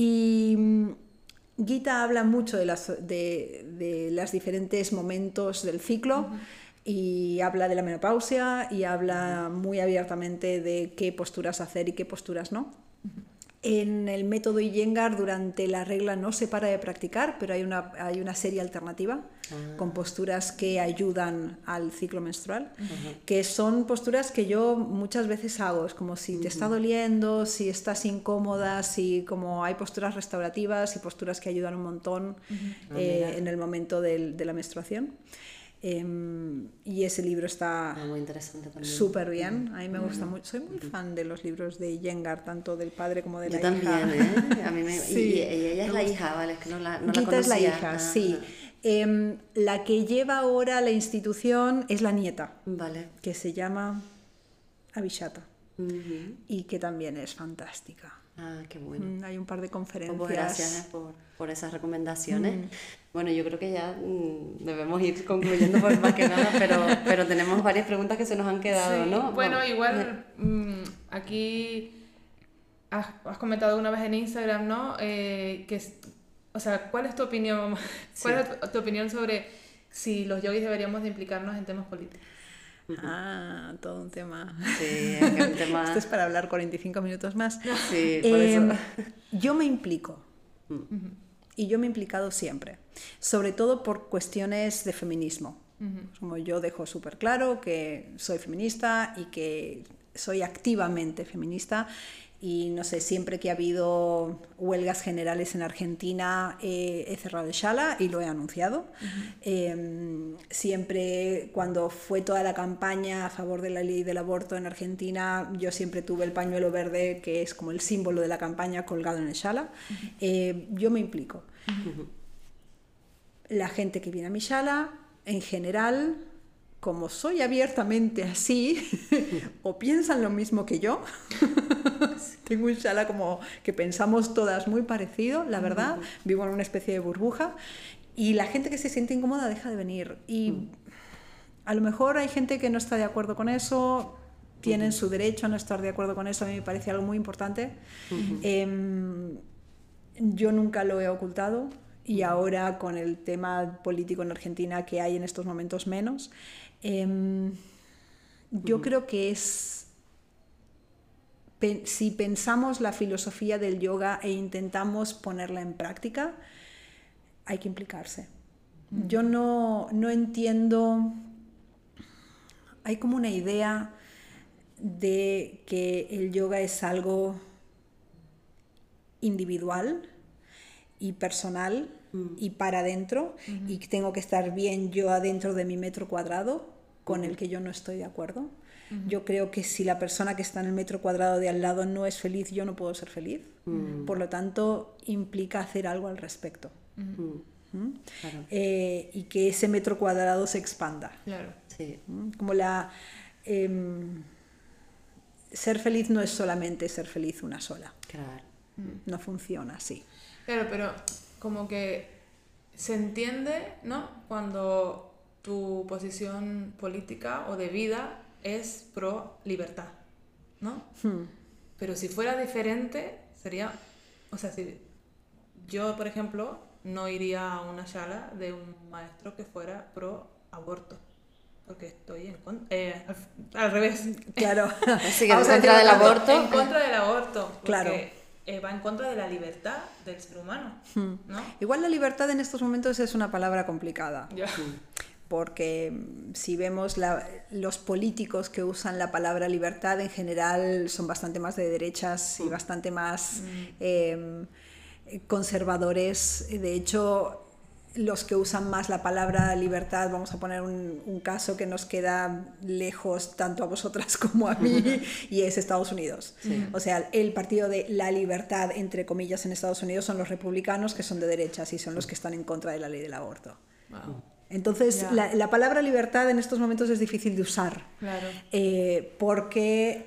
Speaker 3: y Gita habla mucho de las, de, de los diferentes momentos del ciclo uh-huh. y habla de la menopausia y habla uh-huh. muy abiertamente de qué posturas hacer y qué posturas no. Uh-huh. En el método Iyengar durante la regla no se para de practicar, pero hay una, hay una serie alternativa uh-huh. con posturas que ayudan al ciclo menstrual, uh-huh. que son posturas que yo muchas veces hago, es como si te uh-huh. está doliendo, si estás incómoda, si como hay posturas restaurativas y posturas que ayudan un montón uh-huh. eh, en el momento del, de la menstruación. Um, y ese libro está
Speaker 2: ah, muy interesante también.
Speaker 3: Súper bien, a mí me gusta uh-huh. mucho, soy muy uh-huh. fan de los libros de Iyengar, tanto del padre como de
Speaker 2: Yo
Speaker 3: la
Speaker 2: también,
Speaker 3: hija.
Speaker 2: ¿eh? A mí me...
Speaker 3: sí.
Speaker 2: y, y ella es la hija, ¿vale? Es que no la, no
Speaker 3: Gita
Speaker 2: la conocía.
Speaker 3: es la hija,
Speaker 2: ah,
Speaker 3: sí. Eh, la que lleva ahora la institución es la nieta,
Speaker 2: vale.
Speaker 3: que se llama Avishata
Speaker 2: uh-huh.
Speaker 3: y que también es fantástica.
Speaker 2: Ah, qué bueno.
Speaker 3: Mm, hay un par de conferencias.
Speaker 2: Pues gracias eh, por, por esas recomendaciones. Mm. Bueno, yo creo que ya mmm, debemos ir concluyendo por más que nada, pero, pero tenemos varias preguntas que se nos han quedado,
Speaker 1: sí.
Speaker 2: ¿no?
Speaker 1: Bueno, bueno igual mmm, aquí has, has comentado una vez en Instagram, ¿no? Eh, que, o sea, ¿cuál es tu opinión? ¿Cuál sí. es tu, tu opinión sobre si los yogis deberíamos de implicarnos en temas políticos?
Speaker 3: Ah, todo un tema.
Speaker 2: Sí, es que un tema...
Speaker 3: Esto es para hablar cuarenta y cinco minutos más.
Speaker 2: Sí, por eh, eso.
Speaker 3: Yo me implico. Uh-huh. Y yo me he implicado siempre. Sobre todo por cuestiones de feminismo. Uh-huh. Como yo dejo súper claro que soy feminista y que soy activamente feminista. Y no sé, siempre que ha habido huelgas generales en Argentina eh, he cerrado el Shala y lo he anunciado. Uh-huh. Eh, siempre cuando fue toda la campaña a favor de la ley del aborto en Argentina, yo siempre tuve el pañuelo verde, que es como el símbolo de la campaña, colgado en el Shala. Uh-huh. Eh, yo me implico. Uh-huh. La gente que viene a mi Shala, en general, como soy abiertamente así, o piensan lo mismo que yo. Tengo un Shala como que pensamos todas muy parecido, la verdad. Uh-huh. Vivo en una especie de burbuja y la gente que se siente incómoda deja de venir. Y uh-huh. a lo mejor hay gente que no está de acuerdo con eso, tienen uh-huh. su derecho a no estar de acuerdo con eso. A mí me parece algo muy importante. Uh-huh. Eh, yo nunca lo he ocultado y uh-huh. ahora con el tema político en Argentina que hay en estos momentos menos. Eh, yo uh-huh. creo que es... Si pensamos la filosofía del yoga e intentamos ponerla en práctica, hay que implicarse. Mm. Yo no, no entiendo... Hay como una idea de que el yoga es algo individual y personal mm. y para adentro, mm-hmm. y tengo que estar bien yo adentro de mi metro cuadrado con mm-hmm. el que yo no estoy de acuerdo. Mm-hmm. Yo creo que si la persona que está en el metro cuadrado de al lado no es feliz, yo no puedo ser feliz. Mm. Por lo tanto, implica hacer algo al respecto. Mm. ¿Mm? Claro. Eh, y que ese metro cuadrado se expanda.
Speaker 1: Claro. Sí.
Speaker 3: ¿Mm? Como la... Eh, ser feliz no es solamente ser feliz una sola.
Speaker 2: Claro.
Speaker 3: No funciona así.
Speaker 1: Claro, pero como que se entiende, ¿no? Cuando tu posición política o de vida es pro libertad, ¿no? Hmm. Pero si fuera diferente, sería... O sea, si yo, por ejemplo, no iría a una sala de un maestro que fuera pro aborto. Porque estoy en contra, eh, al, al revés.
Speaker 3: Claro.
Speaker 2: Así que en contra del aborto.
Speaker 1: En contra del aborto. Porque
Speaker 3: claro.
Speaker 1: eh, va en contra de la libertad del ser humano, hmm. ¿no?
Speaker 3: Igual la libertad en estos momentos es una palabra complicada.
Speaker 1: Ya.
Speaker 3: Porque si vemos la, los políticos que usan la palabra libertad en general son bastante más de derechas y bastante más mm. eh, conservadores. De hecho, los que usan más la palabra libertad, vamos a poner un, un caso que nos queda lejos tanto a vosotras como a mí, y es Estados Unidos. Sí. O sea, el partido de la libertad, entre comillas, en Estados Unidos son los republicanos, que son de derechas y son los que están en contra de la ley del aborto.
Speaker 1: Wow.
Speaker 3: Entonces, yeah. la, la palabra libertad en estos momentos es difícil de usar.
Speaker 1: Claro.
Speaker 3: Eh, porque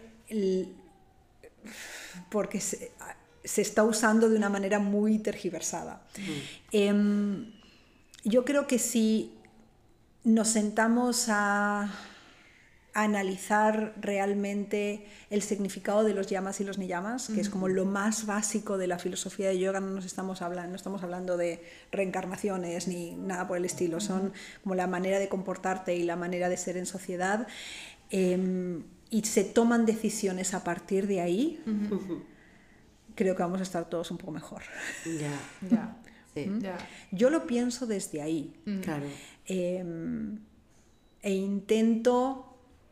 Speaker 3: porque se, se está usando de una manera muy tergiversada. Mm. Eh, yo creo que si nos sentamos a, a analizar realmente el significado de los yamas y los niyamas, que mm. es como lo más básico de la filosofía de yoga, no nos estamos hablando, no estamos hablando de reencarnaciones ni nada por el estilo, son como la manera de comportarte y la manera de ser en sociedad, eh, y se toman decisiones a partir de ahí, mm-hmm. creo que vamos a estar todos un poco mejor.
Speaker 1: Ya, ya. Sí.
Speaker 3: ¿Mm? Yeah. Yo lo pienso desde ahí.
Speaker 1: Mm. Claro.
Speaker 3: Eh, e intento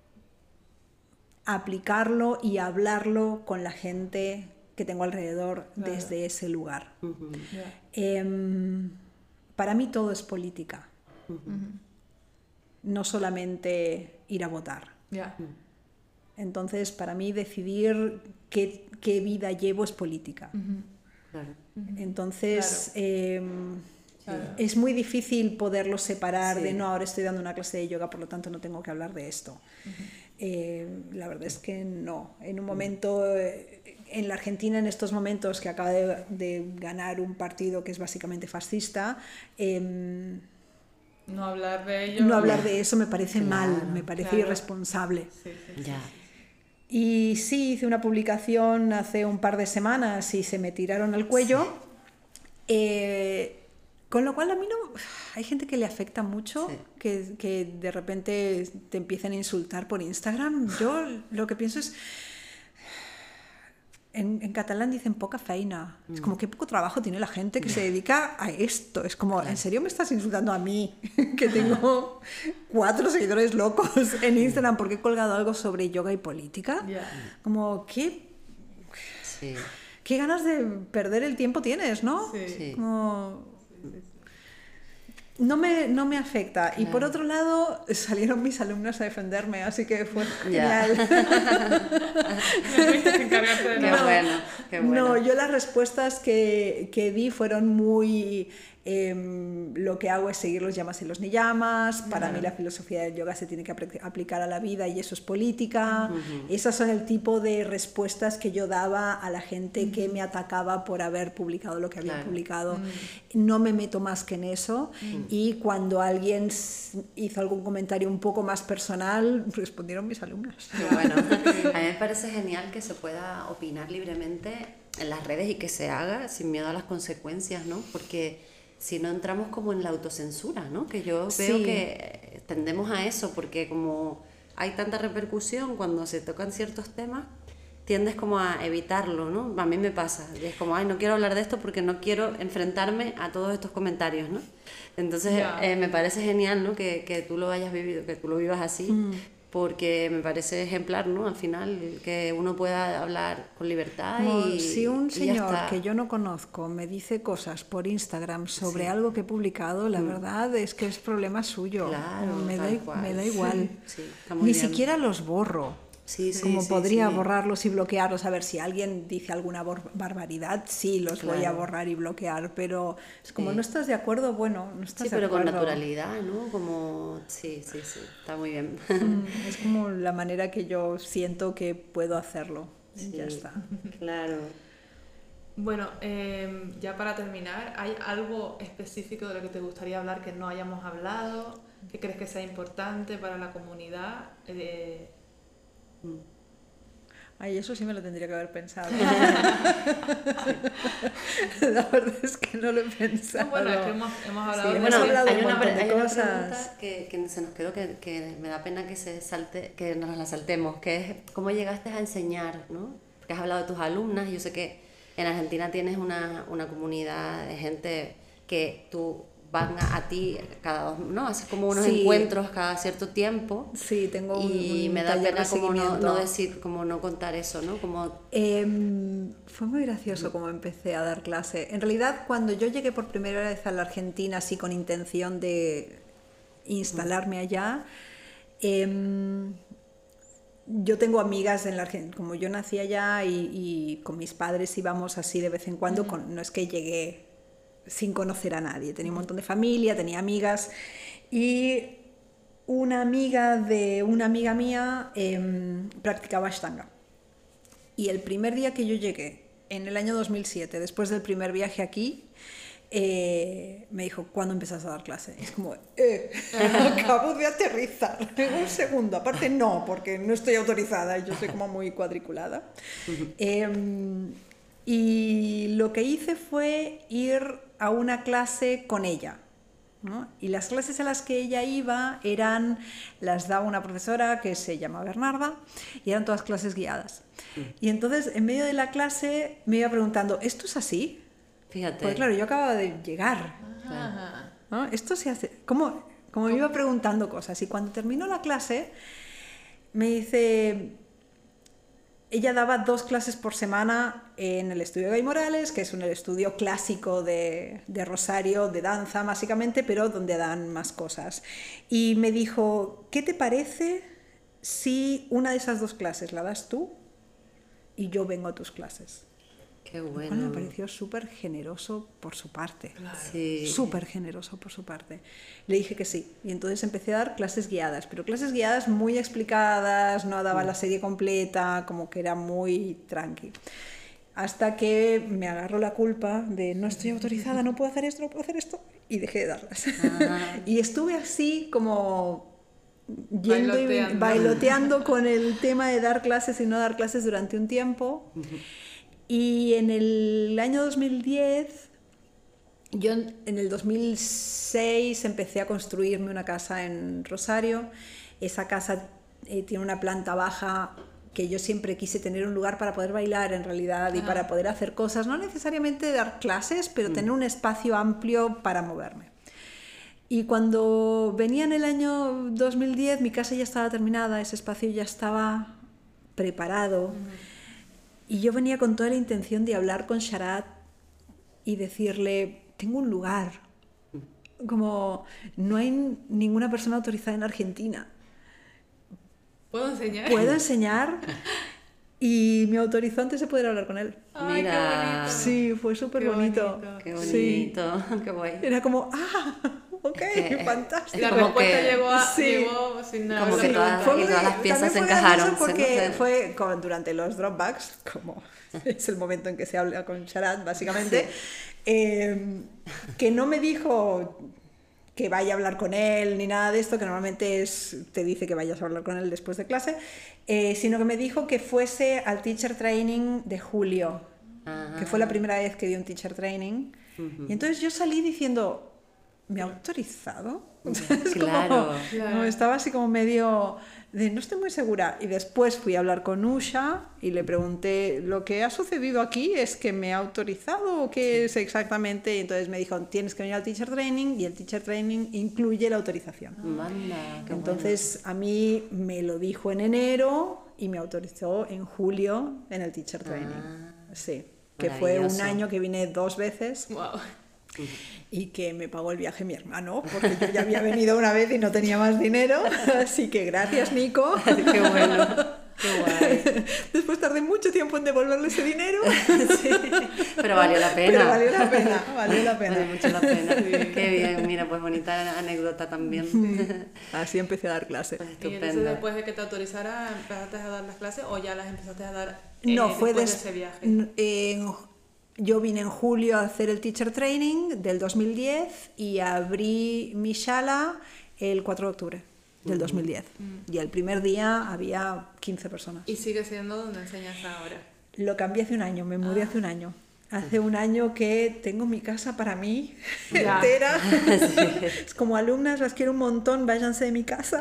Speaker 3: aplicarlo y hablarlo con la gente que tengo alrededor, claro. desde ese lugar. Uh-huh. Yeah. Eh, para mí todo es política. Uh-huh. No solamente ir a votar.
Speaker 1: Yeah.
Speaker 3: Entonces, para mí decidir qué, qué vida llevo es política.
Speaker 1: Uh-huh.
Speaker 3: Claro. Entonces,
Speaker 1: claro.
Speaker 3: Eh,
Speaker 1: claro.
Speaker 3: es muy difícil poderlo separar, sí. de no, ahora estoy dando una clase de yoga, por lo tanto no tengo que hablar de esto. Uh-huh. Eh, la verdad es que no. En un momento, eh, en la Argentina, en estos momentos que acaba de, de ganar un partido que es básicamente fascista, eh,
Speaker 1: no hablar de ello.
Speaker 3: No hablar de eso me parece
Speaker 2: claro,
Speaker 3: mal, me parece
Speaker 1: claro.
Speaker 3: irresponsable.
Speaker 1: Sí, sí, sí.
Speaker 2: Ya.
Speaker 3: Y sí, hice una publicación hace un par de semanas y se me tiraron al cuello. Sí. Eh, con lo cual a mí no... Hay gente que le afecta mucho, sí. que, que de repente te empiezan a insultar por Instagram. Yo lo que pienso es... En, en catalán dicen poca feina. Mm. Es como que poco trabajo tiene la gente que se dedica a esto. Es como, ¿en serio me estás insultando a mí? Que tengo cuatro seguidores locos en Instagram porque he colgado algo sobre yoga y política.
Speaker 1: Yeah.
Speaker 3: Como, ¿qué?
Speaker 2: Sí.
Speaker 3: ¿Qué ganas de perder el tiempo tienes, no?
Speaker 1: Sí.
Speaker 3: Como... No me, no me afecta. Claro. Y por otro lado, salieron mis alumnos a defenderme, así que fue genial.
Speaker 2: Qué
Speaker 3: no,
Speaker 2: bueno, qué bueno.
Speaker 3: No, yo las respuestas que, que di fueron muy... Eh, lo que hago es seguir los yamas y los niyamas. Para
Speaker 1: claro.
Speaker 3: mí la filosofía del yoga se tiene que aplicar a la vida y eso es política.
Speaker 2: Uh-huh.
Speaker 3: Esas son el tipo de respuestas que yo daba a la gente uh-huh. que me atacaba por haber publicado lo que había
Speaker 2: claro.
Speaker 3: publicado.
Speaker 1: Uh-huh.
Speaker 3: No me meto más que en eso.
Speaker 1: Uh-huh.
Speaker 3: Y cuando alguien hizo algún comentario un poco más personal, respondieron mis alumnos.
Speaker 2: Bueno, a mí me parece genial que se pueda opinar libremente en las redes y que se haga sin miedo a las consecuencias, ¿no? Porque si no entramos como en la autocensura, ¿no? Que yo veo
Speaker 3: sí.
Speaker 2: que tendemos a eso, porque como hay tanta repercusión cuando se tocan ciertos temas, tiendes como a evitarlo, ¿no? A mí me pasa, es como, ay, no quiero hablar de esto porque no quiero enfrentarme a todos estos comentarios, ¿no? Entonces,
Speaker 1: yeah.
Speaker 2: eh, me parece genial, ¿no? Que, que tú lo hayas vivido, que tú lo vivas así, mm. porque me parece ejemplar, ¿no? Al final, que uno pueda hablar con libertad.
Speaker 3: Como
Speaker 2: y
Speaker 3: si un
Speaker 2: y ya
Speaker 3: señor
Speaker 2: está.
Speaker 3: que yo no conozco me dice cosas por Instagram sobre
Speaker 2: Sí.
Speaker 3: algo que he publicado, la
Speaker 2: Mm.
Speaker 3: verdad es que es problema suyo.
Speaker 2: Claro,
Speaker 3: Como me, da,
Speaker 2: tal
Speaker 3: i-
Speaker 2: cual.
Speaker 3: me da igual.
Speaker 2: Sí, está muy
Speaker 3: Ni
Speaker 2: bien.
Speaker 3: siquiera los borro.
Speaker 2: Sí, sí,
Speaker 3: Como
Speaker 2: sí,
Speaker 3: podría
Speaker 2: sí.
Speaker 3: borrarlos y bloquearlos. A ver, si alguien dice alguna bor- barbaridad, sí, los voy a
Speaker 2: Claro.
Speaker 3: borrar y bloquear. Pero es como
Speaker 2: Sí.
Speaker 3: no estás de acuerdo, bueno, no estás
Speaker 2: Sí,
Speaker 3: de
Speaker 2: pero con
Speaker 3: acuerdo.
Speaker 2: naturalidad, ¿no? Como... Sí, sí, sí, está muy bien.
Speaker 3: Mm, Es como la manera que yo siento que puedo hacerlo.
Speaker 2: Sí,
Speaker 3: Ya está.
Speaker 2: Claro.
Speaker 1: Bueno, eh, ya para terminar, ¿hay algo específico de lo que te gustaría hablar que no hayamos hablado? ¿Que crees que sea importante para la comunidad? Eh,
Speaker 3: Ay, eso sí me lo tendría que haber pensado. La verdad es que no lo he pensado.
Speaker 1: no, bueno, es que hemos, hemos hablado
Speaker 3: Sí,
Speaker 1: de
Speaker 3: hemos
Speaker 2: Bueno,
Speaker 3: hablado
Speaker 2: hay
Speaker 3: un
Speaker 2: una,
Speaker 3: montón de
Speaker 2: hay una
Speaker 3: cosas.
Speaker 2: pregunta que, que se nos quedó que, que me da pena que se salte, que nos la saltemos, que es ¿cómo llegaste a enseñar, ¿no? Porque has hablado de tus alumnas y yo sé que en Argentina tienes una, una comunidad de gente que tú van a, a ti cada dos, ¿no? Haces como unos
Speaker 3: Sí.
Speaker 2: encuentros cada cierto tiempo.
Speaker 3: Sí, tengo un,
Speaker 2: Y
Speaker 3: un
Speaker 2: me da
Speaker 3: taller
Speaker 2: pena
Speaker 3: de
Speaker 2: como no,
Speaker 3: seguimiento.
Speaker 2: no decir, como no contar eso, ¿no? Como
Speaker 3: Em, fue muy gracioso como empecé a dar clase. En realidad, cuando yo llegué por primera vez a la Argentina, así con intención de instalarme allá, em, yo tengo amigas en la Argentina, como yo nací allá y, y con mis padres íbamos así de vez en cuando, con- no es que llegué sin conocer a nadie, tenía un montón de familia, tenía amigas y una amiga de una amiga mía em, practicaba Ashtanga. Y el primer día que yo llegué, en el año dos mil siete, después del primer viaje aquí, eh, me dijo, ¿cuándo empiezas a dar clase? Es como, eh, acabo de aterrizar, un segundo. Aparte no, porque no estoy autorizada, yo soy como muy cuadriculada. Eh, y lo que hice fue ir a una clase con ella, ¿no? Y las clases a las que ella iba eran, las daba una profesora que se llama Bernarda y eran todas clases guiadas. Y entonces en medio de la clase me iba preguntando, ¿esto es así?
Speaker 2: fíjate.
Speaker 3: Porque claro, yo acababa de llegar,
Speaker 1: ajá.
Speaker 3: ¿no? Esto se hace, ¿cómo? Como me iba preguntando cosas y cuando terminó la clase me dice, ella daba dos clases por semana en el estudio Gay Morales, que es un estudio clásico de, de Rosario, de danza básicamente, pero donde dan más cosas. Y me dijo, ¿qué te parece si una de esas dos clases la das tú y yo vengo a tus clases?
Speaker 2: Qué
Speaker 3: Lo cual
Speaker 2: bueno.
Speaker 3: me pareció súper generoso por su parte.
Speaker 2: Sí.
Speaker 3: Súper generoso por su parte. Le dije que sí. Y entonces empecé a dar clases guiadas, pero clases guiadas muy explicadas, no daba la serie completa, como que era muy tranqui. Hasta que me agarró la culpa de no estoy autorizada, no puedo hacer esto, no puedo hacer esto, y dejé de darlas.
Speaker 2: Ah.
Speaker 3: Y estuve así como yendo y
Speaker 1: Bailoteando.
Speaker 3: bailoteando con el tema de dar clases y no dar clases durante un tiempo. Y en el año dos mil diez, yo en en el dos mil seis empecé a construirme una casa en Rosario. Esa casa eh, tiene una planta baja que yo siempre quise tener un lugar para poder bailar en realidad y
Speaker 1: Ah.
Speaker 3: para poder hacer cosas, no necesariamente dar clases, pero tener un espacio amplio para moverme. Y cuando venía en el año dos mil diez, mi casa ya estaba terminada, ese espacio ya estaba preparado. Y yo venía con toda la intención de hablar con Sharat y decirle, tengo un lugar. Como, no hay ninguna persona autorizada en Argentina.
Speaker 1: ¿Puedo enseñar?
Speaker 3: ¿Puedo enseñar? Y me autorizó antes de poder hablar con él.
Speaker 1: Ay,
Speaker 2: Mira.
Speaker 1: qué bonito.
Speaker 3: Sí, fue súper
Speaker 1: Qué
Speaker 3: bonito.
Speaker 1: bonito.
Speaker 2: Qué
Speaker 3: Sí.
Speaker 2: bonito, qué guay.
Speaker 3: Era como, ah, ok,
Speaker 2: que-
Speaker 1: Y
Speaker 3: fantástico.
Speaker 1: la
Speaker 2: como
Speaker 1: respuesta
Speaker 2: que-
Speaker 1: llegó, a,
Speaker 3: sí.
Speaker 1: llegó sin nada.
Speaker 2: Como que todas-
Speaker 3: Fue
Speaker 2: y
Speaker 3: muy-
Speaker 2: todas las piezas
Speaker 3: también
Speaker 2: se
Speaker 3: fue
Speaker 2: encajaron,
Speaker 3: gracioso porque
Speaker 2: ¿sí? No sé.
Speaker 3: fue con- durante los dropbacks, como es el momento en que se habla con Sharat, básicamente, eh, que no me dijo que vaya a hablar con él ni nada de esto, que normalmente es, te dice que vayas a hablar con él después de clase, eh, sino que me dijo que fuese al teacher training de julio,
Speaker 2: Ajá.
Speaker 3: que fue la primera vez que di un teacher training. Y entonces yo salí diciendo, ¿me ha autorizado? Es como-
Speaker 2: Claro.
Speaker 1: Claro.
Speaker 3: no, estaba así como medio, De, no estoy muy segura. Y después fui a hablar con Usha y le pregunté, ¿lo que ha sucedido aquí es que me ha autorizado o qué es exactamente? Y entonces me dijo, tienes que venir al teacher training y el teacher training incluye la autorización.
Speaker 2: Manda, qué
Speaker 3: Entonces bueno. A mí me lo dijo en enero y me autorizó en julio en el teacher training. Ah, sí, que fue un año que vine dos veces.
Speaker 1: Wow.
Speaker 3: Y que me pagó el viaje mi hermano, porque yo ya había venido una vez y no tenía más dinero, así que gracias, Nico.
Speaker 2: Qué bueno, qué guay.
Speaker 3: Después tardé mucho tiempo en devolverle ese dinero.
Speaker 2: Sí, pero valió la pena.
Speaker 3: Pero valió la pena, valió la pena.
Speaker 2: Valió mucho la pena. Sí. Qué bien, mira, pues bonita anécdota también.
Speaker 3: Sí. Así empecé a dar clases.
Speaker 2: Pues
Speaker 1: ¿Y entonces después de que te autorizara, empezaste a dar las clases o ya las empezaste a dar eh,
Speaker 3: no, fue
Speaker 1: después
Speaker 3: des...
Speaker 1: de ese viaje?
Speaker 3: Eh, Yo vine en julio a hacer el teacher training del dos mil diez y abrí mi shala el cuatro de octubre del dos mil diez. Mm. Y el primer día había quince personas.
Speaker 1: ¿Y sigue siendo donde enseñas ahora?
Speaker 3: Lo cambié hace un año, me mudé ah. hace un año. Hace un año que tengo mi casa para mí, ya. entera. Sí. Es como alumnas, las quiero un montón, váyanse de mi casa.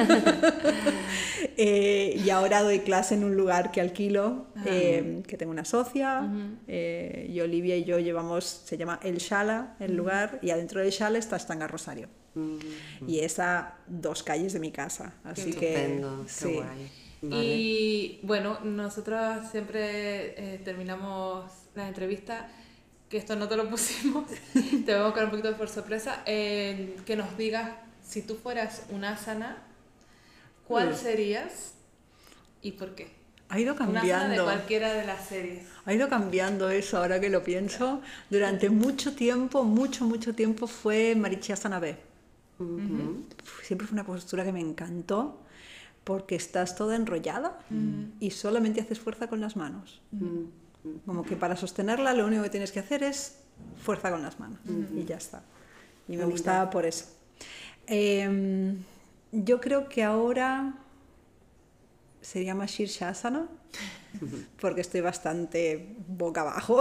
Speaker 3: eh, y ahora doy clase en un lugar que alquilo, eh, que tengo una socia, uh-huh. eh, y Olivia y yo llevamos, se llama El Shala, el uh-huh. lugar, y adentro del Shala está Ashtanga Rosario. Uh-huh. Y es a dos calles de mi casa. Así
Speaker 2: qué
Speaker 3: que,
Speaker 2: estupendo,
Speaker 3: sí.
Speaker 2: Qué guay.
Speaker 1: Vale. Y bueno, nosotros siempre eh, terminamos la entrevista, que esto no te lo pusimos, te voy a buscar un poquito por sorpresa, eh, que nos digas, si tú fueras una asana, ¿cuál sí. serías y por qué?
Speaker 3: Ha ido cambiando.
Speaker 1: Una asana de cualquiera de las series.
Speaker 3: Ha ido cambiando eso, ahora que lo pienso. Durante mucho tiempo, mucho, mucho tiempo fue Marichasana B. Uh-huh. Siempre fue una postura que me encantó, porque estás toda enrollada uh-huh. y solamente haces fuerza con las manos. Uh-huh. Como que para sostenerla lo único que tienes que hacer es fuerza con las manos uh-huh. y ya está. Y me Bonita. Gustaba por eso. Eh, yo creo que ahora sería más Shirshasana, porque estoy bastante boca abajo.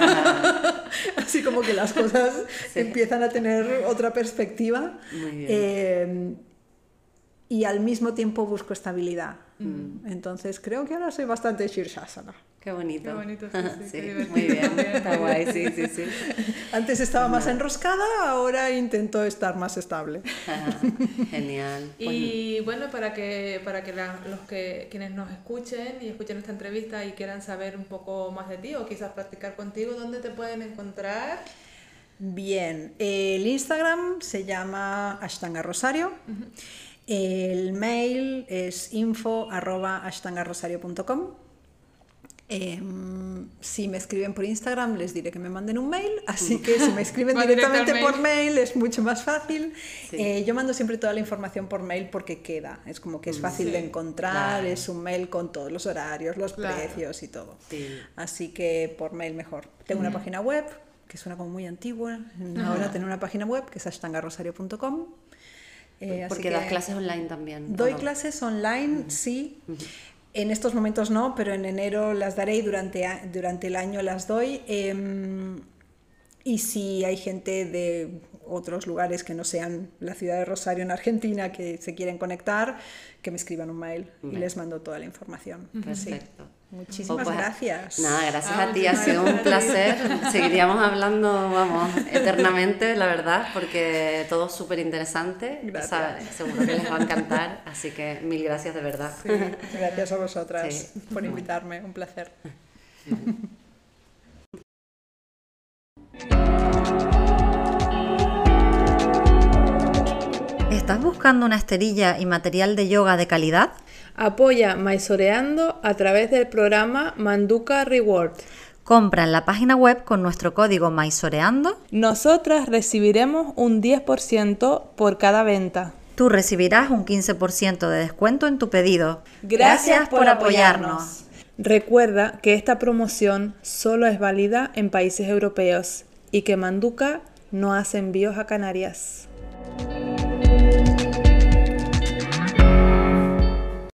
Speaker 3: Así como que las cosas sí. empiezan a tener otra perspectiva.
Speaker 2: Muy bien.
Speaker 3: Eh, y al mismo tiempo busco estabilidad. Mm. Entonces creo que ahora soy bastante Shirshasana.
Speaker 2: Qué bonito.
Speaker 1: Qué bonito, sí, sí,
Speaker 2: sí,
Speaker 1: qué
Speaker 2: muy bien, está guay, sí, sí, sí.
Speaker 3: Antes estaba más enroscada, ahora intento estar más estable.
Speaker 2: Ajá, genial.
Speaker 1: Y bueno, para que para que la, los que quienes nos escuchen y escuchen esta entrevista y quieran saber un poco más de ti o quizás practicar contigo, ¿dónde te pueden encontrar?
Speaker 3: Bien, el Instagram se llama Ashtanga Rosario. Uh-huh. El mail es info arroba ashtangarosario punto com. Eh, si me escriben por Instagram les diré que me manden un mail, así que si me escriben directamente mail. por mail es mucho más fácil. Sí. Eh, yo mando siempre toda la información por mail porque queda, es como que es fácil sí. de encontrar, claro. es un mail con todos los horarios, los claro. precios y todo. Sí. Así que por mail mejor. Tengo mm. una página web que suena como muy antigua, ahora uh-huh. tengo una página web que es ashtangarosario punto com.
Speaker 2: Eh, Porque das clases online también.
Speaker 3: Doy no? clases online, uh-huh. sí. Uh-huh. En estos momentos no, pero en enero las daré y durante, durante el año las doy. Eh, y si hay gente de otros lugares que no sean la ciudad de Rosario en Argentina que se quieren conectar, que me escriban un mail uh-huh. y les mando toda la información.
Speaker 2: Perfecto.
Speaker 3: Sí. Muchísimas pues, gracias.
Speaker 2: Nada, gracias ah, a ti, ha sido un placer. Seguiríamos hablando, vamos, eternamente, la verdad, porque todo es súper interesante. Gracias. Seguro que les va a encantar, así que mil gracias de verdad.
Speaker 3: Sí, gracias a vosotras sí. por invitarme, un placer.
Speaker 2: ¿Estás buscando una esterilla y material de yoga de calidad?
Speaker 1: Apoya Maizoreando a través del programa Manduka Reward.
Speaker 2: Compra en la página web con nuestro código Maizoreando.
Speaker 1: Nosotras recibiremos un diez por ciento por cada venta.
Speaker 2: Tú recibirás un quince por ciento de descuento en tu pedido.
Speaker 1: Gracias, Gracias por, por apoyarnos. apoyarnos. Recuerda que esta promoción solo es válida en países europeos y que Manduka no hace envíos a Canarias.